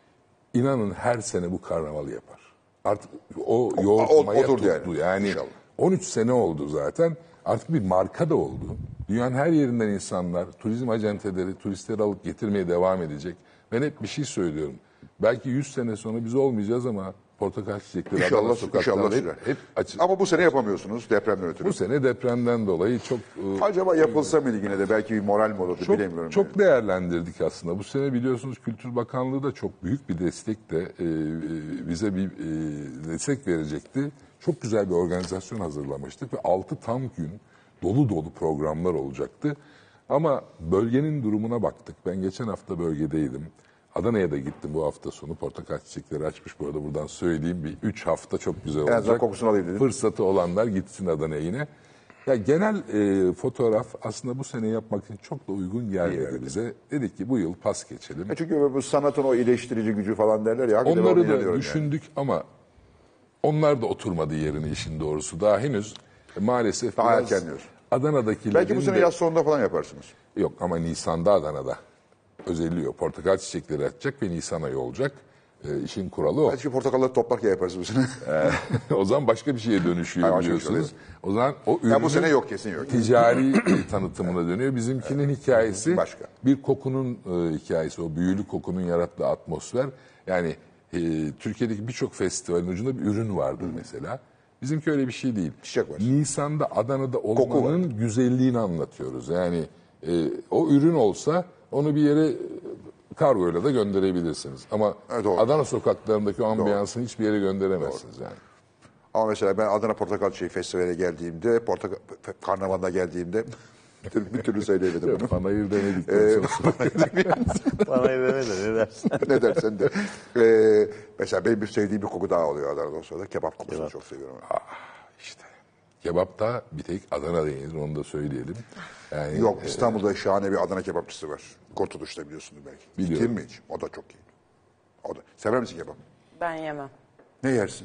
inanın her sene bu karnavalı yapar. Artık o yoğurtmaya oturdu tuttu. Yani İnşallah. 13 sene oldu zaten. Artık bir marka da oldu. Dünyanın her yerinden insanlar, turizm acenteleri, turistleri alıp getirmeye devam edecek. Ben hep bir şey söylüyorum. Belki 100 sene sonra biz olmayacağız ama portakal çiçekleri Adana İnşallah sokaklarında sürer. hep açık. Ama bu sene yapamıyorsunuz depremden ötürü. Bu sene depremden dolayı çok Acaba yapılsa mıydı yine de belki bir moral mi olurdu bilemiyorum. çok yani. değerlendirdik aslında. Bu sene biliyorsunuz Kültür Bakanlığı da çok büyük bir destekle bize bir destek verecekti. Çok güzel bir organizasyon hazırlamıştık ve 6 tam gün dolu dolu programlar olacaktı. Ama bölgenin durumuna baktık. Ben geçen hafta bölgedeydim. Adana'ya da gittim bu hafta sonu. Portakal çiçekleri açmış bu arada buradan söyleyeyim. Bir 3 hafta çok güzel azından olacak. kokusunu alayım dedim. Fırsatı olanlar gitsin Adana'ya yine. Ya genel fotoğraf aslında bu sene yapmak için çok da uygun gelmedi bize. Dedik ki bu yıl pas geçelim. Çünkü bu sanatın o iyileştirici gücü falan derler ya. hakikaten Onları ona da inanıyorum düşündük ama onlar da oturmadı yerine işin doğrusu. Daha henüz maalesef Daha biraz erken diyorsun. Adana'dakilerin Belki bu sene de- yaz sonunda falan yaparsınız. Yok ama Nisan'da Adana'da özelliyor. Portakal çiçekleri açacak ve Nisan ayı olacak. İşin kuralı o. Belki portakalları toplarken yaparsınız bu sene. O zaman başka bir şeye dönüşüyor Hayır, başka bir şey biliyorsunuz. O zaman o ürünün bu sene yok, kesin yok. ticari tanıtımına dönüyor. Bizimkinin hikayesi Başka. bir kokunun hikayesi. O büyülü kokunun yarattığı atmosfer. Yani Türkiye'deki birçok festivalin ucunda bir ürün vardır mesela. Bizimki öyle bir şey değil. Çiçek var. Nisan'da Adana'da Koku olmanın güzelliğini anlatıyoruz. Yani o ürün olsa onu bir yere kargoyla da gönderebilirsiniz. Ama Evet, doğru. Adana sokaklarındaki o ambiyansını hiçbir yere gönderemezsiniz yani. Ama mesela ben Adana Portakal Çiçeği Festivali'ne geldiğimde, Karnaval'ına geldiğimde bir türlü söyleyemedim bunu. Panayır demedikten sonra. Bana deme de ne dersin? Ne dersen de. Mesela benim bir sevdiğim bir koku daha oluyor Adana'da o sırada. Kebap kokusunu çok seviyorum. İşte kebapta bir tek Adana'da yenir onu da söyleyelim. Yani, Yok, İstanbul'da şahane bir Adana kebapçısı var. Kurtuluş'ta biliyorsunuz belki. Biliyorum. Gittin mi hiç? O da çok iyi. O da. Sever misin kebap? Ben yemem. Ne yersin?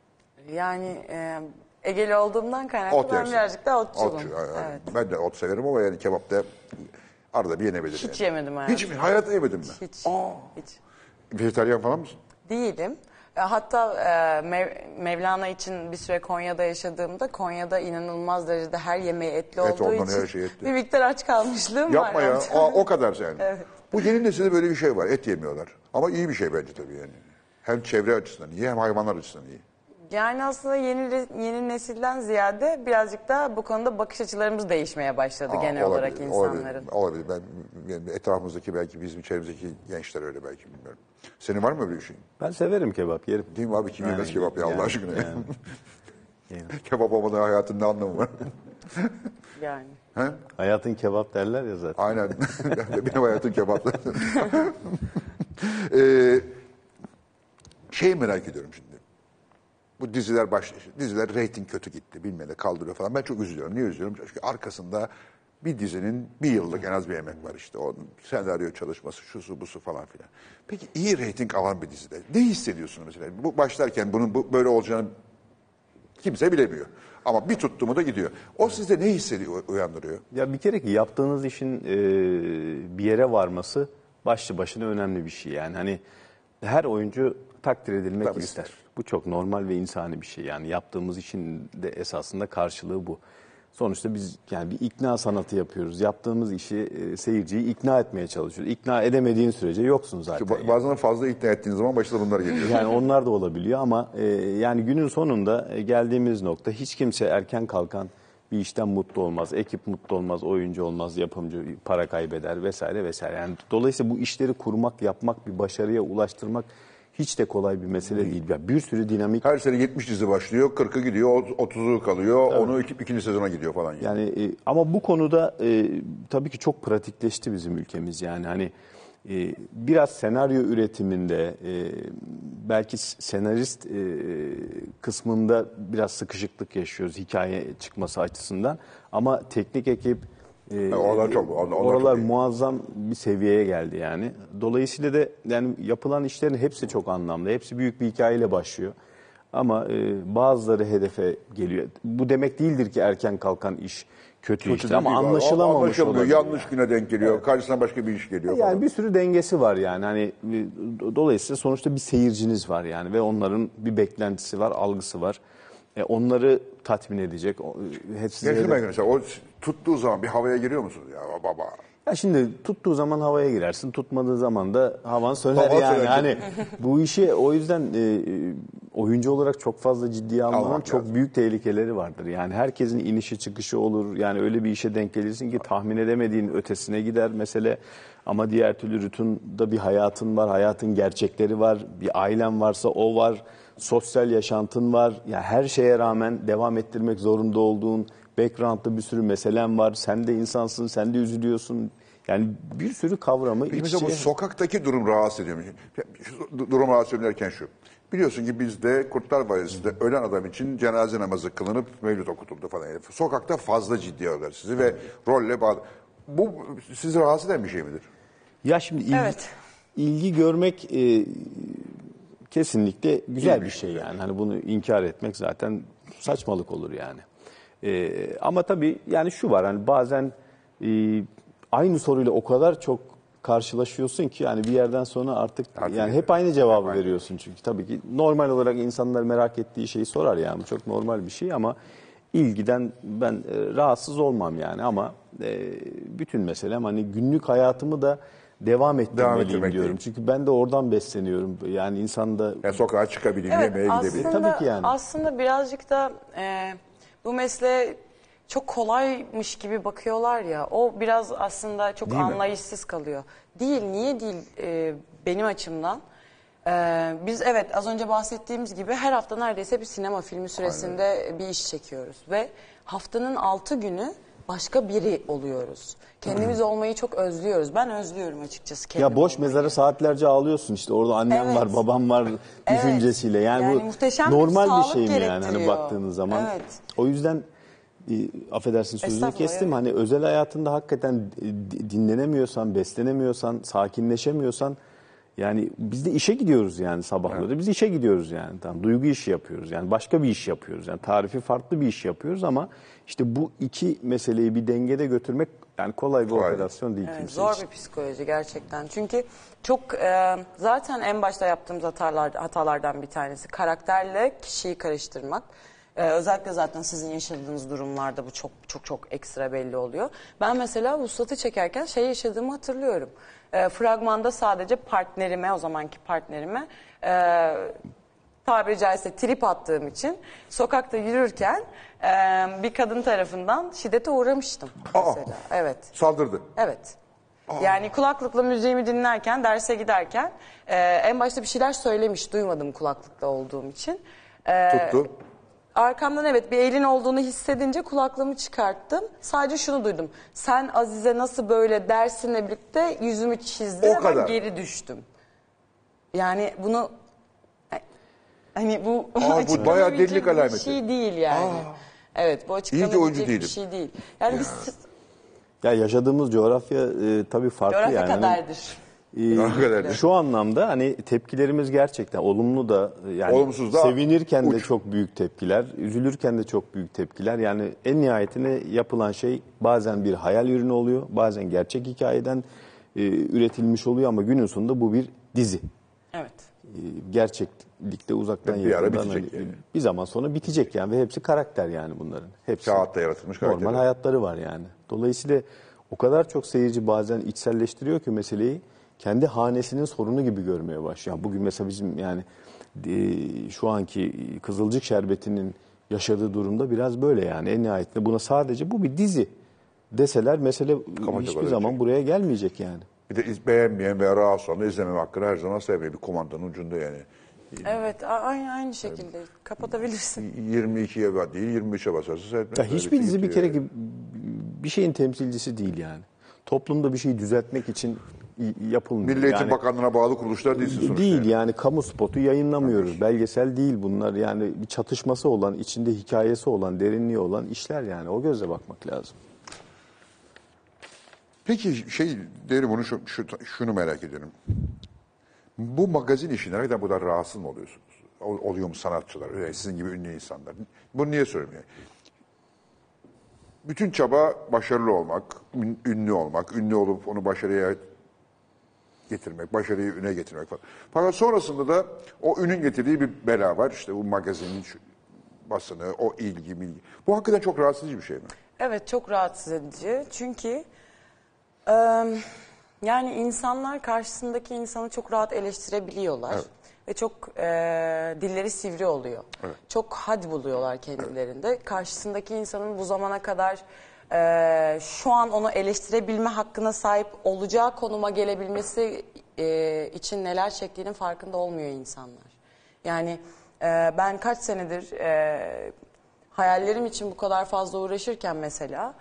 Yani Egeli olduğumdan kaynaklı Ot ben yersin. birazcık daha otçulum. Ot, Evet. Ben de ot severim ama yani kebapta arada bir yenebilir. Hiç yani. yemedim hayatımda. Hiç mi? Hayatta yemedim mi? Hiç. Hiç. Vejetaryen falan mısın? Değilim. Hatta Mevlana için bir süre Konya'da yaşadığımda Konya'da inanılmaz derecede her yemeği etli Et olduğu ondan için her şey etli. bir miktar aç kalmışlığım Yapma var. ya. O kadar yani. Evet. Bu yeni nesilde böyle bir şey var. Et yemiyorlar. Ama iyi bir şey bence tabii yani. Hem çevre açısından iyi hem hayvanlar açısından iyi. Yani aslında yeni nesilden ziyade birazcık daha bu konuda bakış açılarımız değişmeye başladı genel olarak insanların. Olabilir. Yani etrafımızdaki belki bizim içerimizdeki gençler öyle belki bilmiyorum. Senin var mı öyle bir şey? Ben severim kebap yerim. Değil mi abi? Kim yemez kebap ya Allah yani, aşkına? yani. Kebap olmadan hayatın ne anlamı var? Yani. He? Hayatın kebap derler ya zaten. Aynen. Benim hayatım kebaplı. Şeyi merak ediyorum şimdi. Bu diziler reyting kötü gitti. Bilmem ne kaldırıyor falan. Ben çok üzülüyorum. Niye üzülüyorum? Çünkü arkasında bir dizinin bir yıllık en az bir emek var işte. Onun senaryo çalışması, şusu busu falan filan. Peki iyi reyting alan bir dizide ne hissediyorsun mesela? Bu başlarken bunun böyle olacağını kimse bilemiyor. Ama bir tuttu mu da gidiyor. O sizde ne uyandırıyor? Ya bir kere ki yaptığınız işin bir yere varması başlı başına önemli bir şey. Yani hani her oyuncu takdir edilmek Tabii ister. ister. Bu çok normal ve insani bir şey. Yani yaptığımız işin de esasında karşılığı bu. Sonuçta biz yani bir ikna sanatı yapıyoruz. Yaptığımız işi seyirciyi ikna etmeye çalışıyoruz. İkna edemediğin sürece yoksun zaten. Çünkü bazen fazla ikna ettiğiniz zaman başına bunlar geliyor. Yani onlar da olabiliyor ama yani günün sonunda geldiğimiz nokta hiç kimse erken kalkan bir işten mutlu olmaz. Ekip mutlu olmaz, oyuncu olmaz, yapımcı para kaybeder vesaire vesaire. Yani dolayısıyla bu işleri kurmak, yapmak, bir başarıya ulaştırmak hiç de kolay bir mesele değil. Yani bir sürü dinamik. Her sene 70 dizi başlıyor, 40'ı gidiyor, 30'u kalıyor, onu ikinci sezona gidiyor falan. Yani ama bu konuda tabii ki çok pratikleşti bizim ülkemiz. Yani hani biraz senaryo üretiminde belki senarist kısmında biraz sıkışıklık yaşıyoruz hikaye çıkması açısından. Ama teknik ekip oralar çok iyi. muazzam bir seviyeye geldi yani. Dolayısıyla da yani yapılan işlerin hepsi çok anlamlı. Hepsi büyük bir hikayeyle başlıyor. Ama bazıları hedefe geliyor. Bu demek değildir ki erken kalkan iş kötü işte ama anlaşılamamış olabilir. Yanlış güne denk geliyor. Evet. Karşısına başka bir iş geliyor yani falan. bir sürü dengesi var yani. Hani dolayısıyla sonuçta bir seyirciniz var yani ve onların bir beklentisi var, algısı var. Onları tatmin edecek. Mesela o tuttuğu zaman bir havaya giriyor musunuz ya baba? Ya şimdi tuttuğu zaman havaya girersin, tutmadığı zaman da havan söner yani. Hani bu işi o yüzden oyuncu olarak çok fazla ciddiye almanın çok büyük tehlikeleri vardır. Yani herkesin inişi çıkışı olur. Yani öyle bir işe denk gelirsin ki tahmin edemediğin ötesine gider mesele. Ama diğer türlü rütunda bir hayatın var, hayatın gerçekleri var. Bir ailen varsa o var, sosyal yaşantın var. Yani her şeye rağmen devam ettirmek zorunda olduğun background'da bir sürü meselen var. Sen de insansın, sen de üzülüyorsun. Yani bir sürü kavramı Peki mesela bu sokaktaki durum rahatsız ediyor mu? Durum rahatsız ederken şu. Biliyorsun ki bizde Kurtlar Vadisi'nde ölen adam için cenaze namazı kılınıp mevlüt okutuldu falan. Yani sokakta fazla ciddiye alır sizi ve rolle bağlı. Bu sizi rahatsız eden bir şey midir? Ya şimdi Evet. ilgi görmek kesinlikle güzel bir şey yani. Hani bunu inkar etmek zaten saçmalık olur yani. Ama tabii yani şu var hani bazen aynı soruyla o kadar çok karşılaşıyorsun ki yani bir yerden sonra artık yani hep aynı cevabı veriyorsun çünkü tabii ki normal olarak insanlar merak ettiği şeyi sorar yani bu çok normal bir şey ama ilgiden ben rahatsız olmam yani ama bütün meselem hani günlük hayatımı da devam ettirmeliyim diyorum. Çünkü ben de oradan besleniyorum. Yani insan da... Yani sokağa çıkabileyim, yemeğe gidebileyim. Tabii ki yani. Aslında birazcık da bu mesleğe çok kolaymış gibi bakıyorlar ya. O biraz aslında çok Değil anlayışsız kalıyor. Değil, niye değil benim açımdan? Biz evet az önce bahsettiğimiz gibi her hafta neredeyse bir sinema filmi süresinde bir iş çekiyoruz. Ve haftanın 6 günü başka biri oluyoruz. Kendimiz olmayı çok özlüyoruz. Ben özlüyorum açıkçası kendimi. Ya boş mezara saatlerce ağlıyorsun işte. Orada annem var, babam var düşüncesiyle. Yani bu normal bir şey mi yani hani baktığınız zaman. Evet. O yüzden affedersin sözünü kestim. Hani özel hayatında hakikaten dinlenemiyorsan, beslenemiyorsan, sakinleşemiyorsan yani biz de işe gidiyoruz yani sabahları. Evet. Biz işe gidiyoruz yani. Tamam, duygu işi yapıyoruz. Yani başka bir iş yapıyoruz. Yani tarifi farklı bir iş yapıyoruz ama işte bu iki meseleyi bir dengede götürmek yani kolay bir operasyon değil kimse zor için. bir psikoloji gerçekten. Çünkü çok zaten en başta yaptığımız hatalardan bir tanesi karakterle kişiyi karıştırmak. Özellikle zaten sizin yaşadığınız durumlarda bu çok ekstra belli oluyor. Ben mesela Vuslat'ı çekerken yaşadığımı hatırlıyorum. Fragmanda sadece partnerime, o zamanki partnerime tabiri caizse trip attığım için sokakta yürürken bir kadın tarafından şiddete uğramıştım mesela. Evet. Saldırdı. Evet. Yani kulaklıkla müziğimi dinlerken, derse giderken en başta bir şeyler söylemiş, duymadım kulaklıkta olduğum için. Tuttu. arkamdan evet bir elin olduğunu hissedince kulaklığımı çıkarttım. Sadece şunu duydum. Sen Azize nasıl böyle dersinle birlikte yüzümü çizdi O ve ben kadar. geri düştüm. Yani bunu hani bu bu açıklanabilecek bayağı delilik bir alameti. şey değil yani. Evet bu oyuncu açıklanabilecek bir değilim. şey değil. Yani biz Ya yaşadığımız coğrafya tabii farklı coğrafya yani. kaderdir. Hakikaten. Şu anlamda hani tepkilerimiz gerçekten olumlu da yani Olumsuz da sevinirken de uç. çok büyük tepkiler, üzülürken de çok büyük tepkiler. Yani en nihayetinde yapılan şey bazen bir hayal ürünü oluyor, bazen gerçek hikayeden üretilmiş oluyor ama günün sonunda bu bir dizi. Evet. Gerçeklikte uzaktan Bir ara yakından bitecek hani yani. bir zaman sonra bitecek yani ve hepsi karakter yani bunların. Hepsi Kağıtta yaratılmış normal karakterler. hayatları var yani. Dolayısıyla o kadar çok seyirci bazen içselleştiriyor ki meseleyi kendi hanesinin sorunu gibi görmeye başlıyor. Yani bugün mesela bizim yani şu anki Kızılcık Şerbeti'nin yaşadığı durumda biraz böyle yani. En nihayetinde buna sadece bu bir dizi deseler mesele hiçbir öyle zaman şey. buraya gelmeyecek yani. Bir de beğenmeyen veya rahatsız olan izlemem hakkını her zaman seviyor. Bir komandanın ucunda yani. Evet aynı şekilde kapatabilirsin. 22'ye değil 23'e basarsa seyretmez. Ya hiçbir dizi bir kere Bitiyor bir şeyin temsilcisi değil yani. Toplumda bir şeyi düzeltmek için yapılmıyor. Milli Eğitim yani, Bakanlığı'na bağlı kuruluşlar değilsin sonuçta. değil yani kamu spotu yayınlamıyoruz. Belgesel değil bunlar yani bir çatışması olan, içinde hikayesi olan, derinliği olan işler yani. O gözle bakmak lazım. Peki derim onu şunu merak ediyorum. Bu magazin işine neden bu kadar rahatsız mı oluyorsunuz? Oluyor mu sanatçılar, öyle sizin gibi ünlü insanlar? Bunu niye söylüyorum yani? Bütün çaba başarılı olmak, ünlü olmak, ünlü olup onu başarıya getirmek, başarıyı üne getirmek falan. Fakat sonrasında da o ünün getirdiği bir bela var. İşte bu magazinin basını, o ilgi, bilgi. Bu hakikaten çok rahatsız edici bir şey mi? Evet çok rahatsız edici. Çünkü yani insanlar karşısındaki insanı çok rahat eleştirebiliyorlar. Evet. Ve çok dilleri sivri oluyor. Evet. Çok had buluyorlar kendilerinde. Karşısındaki insanın bu zamana kadar şu an onu eleştirebilme hakkına sahip olacağı konuma gelebilmesi için neler çektiğinin farkında olmuyor insanlar. Yani ben kaç senedir hayallerim için bu kadar fazla uğraşırken mesela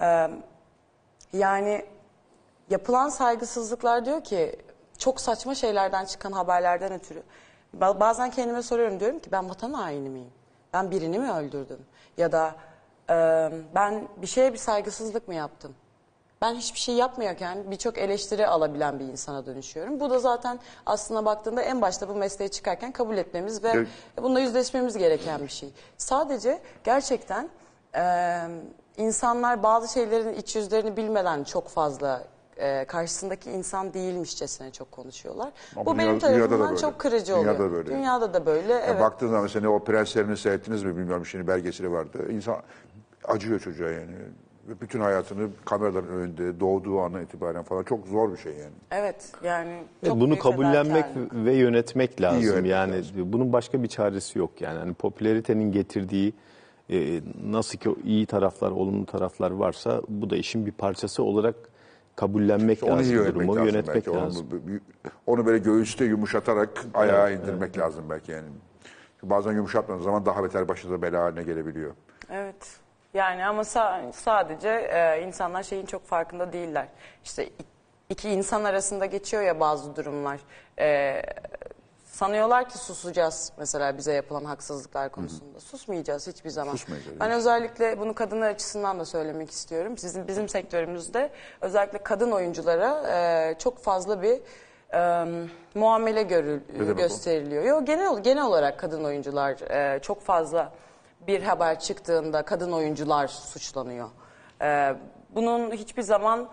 yani yapılan saygısızlıklar diyor ki çok saçma şeylerden çıkan haberlerden ötürü. Bazen kendime soruyorum diyorum ki ben vatan haini miyim? Ben birini mi öldürdüm? Ya da ben bir şeye bir saygısızlık mı yaptım? Ben hiçbir şey yapmıyorken birçok eleştiri alabilen bir insana dönüşüyorum. Bu da zaten aslına baktığında en başta bu mesleğe çıkarken kabul etmemiz ve bununla yüzleşmemiz gereken bir şey. Sadece gerçekten insanlar bazı şeylerin iç yüzlerini bilmeden çok fazla karşısındaki insan değilmişçesine çok konuşuyorlar. Ama Bu benim dünyada da tarafımdan böyle. çok kırıcı Dünyada oluyor. da böyle. Dünyada da böyle. Yani Evet. baktığın zaman mesela o prenslerini seyrettiniz mi bilmiyorum şimdi belgeseli vardı. İnsan acıyor çocuğa yani. Bütün hayatını kameraların önünde doğduğu andan itibaren falan çok zor bir şey yani. Evet yani çok Bunu büyük kabullenmek fedakarlık. ve yönetmek lazım. yönetmek Yani lazım. bunun başka bir çaresi yok yani. Hani popülaritenin getirdiği nasıl ki iyi taraflar, olumlu taraflar varsa bu da işin bir parçası olarak kabullenmek Onu iyi lazım yönetmek durumu, lazım yönetmek belki. lazım. Onu böyle göğüste yumuşatarak ayağa indirmek lazım belki yani. Çünkü bazen yumuşatmadığın zaman daha beter başınıza bela haline gelebiliyor. Evet. Yani ama sadece insanlar şeyin çok farkında değiller. İşte iki insan arasında geçiyor ya bazı durumlar. Sanıyorlar ki susacağız mesela bize yapılan haksızlıklar konusunda. Susmayacağız hiçbir zaman. Susmayacağız. Ben özellikle bunu kadınlar açısından da söylemek istiyorum. Bizim sektörümüzde özellikle kadın oyunculara çok fazla bir muamele gösteriliyor. Yok genel olarak kadın oyuncular çok fazla bir haber çıktığında kadın oyuncular suçlanıyor. Bunun hiçbir zaman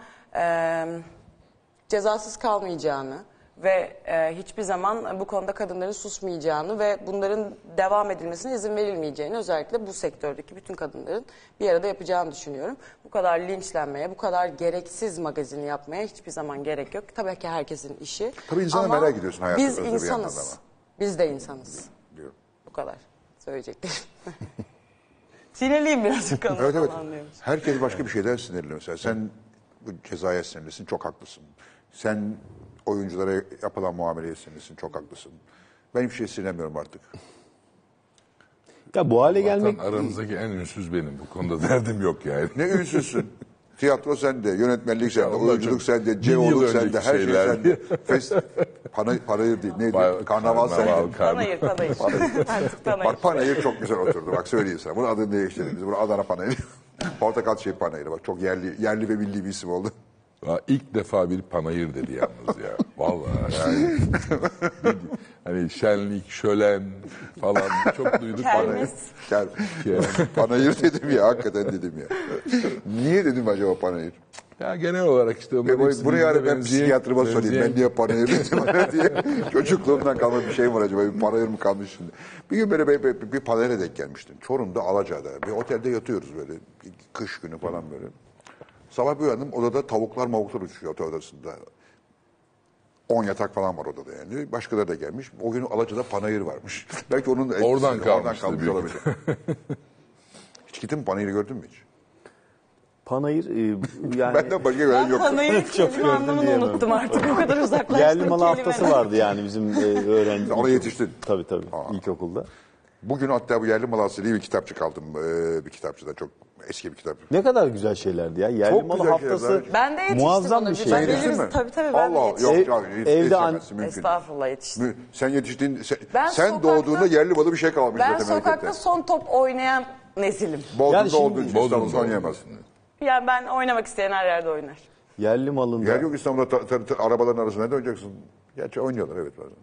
cezasız kalmayacağını ve hiçbir zaman bu konuda kadınların susmayacağını ve bunların devam edilmesine izin verilmeyeceğini özellikle bu sektördeki bütün kadınların bir arada yapacağını düşünüyorum. Bu kadar linçlenmeye, bu kadar gereksiz magazin yapmaya hiçbir zaman gerek yok. Tabii ki herkesin işi. Tabii insana ama merak ediyorsun hayatı biz özü bir yandan insanız. ama. Biz de insanız. Diyorum. Bu kadar söyleyeceklerim. Sinirliyim birazcık Evet evet. anlıyoruz. Herkes başka bir şeyden sinirli mesela. Sen bu cezaya sinirlisin, çok haklısın. Sen oyunculara yapılan muameleye sinirlisin, çok haklısın. Ben hiçbir şey sinirlemiyorum artık. Ya bu hale Zaten gelmek aranızdaki en ünsüz benim. Bu konuda derdim yok yani. Ne ünsüzsün. Tiyatro sende, yönetmenlik sende, onlar oyunculuk çok sende, bin ceoluk yıl sende, önceki her şey şeyler. sende. Panayır değil, neydi? Karnaval sende. Panayır. Artık panayır. Bak panayır çok güzel oturdu. Bak söyleyeyim sana. Bunun adını değiştirelim. Biz bunu Adana panayır. Portakal çiçeği panayırı. Bak çok yerli ve milli bir isim oldu. İlk defa bir panayır dedi yalnız ya. Vallahi yani. Hani şenlik, şölen falan çok duyduk. Kermes. Panayır dedim ya. Hakikaten dedim ya. Niye dedim acaba panayır? Ya genel olarak işte Bunu yani ben psikiyatrıma sorayım. Ben niye panayır dedim diye. Çocukluğumdan kalma bir şey var acaba. Bir panayır mı kalmış şimdi? Bir gün böyle bir panayıra denk gelmiştim. Çorum'da Alaca'da. Bir otelde yatıyoruz böyle. Kış günü falan böyle. Sabah bir uyandım. Odada tavuklar uçuyor otel odasında. 10 yatak falan var odada yani. Başkaları da gelmiş. O gün Alaca'da panayır varmış. Belki onun etkisi, Oradan kalmıştır büyük olabilir. Hiç gittin mi panayırı gördün mü hiç? panayır yani Benden başka gören yok. Panayır kelime anlamını diyemem. unuttum artık. O kadar uzaklaştım yerli malı kelimeden. haftası vardı yani bizim öğrenci. Ona yetiştin. Tabii ilkokulda. Bugün hatta bu yerli malası diye bir kitapçık aldım. Bir kitapçıda çok eski bir kitap. Ne kadar güzel şeylerdi ya. Yerli Çok malı güzel haftası şeyler. Ben de yetiştim muazzam ona. bir şey. Ben Sen yetiştin elimiz- mi? Tabii ben de Allah, yetiştim. yok canım, Evde yetişemezsin, mümkün. Estağfurullah yetiştim. Sen yetiştiğin, Ben sen sokakta- doğduğunda yerli malı bir şey kalmamış Ben zaten sokakta memlekette. son top oynayan nesilim. Bodrum'da Yani şimdi- olduğun için İstanbul'da Bodrum'da oynayamazsın. Yani ben oynamak isteyen her yerde oynar. yerli malında. Yer yok İstanbul'da arabaların arasında ne oynayacaksın? Gerçi oynuyorlar evet bazen.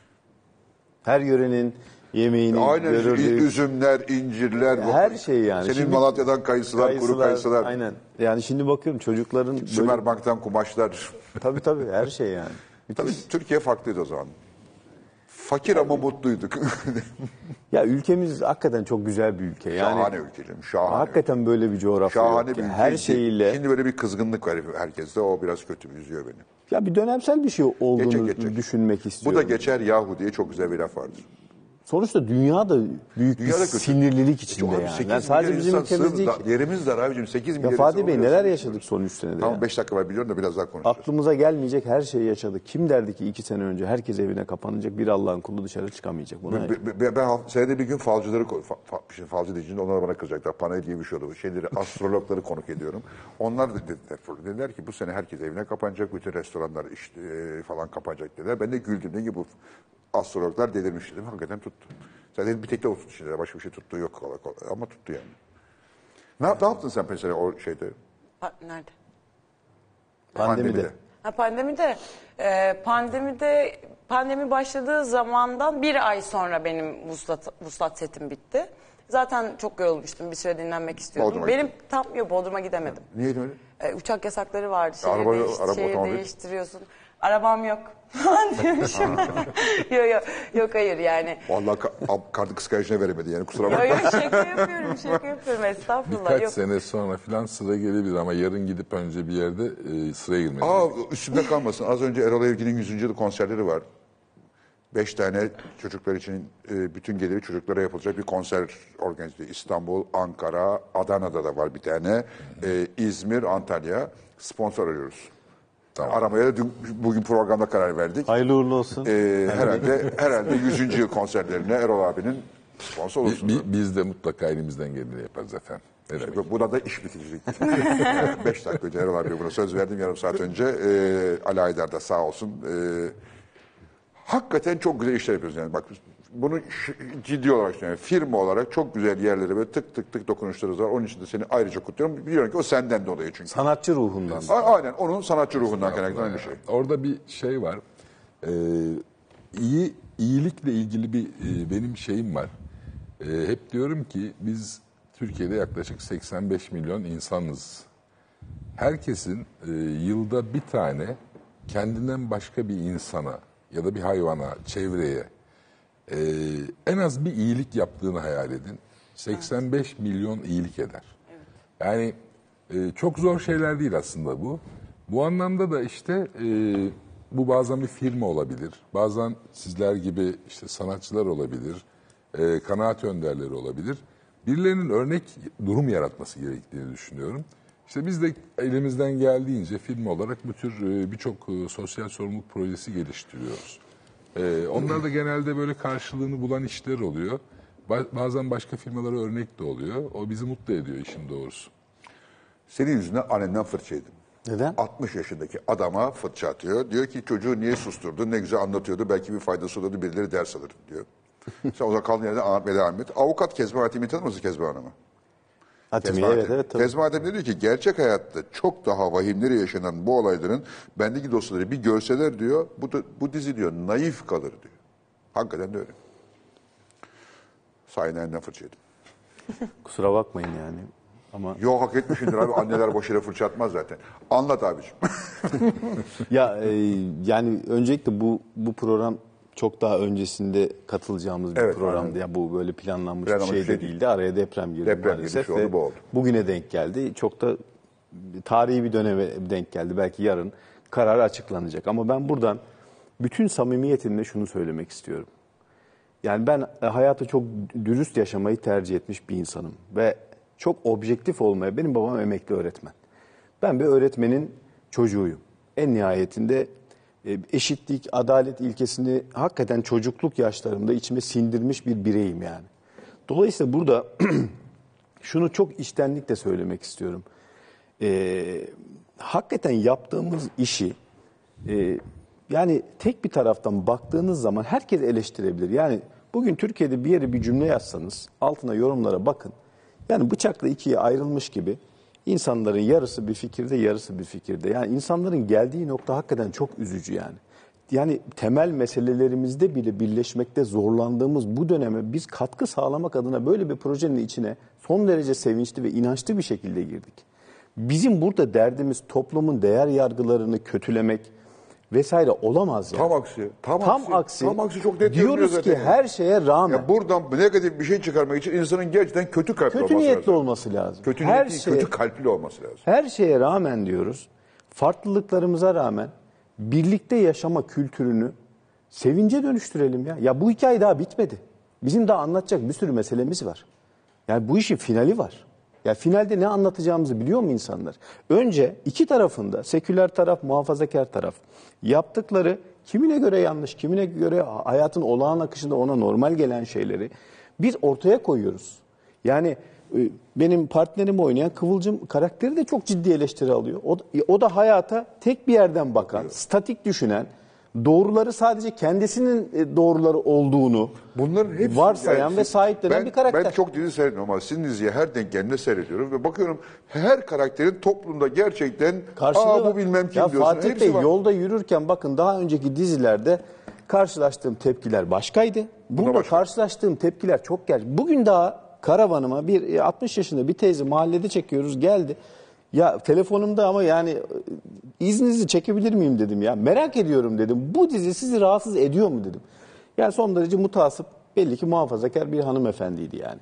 Her yörenin yemeğini Aynen görürdük. üzümler, incirler. Her şey yani. Senin Şimdi- Malatya'dan kayısılar, kuru kayısılar. Aynen. Yani şimdi bakıyorum çocukların böyle, Sümerbank'tan kumaşlar. tabii her şey yani. Tabii Türkiye farklıydı o zaman. Fakir ama mutluyduk. Ya ülkemiz hakikaten çok güzel bir ülke. Yani Şahane ülkeciğim, şahane. hakikaten böyle bir coğrafya Şahane yok bir ki. ülke. Her şeyiyle. Şimdi böyle bir kızgınlık var herkeste. O biraz kötü, üzüyor beni. Ya bir dönemsel bir şey olduğunu Geçecek. düşünmek Bu istiyorum. da geçer yahu diye çok güzel bir laf vardır. Sonuçta dünya da büyük Dünya da bir kötü. sinirlilik içinde Abi, yani. 8 Yani sadece milyar bizim insan ülkemiz değil ki. Yerimiz dar abicim 8 milyar Ya insan Fatih Bey oluyoruz. neler yaşadık son 3 senede Tamam ya. 5 dakika var biliyorum da biraz daha konuşacağız. Aklımıza gelmeyecek her şeyi yaşadık. Kim derdi ki 2 sene önce herkes evine kapanacak, bir Allah'ın kulu dışarı çıkamayacak. Buna Ben senede bir gün falcıları, falcı diyeceğim onlar bana kızacaklar. Panel diye bir şey oldu. Astrologları konuk ediyorum. Onlar da dediler ki bu sene herkes evine kapanacak. Bütün restoranlar falan kapanacak dediler. Ben de güldüm. Ne gibi bu astrologlar delirmiş dedim. Hakikaten tuttu. Zaten bir tek de o tuttu şimdi. Başka bir şey tuttuğu yok. Ama tuttu yani. Ne yaptın sen mesela o şeyde? Nerede? pandemide. Pandemi başladığı zamandan bir ay sonra benim vuslat setim bitti. Zaten çok yorulmuştum. Bir süre dinlenmek istiyordum. Bodrum'a Benim Bodrum'a gidemedim. Niye öyle? Uçak yasakları vardı. Araba, Şehir otomobil. değiştiriyorsun. Arabam yok. Diyormuşum. yok hayır yani. Vallahi kartı kıskançına veremedi yani kusura bakma. Yok şaka yapıyorum estağfurullah. Birkaç Yok. sene sonra falan sıra gelebilir ama yarın gidip önce bir yerde sıraya girmeniz Aa gerekiyor. üstümde kalmasın. Az önce Erol Evgin'in 100. yıl konserleri var. 5 tane çocuklar için bütün geliri çocuklara yapılacak bir konser organize ediyor. İstanbul, Ankara, Adana'da da var bir tane. İzmir, Antalya. Sponsor arıyoruz. Tamam. Aramaya da bugün programda karar verdik. Hayırlı uğurlu olsun. Herhalde 100. yıl konserlerine Erol abinin sponsor olursunuz. Biz de mutlaka elimizden geleni yaparız efendim. Ne demek? Buna da iş bitiricilik. 5 dakika önce Erol abiye buna söz verdim. Yarım saat önce Ali Aydar da sağ olsun. Hakikaten çok güzel işler yapıyoruz yani. Bak bunu ciddi olarak söylüyorum. Firma olarak çok güzel yerlere böyle tık tık tık dokunuşlarımız var. Onun için de seni ayrıca kutluyorum. Biliyorum ki o senden dolayı çünkü. Sanatçı ruhundan. Aynen onun sanatçı ruhundan kaynaklanan bir şey. Orada bir şey var. İyilikle ilgili bir benim şeyim var. Hep diyorum ki biz Türkiye'de yaklaşık 85 milyon insanız. Herkesin yılda bir tane kendinden başka bir insana ya da bir hayvana, çevreye en az bir iyilik yaptığını hayal edin. 85 milyon iyilik eder. Yani çok zor şeyler değil aslında bu. Bu anlamda da işte bu bazen bir firma olabilir. Bazen sizler gibi işte sanatçılar olabilir. Kanaat önderleri olabilir. Birilerinin örnek durum yaratması gerektiğini düşünüyorum. İşte biz de elimizden geldiğince firma olarak bu tür birçok sosyal sorumluluk projesi geliştiriyoruz. Onlar da genelde böyle karşılığını bulan işler oluyor. Bazen başka firmalara örnek de oluyor. O bizi mutlu ediyor işin doğrusu. Senin yüzünden annenden fırça yedim. Neden? 60 yaşındaki adama fırça atıyor. Diyor ki çocuğu niye susturdun? Ne güzel anlatıyordu. Belki bir faydası olurdu. Birileri ders alır diyor. Sen o zaman kaldığın yerden anlatmaya devam et. Avukat Kezban Hatim'i tanır mısın Kezban Hanım'ı? Hatimi, Kezban evet Hatim. evet tabii. Kezban Hatim diyor ki gerçek hayatta çok daha vahimleri yaşanan bu olayların bendeki dosyaları bir görseler diyor. Bu dizi diyor naif kalır diyor. Hakikaten de öyle. Sayın elinden fırça yedim. Kusura bakmayın yani. Ama Yok hak etmişsindir abi. Anneler boş yere fırça atmaz zaten. Anlat abiciğim. ya yani öncelikle bu program çok daha öncesinde katılacağımız bir Evet, programdı. aynen. Ya bu böyle planlanmış Planlanmış bir bir şey de şey değil. değildi. Araya deprem girdi Deprem maalesef girdi, şu oldu, ve bu oldu. bugüne denk geldi. Çok da tarihi bir döneme denk geldi. Belki yarın karar açıklanacak. Ama ben buradan bütün samimiyetimle şunu söylemek istiyorum. Yani ben hayatı çok dürüst yaşamayı tercih etmiş bir insanım ve çok objektif olmaya, benim babam emekli öğretmen. Ben bir öğretmenin çocuğuyum. En nihayetinde eşitlik, adalet ilkesini hakikaten çocukluk yaşlarımda içime sindirmiş bir bireyim yani. Dolayısıyla burada şunu çok içtenlikle söylemek istiyorum. Hakikaten yaptığımız işi yani tek bir taraftan baktığınız zaman herkes eleştirebilir. Yani bugün Türkiye'de bir yere bir cümle yazsanız altına yorumlara bakın. Yani bıçakla ikiye ayrılmış gibi insanların yarısı bir fikirde, yarısı bir fikirde. Yani insanların geldiği nokta hakikaten çok üzücü yani. Yani temel meselelerimizde bile birleşmekte zorlandığımız bu döneme biz katkı sağlamak adına böyle bir projenin içine son derece sevinçli ve inançlı bir şekilde girdik. Bizim burada derdimiz toplumun değer yargılarını kötülemek vesaire olamaz yani. Tam aksi. Tam aksi. Tam aksi çok net diyoruz görünüyor ki zaten. her şeye rağmen Ya buradan negatif bir şey çıkarmak için insanın gerçekten kötü kalpli kötü olması niyetli lazım. olması lazım. Kötü her niyetli, şeye, kötü kalpli olması lazım. her şeye rağmen diyoruz. Farklılıklarımıza rağmen birlikte yaşama kültürünü sevince dönüştürelim ya. Ya bu hikaye daha bitmedi. Bizim daha anlatacak bir sürü meselemiz var. Yani bu işin finali var. Ya finalde ne anlatacağımızı biliyor mu insanlar? Önce iki tarafında, seküler taraf, muhafazakar taraf yaptıkları kimine göre yanlış, kimine göre hayatın olağan akışında ona normal gelen şeyleri biz ortaya koyuyoruz. Yani benim partnerim oynayan Kıvılcım karakteri de çok ciddi eleştiri alıyor. O da hayata tek bir yerden bakan, statik düşünen, doğruları sadece kendisinin doğruları olduğunu Bunların hepsi varsayan ve sahiplenen bir karakter. Ben çok dizi seyrediyorum ama sizin diziye her denk geldiğinde seyrediyorum ve bakıyorum her karakterin toplumda gerçekten Karşılığı bu bilmem kim ya diyorsun. Fatih Hepsi Bey var. yolda yürürken bakın daha önceki dizilerde karşılaştığım tepkiler başkaydı. Burada başka. karşılaştığım tepkiler çok gerçek. Bugün daha karavanıma bir 60 yaşında bir teyze mahallede çekiyoruz geldi. Ya telefonumda ama yani izninizi çekebilir miyim dedim ya. Merak ediyorum dedim. Bu dizi sizi rahatsız ediyor mu dedim. Yani son derece mutasip belli ki muhafazakar bir hanımefendiydi yani.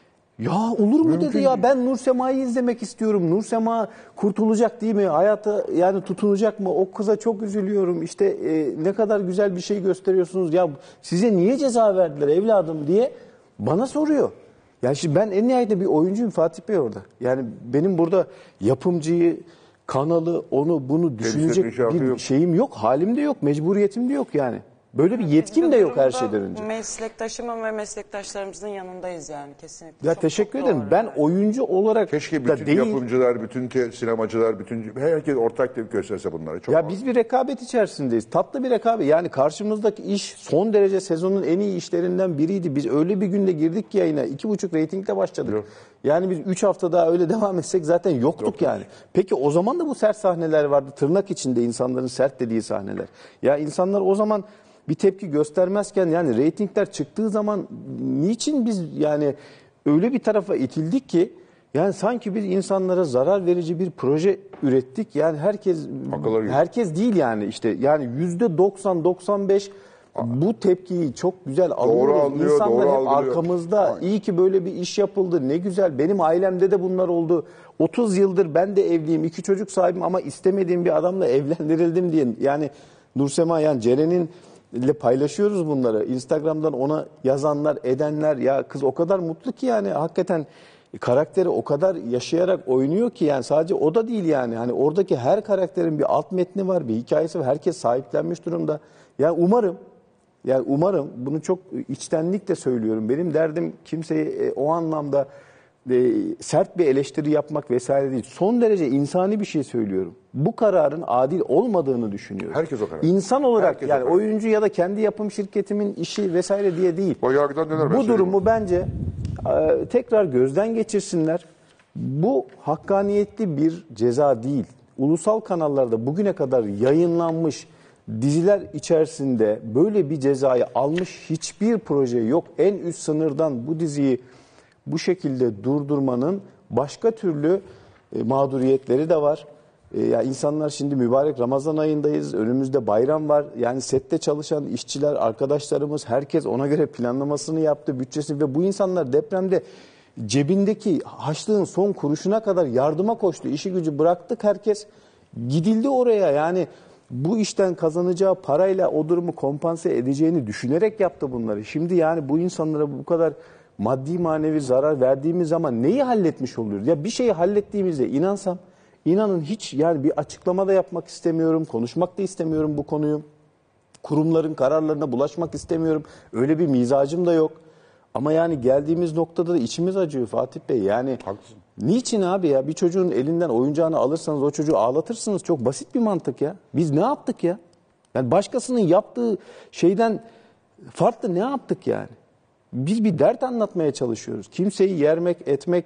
Ya olur mu dedi ya ben Nur Sema'yı izlemek istiyorum. Nur Sema kurtulacak değil mi? Hayata yani tutunacak mı? O kıza çok üzülüyorum. İşte ne kadar güzel bir şey gösteriyorsunuz. Ya size niye ceza verdiler evladım diye bana soruyor. Yani şimdi ben en nihayetinde bir oyuncuyum Fatih Bey orada. Yani benim burada yapımcıyı, kanalı, onu bunu düşünecek bir şeyim yok. Halim de yok, mecburiyetim de yok yani. Böyle bir yetkim de yok her şeyden önce. Meslektaşımın ve meslektaşlarımızın yanındayız yani kesinlikle. Ya Çok, teşekkür çok ederim. doğru Ben yani. oyuncu olarak Keşke da bütün değil. yapımcılar, bütün sinemacılar, herkes ortak tepki gösterse bunlara. Çok Ya biz bir rekabet içerisindeyiz. Tatlı bir rekabet. Yani karşımızdaki iş son derece sezonun en iyi işlerinden biriydi. Biz öyle bir günde girdik ki yayına 2,5 reytingle başladık. Yok. Yani biz 3 hafta daha öyle devam etsek zaten yoktuk yani. Peki o zaman da bu sert sahneler vardı. Tırnak içinde insanların sert dediği sahneler. Ya insanlar o zaman bir tepki göstermezken yani reytingler çıktığı zaman niçin biz yani öyle bir tarafa itildik ki yani sanki biz insanlara zarar verici bir proje ürettik. Yani herkes değil yani işte yani %90-95 bu tepkiyi çok güzel alıyoruz. algılıyor, İnsanlar doğru hep algılıyor. arkamızda. Aynen. İyi ki böyle bir iş yapıldı. Ne güzel. Benim ailemde de bunlar oldu. 30 yıldır ben de evliyim. 2 çocuk sahibim ama istemediğim bir adamla evlendirildim diye. Yani Nursema yani Ceren'in ile paylaşıyoruz bunları. Instagram'dan ona yazanlar, edenler ya kız o kadar mutlu ki yani hakikaten karakteri o kadar yaşayarak oynuyor ki yani sadece o da değil yani. Hani oradaki her karakterin bir alt metni var, bir hikayesi var. Herkes sahiplenmiş durumda. Yani Yani umarım, bunu çok içtenlikle söylüyorum. Benim derdim kimseye o anlamda sert bir eleştiri yapmak vesaire değil. Son derece insani bir şey söylüyorum. Bu kararın adil olmadığını düşünüyorum. Herkes o karar. İnsan olarak Herkes o yani karar. oyuncu ya da kendi yapım şirketimin işi vesaire diye değil. O yargıdan döner, ben Bu söyleyeyim. durumu bence tekrar gözden geçirsinler. Bu hakkaniyetli bir ceza değil. Ulusal kanallarda bugüne kadar yayınlanmış diziler içerisinde böyle bir cezayı almış hiçbir proje yok. En üst sınırdan bu diziyi bu şekilde durdurmanın başka türlü mağduriyetleri de var. Ya insanlar, şimdi mübarek Ramazan ayındayız. Önümüzde bayram var. Yani sette çalışan işçiler, arkadaşlarımız, herkes ona göre planlamasını yaptı, bütçesi, ve bu insanlar depremde cebindeki harçlığın son kuruşuna kadar yardıma koştu. İşi gücü bıraktık herkes. Gidildi oraya. Yani bu işten kazanacağı parayla o durumu kompanse edeceğini düşünerek yaptı bunları. Şimdi yani bu insanlara bu kadar maddi manevi zarar verdiğimiz zaman neyi halletmiş oluyoruz? Ya bir şeyi hallettiğimizde inansam, inanın hiç yani bir açıklama da yapmak istemiyorum, konuşmak da istemiyorum bu konuyu. Kurumların kararlarına bulaşmak istemiyorum. Öyle bir mizacım da yok. Ama yani geldiğimiz noktada da içimiz acıyor Fatih Bey. Yani Haklısın. niçin abi ya? Bir çocuğun elinden oyuncağını alırsanız o çocuğu ağlatırsınız. Çok basit bir mantık ya. Biz ne yaptık ya? Yani başkasının yaptığı şeyden farklı ne yaptık yani? Biz bir dert anlatmaya çalışıyoruz. Kimseyi yermek, etmek,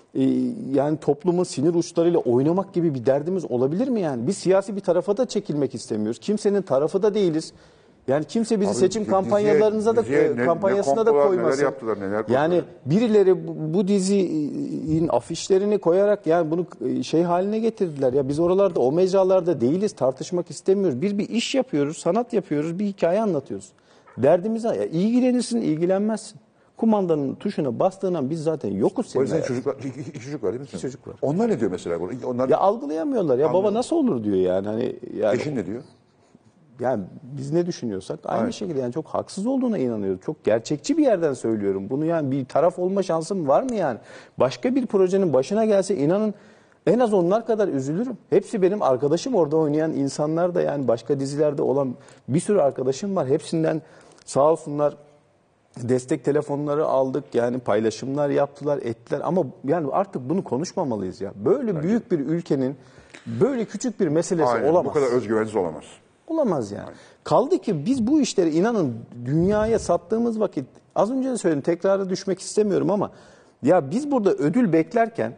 yani toplumun sinir uçlarıyla oynamak gibi bir derdimiz olabilir mi yani? Biz siyasi bir tarafa da çekilmek istemiyoruz. Kimsenin tarafı da değiliz. Yani kimse bizi Abi, seçim kampanyalarınıza da kampanyasına da koymasın. Neler yaptılar, neler koydular. Yani birileri bu dizinin afişlerini koyarak yani bunu şey haline getirdiler. Ya biz oralarda, o mecralarda değiliz, tartışmak istemiyoruz. Biz bir iş yapıyoruz, sanat yapıyoruz, bir hikaye anlatıyoruz. Derdimiz ya ilgilenirsin, ilgilenmezsin. Kumandanın tuşuna bastığın an biz zaten yokuz O senin yüzden hayatında. iki çocuk var değil mi? İki çocuk var. Onlar ne diyor mesela bunu? Onlar Ya algılayamıyorlar. Ya baba nasıl olur diyor yani. Hani yani, eşin ne diyor? yani biz ne düşünüyorsak aynı şekilde yani çok haksız olduğuna inanıyoruz. Çok gerçekçi bir yerden söylüyorum. Bunu yani bir taraf olma şansım var mı yani? Başka bir projenin başına gelse inanın en az onlar kadar üzülürüm. Hepsi benim arkadaşım, orada oynayan insanlar da, yani başka dizilerde olan bir sürü arkadaşım var. Hepsinden sağ olsunlar destek telefonları aldık. Yani paylaşımlar yaptılar, ettiler. Ama yani artık bunu konuşmamalıyız ya. Böyle büyük bir ülkenin böyle küçük bir meselesi Aynen, olamaz. bu kadar özgüvensiz olamaz. Olamaz yani. Kaldı ki biz bu işleri inanın dünyaya sattığımız vakit, az önce de söyledim, tekrara düşmek istemiyorum ama ya biz burada ödül beklerken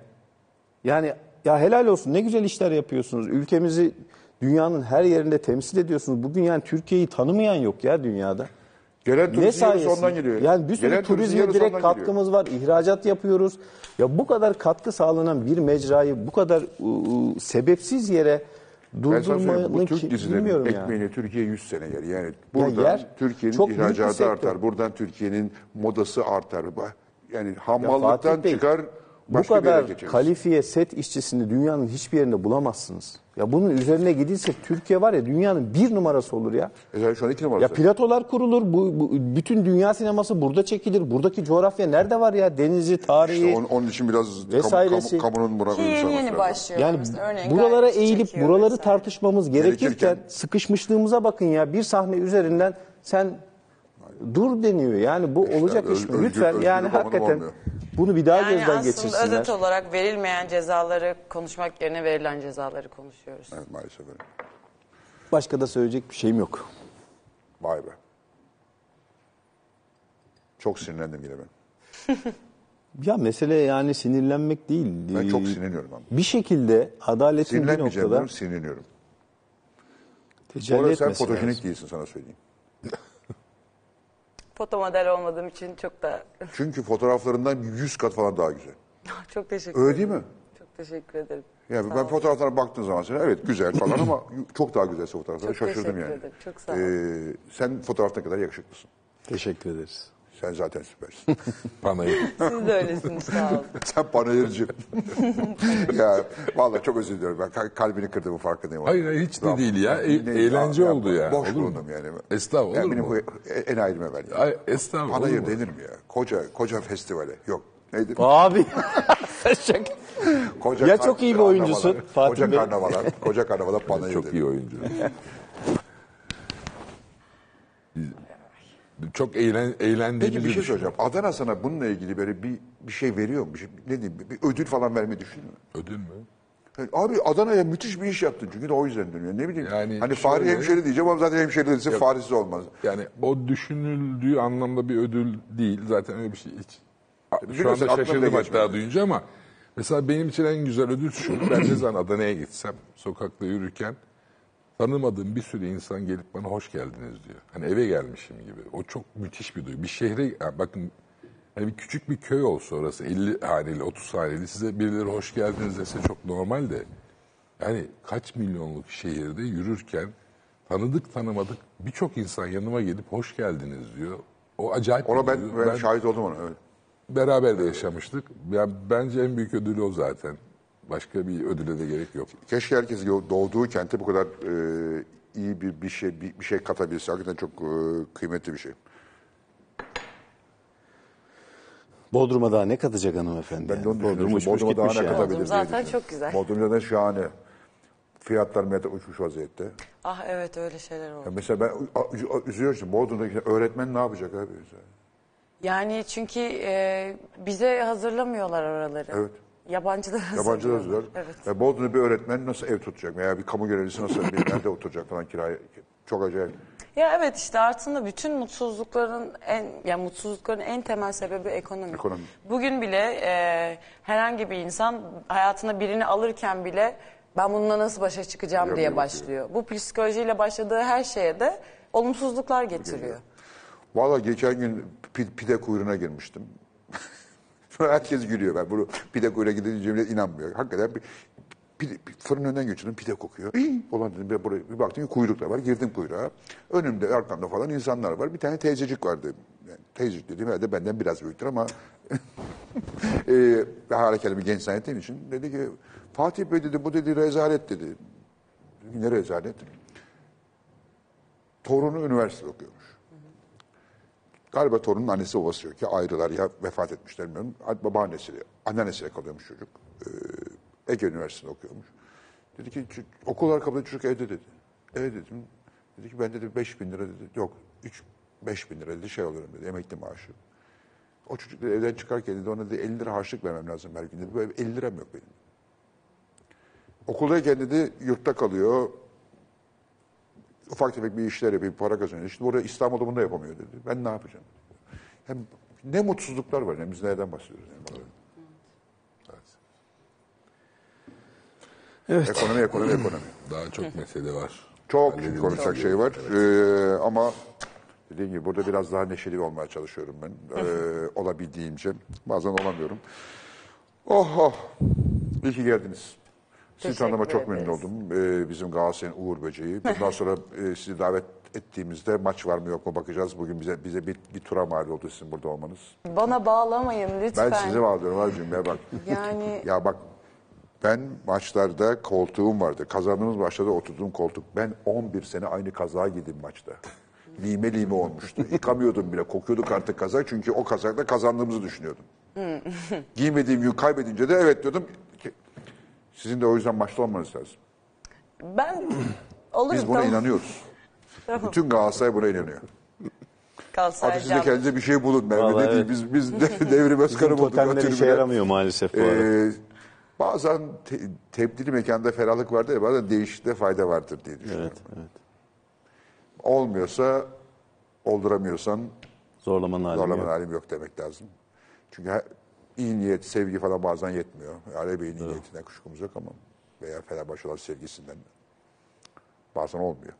yani ya helal olsun, ne güzel işler yapıyorsunuz. Ülkemizi dünyanın her yerinde temsil ediyorsunuz. Bugün yani Türkiye'yi tanımayan yok ya dünyada. Gelen Ne turizm yarısı sayesinde? ondan geliyor. Yani bir sürü Gelen turizm turizme yarısı direkt ondan katkımız var. İhracat yapıyoruz. Ya bu kadar katkı sağlanan bir mecrayı bu kadar sebepsiz yere Ben sana söyleyeyim, durdurmanın bu Türk dizilerinin bilmiyorum ya. ekmeğini Türkiye 100 sene yer. Yani buradan yer. Türkiye'nin Çok büyük bir ihracatı sektör. artar. Buradan Türkiye'nin modası artar. Yani Ya hamallıktan Fatih Bey, çıkar, bu başka bir yere kadar geçeriz. kalifiye set işçisini dünyanın hiçbir yerinde bulamazsınız. Ya bunun üzerine gidilse Türkiye var ya dünyanın bir numarası olur ya. Şu an 2 numarası. Ya platolar kurulur, bu bütün dünya sineması burada çekilir. Buradaki coğrafya nerede var ya? Denizi, tarihi. İşte onun için biraz vesairesi. kamunun buna Ki yeni yeni başlıyor. Yani Mesela örneğin buralara gayret eğilip çekiyor buraları vesaire. tartışmamız gerekirken Gerekirken. sıkışmışlığımıza bakın ya. Bir sahne üzerinden sen dur deniyor. Yani bu olacak iş mi? Lütfen özgür yani bakımı hakikaten olmuyor. bunu bir daha Yani gözden aslında geçirsinler. özet olarak verilmeyen cezaları konuşmak yerine verilen cezaları konuşuyoruz. Evet, maalesef öyle. Başka da söyleyecek bir şeyim yok. Vay be. Çok sinirlendim yine ben. Ya mesele yani sinirlenmek değil. Ben çok sinirleniyorum ama. Bir şekilde adaletin bir Sinirlenmeyeceğim noktada diyorum, sinirleniyorum. tecelli Orada sen etmesi fotojenik lazım. değilsin, sana söyleyeyim. Fotomodel olmadığım için çok da Çünkü fotoğraflarından 100 kat falan daha güzel. çok teşekkür Öyle ederim. değil mi? Çok teşekkür ederim. Yani Sağ ben olun. fotoğraflara baktığın zaman sana evet güzel falan ama çok daha güzelse fotoğraflara Çok şaşırdım teşekkür yani. ederim, çok sağ olun. Sen fotoğrafta kadar yakışıklısın. Teşekkür ederiz. Sen zaten süpersin. Panayır. Siz de öylesiniz sağ olun. Sen panayırcı. Ya vallahi çok özür diliyorum. Ben kalbini kırdığımın farkındayım. Hayır hiç de Tamam. değil ya. Ne- Eğlence ya, oldu ya. Boş Olur mu? bulundum yani. Estağfurullah, Yani olur benim mu? bu en ayrım evvel. Yani. Ay, estağfurullah, Panayır olur mu? denir mi ya? Koca festivale. Yok. Neydi? Abi. Koca Ya çok iyi bir oyuncusun karnavalar, Fatih koca Bey. karnavalar. Koca karnavala panayır Çok denir. iyi oyuncu. çok eğlendiğimizi Peki bir şey düşünüyorum. soracağım. Adana sana bununla ilgili böyle bir şey veriyor mu? Ne diyeyim, bir ödül falan vermeyi düşünüyor mu? Ödül mü? Yani abi Adana'ya müthiş bir iş yaptın çünkü de o yüzden dönüyor. Ne bileyim. Yani hani Fahri şöyle- hemşeri diyeceğim ama zaten hemşeri değilse Fahri'siz olmaz. Yani o düşünüldüğü anlamda bir ödül değil. Zaten öyle bir şey hiç. Şu Biliyorsun, anda aklımda şaşırdım geçmedi. hatta duyunca ama mesela benim için en güzel ödül şu. Ben ne zaman Adana'ya gitsem sokakta yürürken tanımadığım bir sürü insan gelip bana hoş geldiniz diyor. Hani eve gelmişim gibi. O çok müthiş bir duygu. Bir şehre yani bakın hani bir küçük bir köy olsa orası 50 haneli 30 haneli size birileri hoş geldiniz dese çok normal de yani kaç milyonluk şehirde yürürken tanıdık tanımadık birçok insan yanıma gelip hoş geldiniz diyor. O acayip Ona bir duygu. ben şahit oldum ona. Evet. Beraber de yaşamıştık. Yani bence en büyük ödülü o zaten. Başka bir ödüle de gerek yok. Keşke herkes doğduğu kente bu kadar iyi bir şey katabilse. Hakikaten çok kıymetli bir şey. Bodrum'a daha ne katacak hanımefendi? Ben de onu Bodrum düşünüyorum. uçmuş Bodrum'a daha gitmiş ne yani. katabilir Bodrum diye zaten düşünüyorum. çok güzel. Bodrum zaten şahane. Fiyatlar uçmuş vaziyette. Ah evet öyle şeyler oldu. Ya mesela ben üzülüyorum şimdi Bodrum'daki öğretmen ne yapacak abi? Yani çünkü bize hazırlamıyorlar oraları. Evet. Yabancılar Yabancılar hazırlıyorlar. üzülüyor. Evet. Ya Bodrum'da bir öğretmen nasıl ev tutacak veya bir kamu görevlisi nasıl bir nerede oturacak falan kiraya. Çok acayip. Ya evet işte aslında bütün mutsuzlukların en temel sebebi ekonomi. Ekonomi. Bugün bile herhangi bir insan hayatına birini alırken bile ben bununla nasıl başa çıkacağım diye başlıyor. Bu psikolojiyle başladığı her şeye de olumsuzluklar getiriyor. Vallahi geçen gün pide kuyruğuna girmiştim. Herkes gülüyor. Ben bunu pide kuyruğuna gidince inanmıyor. Hakikaten bir fırın önünden geçirdim. Pide kokuyor. Ulan dedim bir baktım ki kuyruklar var. Girdim kuyruğa. Önümde arkamda falan insanlar var. Bir tane teyzecik vardı. Yani teyzecik dediğim herhalde benden biraz büyüktür ama hareketli bir genç zannettiğim için dedi ki Fatih Bey dedi bu dedi rezalet dedi. Dedim ki, ne rezalet? Torunu üniversite okuyormuş. Galiba torunun annesi babası yok ki ayrılar ya vefat etmişler bilmiyorum. Babaannesiyle, anneannesiyle kalıyormuş çocuk. Ege Üniversitesi'nde okuyormuş. Dedi ki okul olarak kabul çocuk evde dedi. Dedim. Dedi ki ben dedi 5.000 lira dedi. Yok 5.000 lira dedi şey alıyorum dedi emekli maaşı. O çocuk dedi, evden çıkarken dedi ona dedi 50 lira harçlık vermem lazım her gün dedi. Böyle 50 liram yok benim. Okuldayken dedi yurtta kalıyor. Ufak tefek bir işler yapıyor, para kazanıyor. İşte orada İstanbul'da bunu da yapamıyor dedi. Ben ne yapacağım? Hem ne mutsuzluklar var. Yani biz nereden bahsediyoruz? Yani. Evet. Ekonomi. Daha çok mesele var. Çok konuşacak şey var. Ama dediğim gibi burada biraz daha neşeli olmaya çalışıyorum ben. Olabildiğimce. Bazen olamıyorum. Oh. İyi ki geldiniz. Sizi tanıdığıma çok memnun ederiz. oldum. Bizim Galatasaray'ın Uğur Böceği. Bundan sonra sizi davet ettiğimizde maç var mı yok mu bakacağız. Bugün bize bir tura mal oldu sizin burada olmanız. Bana bağlamayın lütfen. Ben sizi bağlıyorum abicim ya bak. Yani Ya bak ben maçlarda koltuğum vardı. Kazandığımız maçlarda oturduğum koltuk. Ben 11 sene aynı kazağa giydim maçta. Lime olmuştu. Yıkamıyordum bile. Kokuyordu artık kazak. Çünkü o kazakla kazandığımızı düşünüyordum. Giymediğim gün kaybedince de evet diyordum. Sizin de o yüzden maçta olmanız lazım. ben olurum. Biz buna inanıyoruz. Bütün Galatasaray buna inanıyor. Galatasaray Artık siz de canlı. kendinize bir şey bulun. Vallahi Mehmet değil. evet. Biz Devrim Özkan'ı bulduk. Totemler işe tribüne. yaramıyor maalesef bu arada. Bazen tebdili mekanda ferahlık vardır ya bazen değişiklikte fayda vardır diye düşünüyorum. Evet. Olmuyorsa olduramıyorsan Zorlamanın halimi zorlamanın yok. halim yok demek lazım. Çünkü iyi niyet, sevgi falan bazen yetmiyor. Ali Bey'in iyi niyetinden kuşkumuz yok ama veya Fenerbahçe olan sevgisinden bazen olmuyor.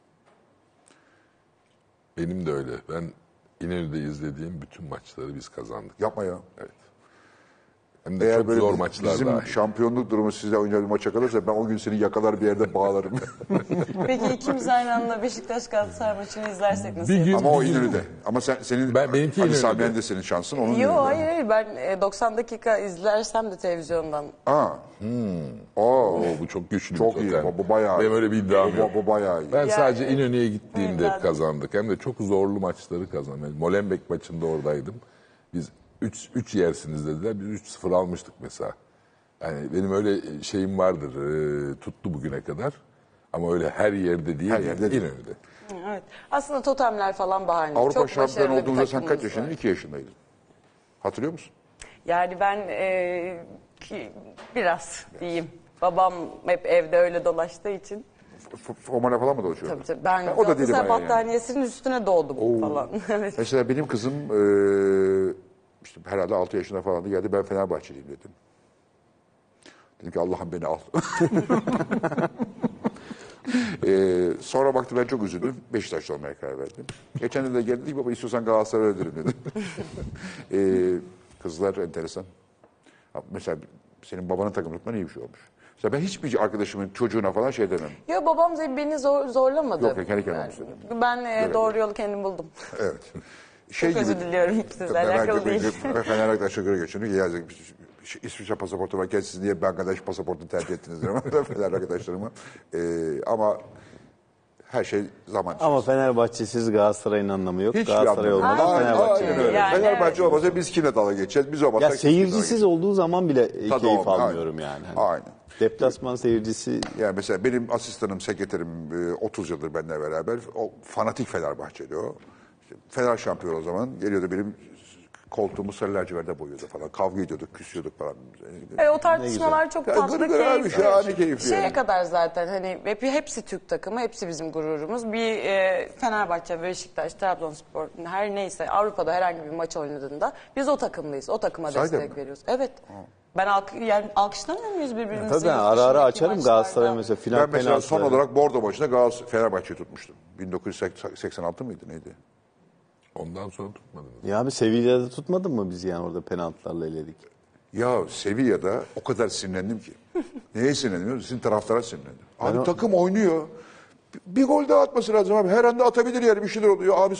Benim de öyle. Ben İnönü'de izlediğim bütün maçları biz kazandık. Yapma ya. Evet. Hem de Eğer çok böyle zor maçlar bizim dahil. şampiyonluk durumu sizle oynayacağız bir maça kalırsa ben o gün seni yakalar bir yerde bağlarım. Peki ikimiz aynı anda Beşiktaş Galatasaray maçını izlersek nasıl Bir gün- yaparız? Ama o İnönü'de. Ama senin Benimki Ali İnönü'de. Sami Yen de senin şansın. Onun Yok İnönü'de. hayır ben 90 dakika izlersem de televizyondan. Bu çok güçlü Çok bir iyi. totem. Bu bayağı Benim öyle bir iddiam yok. Bu bayağı iyi. Ben Yani- sadece İnönü'ye gittiğimde Ben- hep kazandık. Hem de çok zorlu maçları kazandık. Yani Molenbeek maçında oradaydım. Biz 3 yersiniz dediler. Biz 3-0 almıştık mesela. Yani benim öyle şeyim vardır. Tuttu bugüne kadar. Ama öyle her yerde değil. Her yerde değil. İnönü'de. Evet. Aslında totemler falan bahane. Avrupa Çok şampiyonu başarılı bir olduğunda sen kaç takımımız yaşındaydın? var. 2 yaşındaydın. Hatırlıyor musun? Yani ben biraz diyeyim. Babam hep evde öyle dolaştığı için. Formayla falan mı dolaşıyor? Tabii. Ben o da değilim Galatasaray yani. battaniyesinin üstüne doğdum falan. Evet. Mesela benim kızım işte herhalde 6 yaşında falandı, geldi, ben Fenerbahçeliyim dedim. Dedim ki Allah'ım beni al. Sonra baktı, ben çok üzüldüm. Beşiktaşlı olmaya karar verdim. Geçen de geldi, dedi ki, baba istiyorsan Galatasaray'a öldürün dedim. Kızlar enteresan. Mesela senin babanın takım tutman iyi bir şey olmuş. Mesela ben hiçbir arkadaşımın çocuğuna falan şey demem. Yok, babam beni zorlamadı. Yok, kendi kendime söyledim. Ben doğru yolu kendim buldum. Evet. Çok özür diliyorum, sizle alakalı değil. Fener arkadaşlar göre geçiyor. Ya, İsviçre pasaportu varken siz niye Bangladeş pasaportunu tercih ettiniz diyorum Fener arkadaşlarıma. Ama her şey zaman Ama Fenerbahçesiz Galatasaray'ın anlamı yok. Hiçbir Galatasaray anlamı yok. olmadan Fenerbahçe. Aynen öyle. Yani Fenerbahçe olmasa biz kimle dalga geçeceğiz? Biz olmasak Ya biz kimle dalga seyircisiz geçeceğiz? olduğu zaman bile Tadı keyif olmuyor. almıyorum yani. Hani Aynen. Deplasman seyircisi Yani mesela benim asistanım, sekreterim 30 yıldır benimle beraber. O fanatik Fenerbahçeli o. İşte Fener şampiyon o zaman. Geliyordu benim koltuğumu sarı laciverde boyuyordu falan. Kavga ediyorduk, küsüyorduk falan. O tartışmalar çok Ya, tatlı, gırgır abi, keyifli. şahane keyifli Şeye yani. kadar zaten hani hepsi Türk takımı, hepsi bizim gururumuz. Bir Fenerbahçe, Beşiktaş, Trabzonspor, her neyse Avrupa'da herhangi bir maç oynadığında biz o takımlıyız. O takıma Sahiden destek mi? veriyoruz. Evet. Ben yani alkışlamıyor muyuz birbirimizi? tabii Yurt ara ara dışındaki açarım maçlarda? Galatasaray mesela filan Ben mesela son penaltıları. olarak Bordo maçında Fenerbahçe'yi tutmuştum. 1986 mıydı neydi? Ondan sonra tutmadınız. Ya abi Sevilla'da tutmadın mı biz yani orada penaltılarla eledik? Ya Sevilla'da o kadar sinirlendim ki. Neye sinirlendim? Sizin taraftara sinirlendim. Abi takım oynuyor. Bir gol daha atması lazım abi. Her anda atabilir yani, bir şeyler oluyor. Abi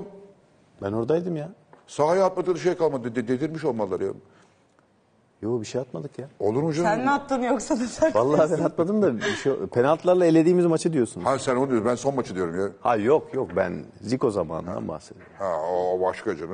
Ben oradaydım ya. sahaya atmadığı şey kalmadı. Dedirmiş olmalılar ya. Yo bir şey atmadık ya. Olur mu canım? Sen ne attın yoksa da sen? Vallahi ben atmadım da bir şey, penaltılarla elediğimiz maçı diyorsunuz. Ha sen onu diyorsun. Ben son maçı diyorum ya. Ha yok ben Zico zamanından bahsediyorum. Ha o başka canım.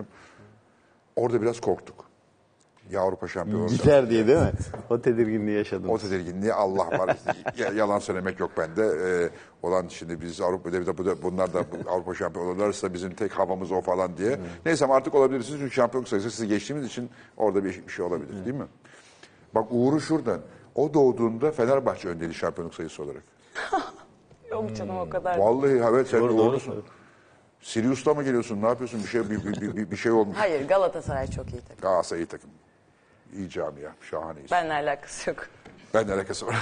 Orada biraz korktuk. Ya Avrupa şampiyonu olacak. Gider diye değil mi? O tedirginliği yaşadım. O tedirginliği Allah var. Yalan söylemek yok bende. Olan şimdi biz Avrupa'da bunlar da Avrupa şampiyonu olurlarsa bizim tek havamız o falan diye. Neyse ama artık olabilirsiniz çünkü şampiyonluk sayısı sizi geçtiğimiz için orada bir şey olabilir değil mi? Bak Uğur'u şuradan. O doğduğunda Fenerbahçe öndeydi şampiyonluk sayısı olarak. Yok canım, o kadar. Vallahi evet sen Doğru, doğrusun. Sirius'ta mı geliyorsun? Ne yapıyorsun? Bir şey olmuş. Hayır, Galatasaray çok iyi takım. Galatasaray iyi takım. İyi camia. Şahaneyiz. Benimle alakası yok. Ben de alakası var.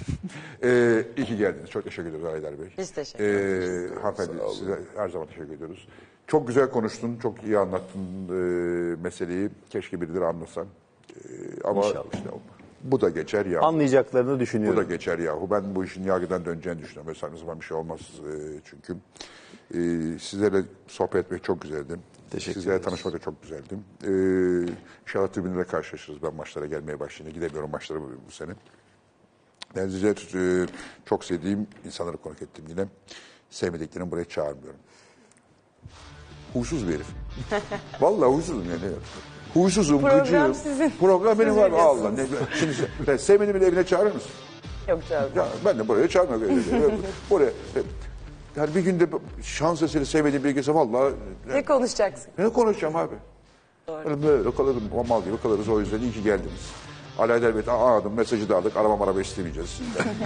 İyi ki geldiniz. Çok teşekkür ediyoruz Haydar Bey. Biz teşekkür ederiz. Hanımefendi size her zaman teşekkür ediyoruz. Çok güzel konuştun. Çok iyi anlattın meseleyi. Keşke birileri anlasa. Ama İnşallah. işte bu da geçer ya. Anlayacaklarını Bu düşünüyorum. da geçer yahu. Ben bu işin yargıdan döneceğini düşünüyorum. Mesela zaman bir şey olmaz çünkü. Sizlerle sohbet etmek çok güzeldi. Teşekkür Sizlerle ederiz. tanışmak da çok güzeldi. İnşallah tribünlere karşılaşırız. Ben maçlara gelmeye başlayınca. Gidemiyorum maçlara bu sene. Ben size çok sevdiğim insanları konuk ettim yine. Sevmediklerimi buraya çağırmıyorum. Huysuz bir herif. Vallahi huysuzum yani. Huysuzum, Program gıcığım. sizin. Program benim Siz var. biliyorsunuz. Allah. Şimdi sen sevmediğimin evine çağırır mısın? Yok canım. Ya ben de buraya çağırmıyorum. Buraya. Yani bir günde şans eseri sevmediğim bir gelse vallahi Ne konuşacaksın? ne konuşacağım abi? Böyle kalırım, o mal gibi kalırız. O yüzden iyi ki geldiniz. Alaydar Bey aradım, mesajı da aldık. Araba istemeyeceğiz.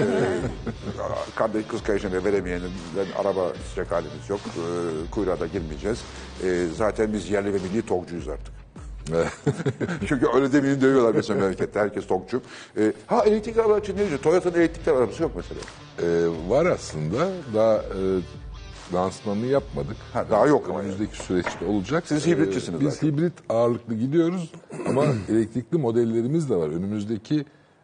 Kardeş kız kardeşine veremeyenin araba isteyecek halimiz yok. Kuyruğa da girmeyeceğiz. Zaten biz yerli ve milli tokcuyuz artık. Çünkü öyle demeyin dövüyorlar mesela memlekette. Herkes tokçu. Elektrikli araba için ne diyeceğim? Toyota'nın elektrikli arabası yok mesela. Var aslında. Daha lansmanını yapmadık. Ha, daha yok ama Önümüzdeki süreçte olacak. Siz hibritçisiniz Biz zaten. hibrit ağırlıklı gidiyoruz ama elektrikli modellerimiz de var. Önümüzdeki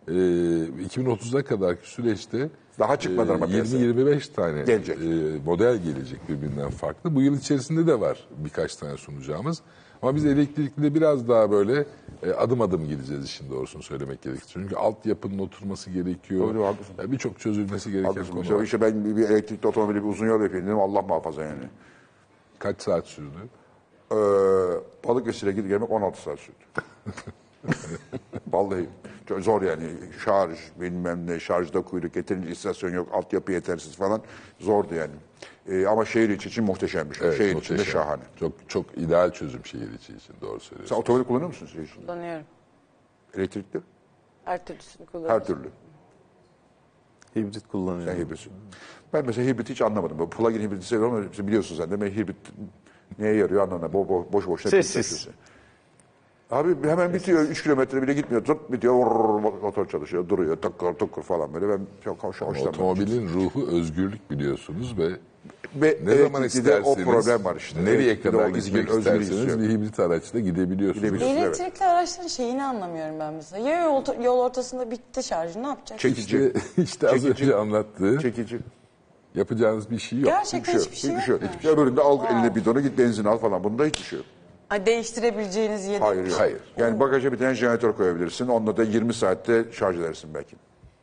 2030'a kadarki süreçte Daha çıkmadı ama piyasaya. 20-25 tane Gelecek. model gelecek birbirinden farklı. Bu yıl içerisinde de var birkaç tane sunacağımız. Ama biz elektrikli de biraz daha böyle adım adım gideceğiz işin doğrusunu söylemek gerekir. Çünkü altyapının oturması gerekiyor. Doğru, haklısın. Birçok çözülmesi gereken Haklısın. konu Mesela var. işte ben bir elektrikli otomobili bir uzun yol yapayım dedim. Allah muhafaza yani. Kaç saat sürdü? Balıkesir'e gidip gelmek 16 saat sürdü. Vallahi. zor yani. Şarj, bilmem ne, şarjda kuyruk, yeterince istasyon yok, altyapı yetersiz falan. Zordu yani. Ama şehir içi için muhteşem bir şey. Evet, Şehir muhteşem. içinde şahane. Çok ideal çözüm şehir içi için, doğru söylüyorsun. Sen otomobil kullanıyor musun şehir içinde? Kullanıyorum. Elektrikli? Her türlüsünü kullanıyorum. Her türlü. Hibrit Sen kullanıyorum. hibritsin. Ben mesela hibrit hiç anlamadım. Bu plug-in hibriti seviyorum ama biliyorsun sen de. Ben hibrit neye yarıyor anlamına. Boş boşuna pil Sessiz. takıyorsun. Abi hemen bitiyor. 3 kilometre bile gitmiyor. Tut bitiyor. Motor çalışıyor. Duruyor. Tıkır tıkır falan böyle. Ben çok hoşlanmıyorum. Otomobilin ruhu özgürlük biliyorsunuz ve Ve ne zaman elektrikli de isterseniz, o problem var işte. nereye Elektrikli de kadar o gitmek özgür isterseniz istiyor. bir hibrit araçla gidebiliyorsunuz. Gidebiliyorsunuz. Evet. Elektrikli araçların şeyini anlamıyorum ben mesela. Ya yol ortasında bitti şarjı, ne yapacak? Çekici. İşte az önce anlattığı Çekici. yapacağınız bir şey yok. Gerçekten hiçbir şey yok. Hiçbir şey yok. Öbüründe al eline bidonu git benzin al falan. Bunda hiçbir şey yok. Ha, değiştirebileceğiniz yedek. Hayır yok. Hayır. Yani bagaja bir tane jeneratör koyabilirsin. Onunla da 20 saatte şarj edersin belki.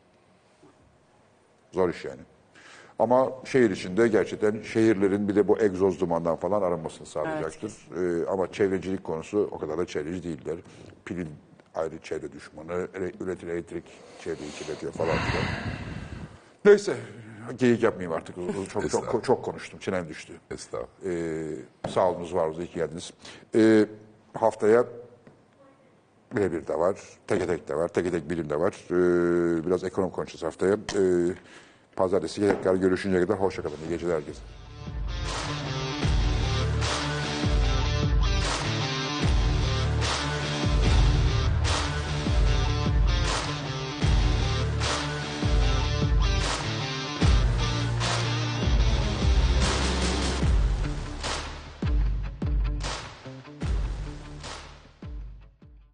Zor iş yani. Ama şehir içinde gerçekten şehirlerin bir de bu egzoz dumandan falan arınmasını sağlayacaktır. Ama çevrecilik konusu o kadar da çevreci değiller. Pilin ayrı çevre düşmanı, üretilen elektrik çevreyi kirletiyor falan filan. Neyse, geyik yapmayayım artık. Çok konuştum, çenem düştü. Estağfurullah. Sağ olunuz, var olunuz, iyi ki geldiniz. Haftaya birebir de var, teke tek de var, teke tek bilim de var. Biraz ekonomi konuşacağız haftaya. Pazartesi tekrar görüşünceye kadar hoşça kalın, iyi geceler herkese.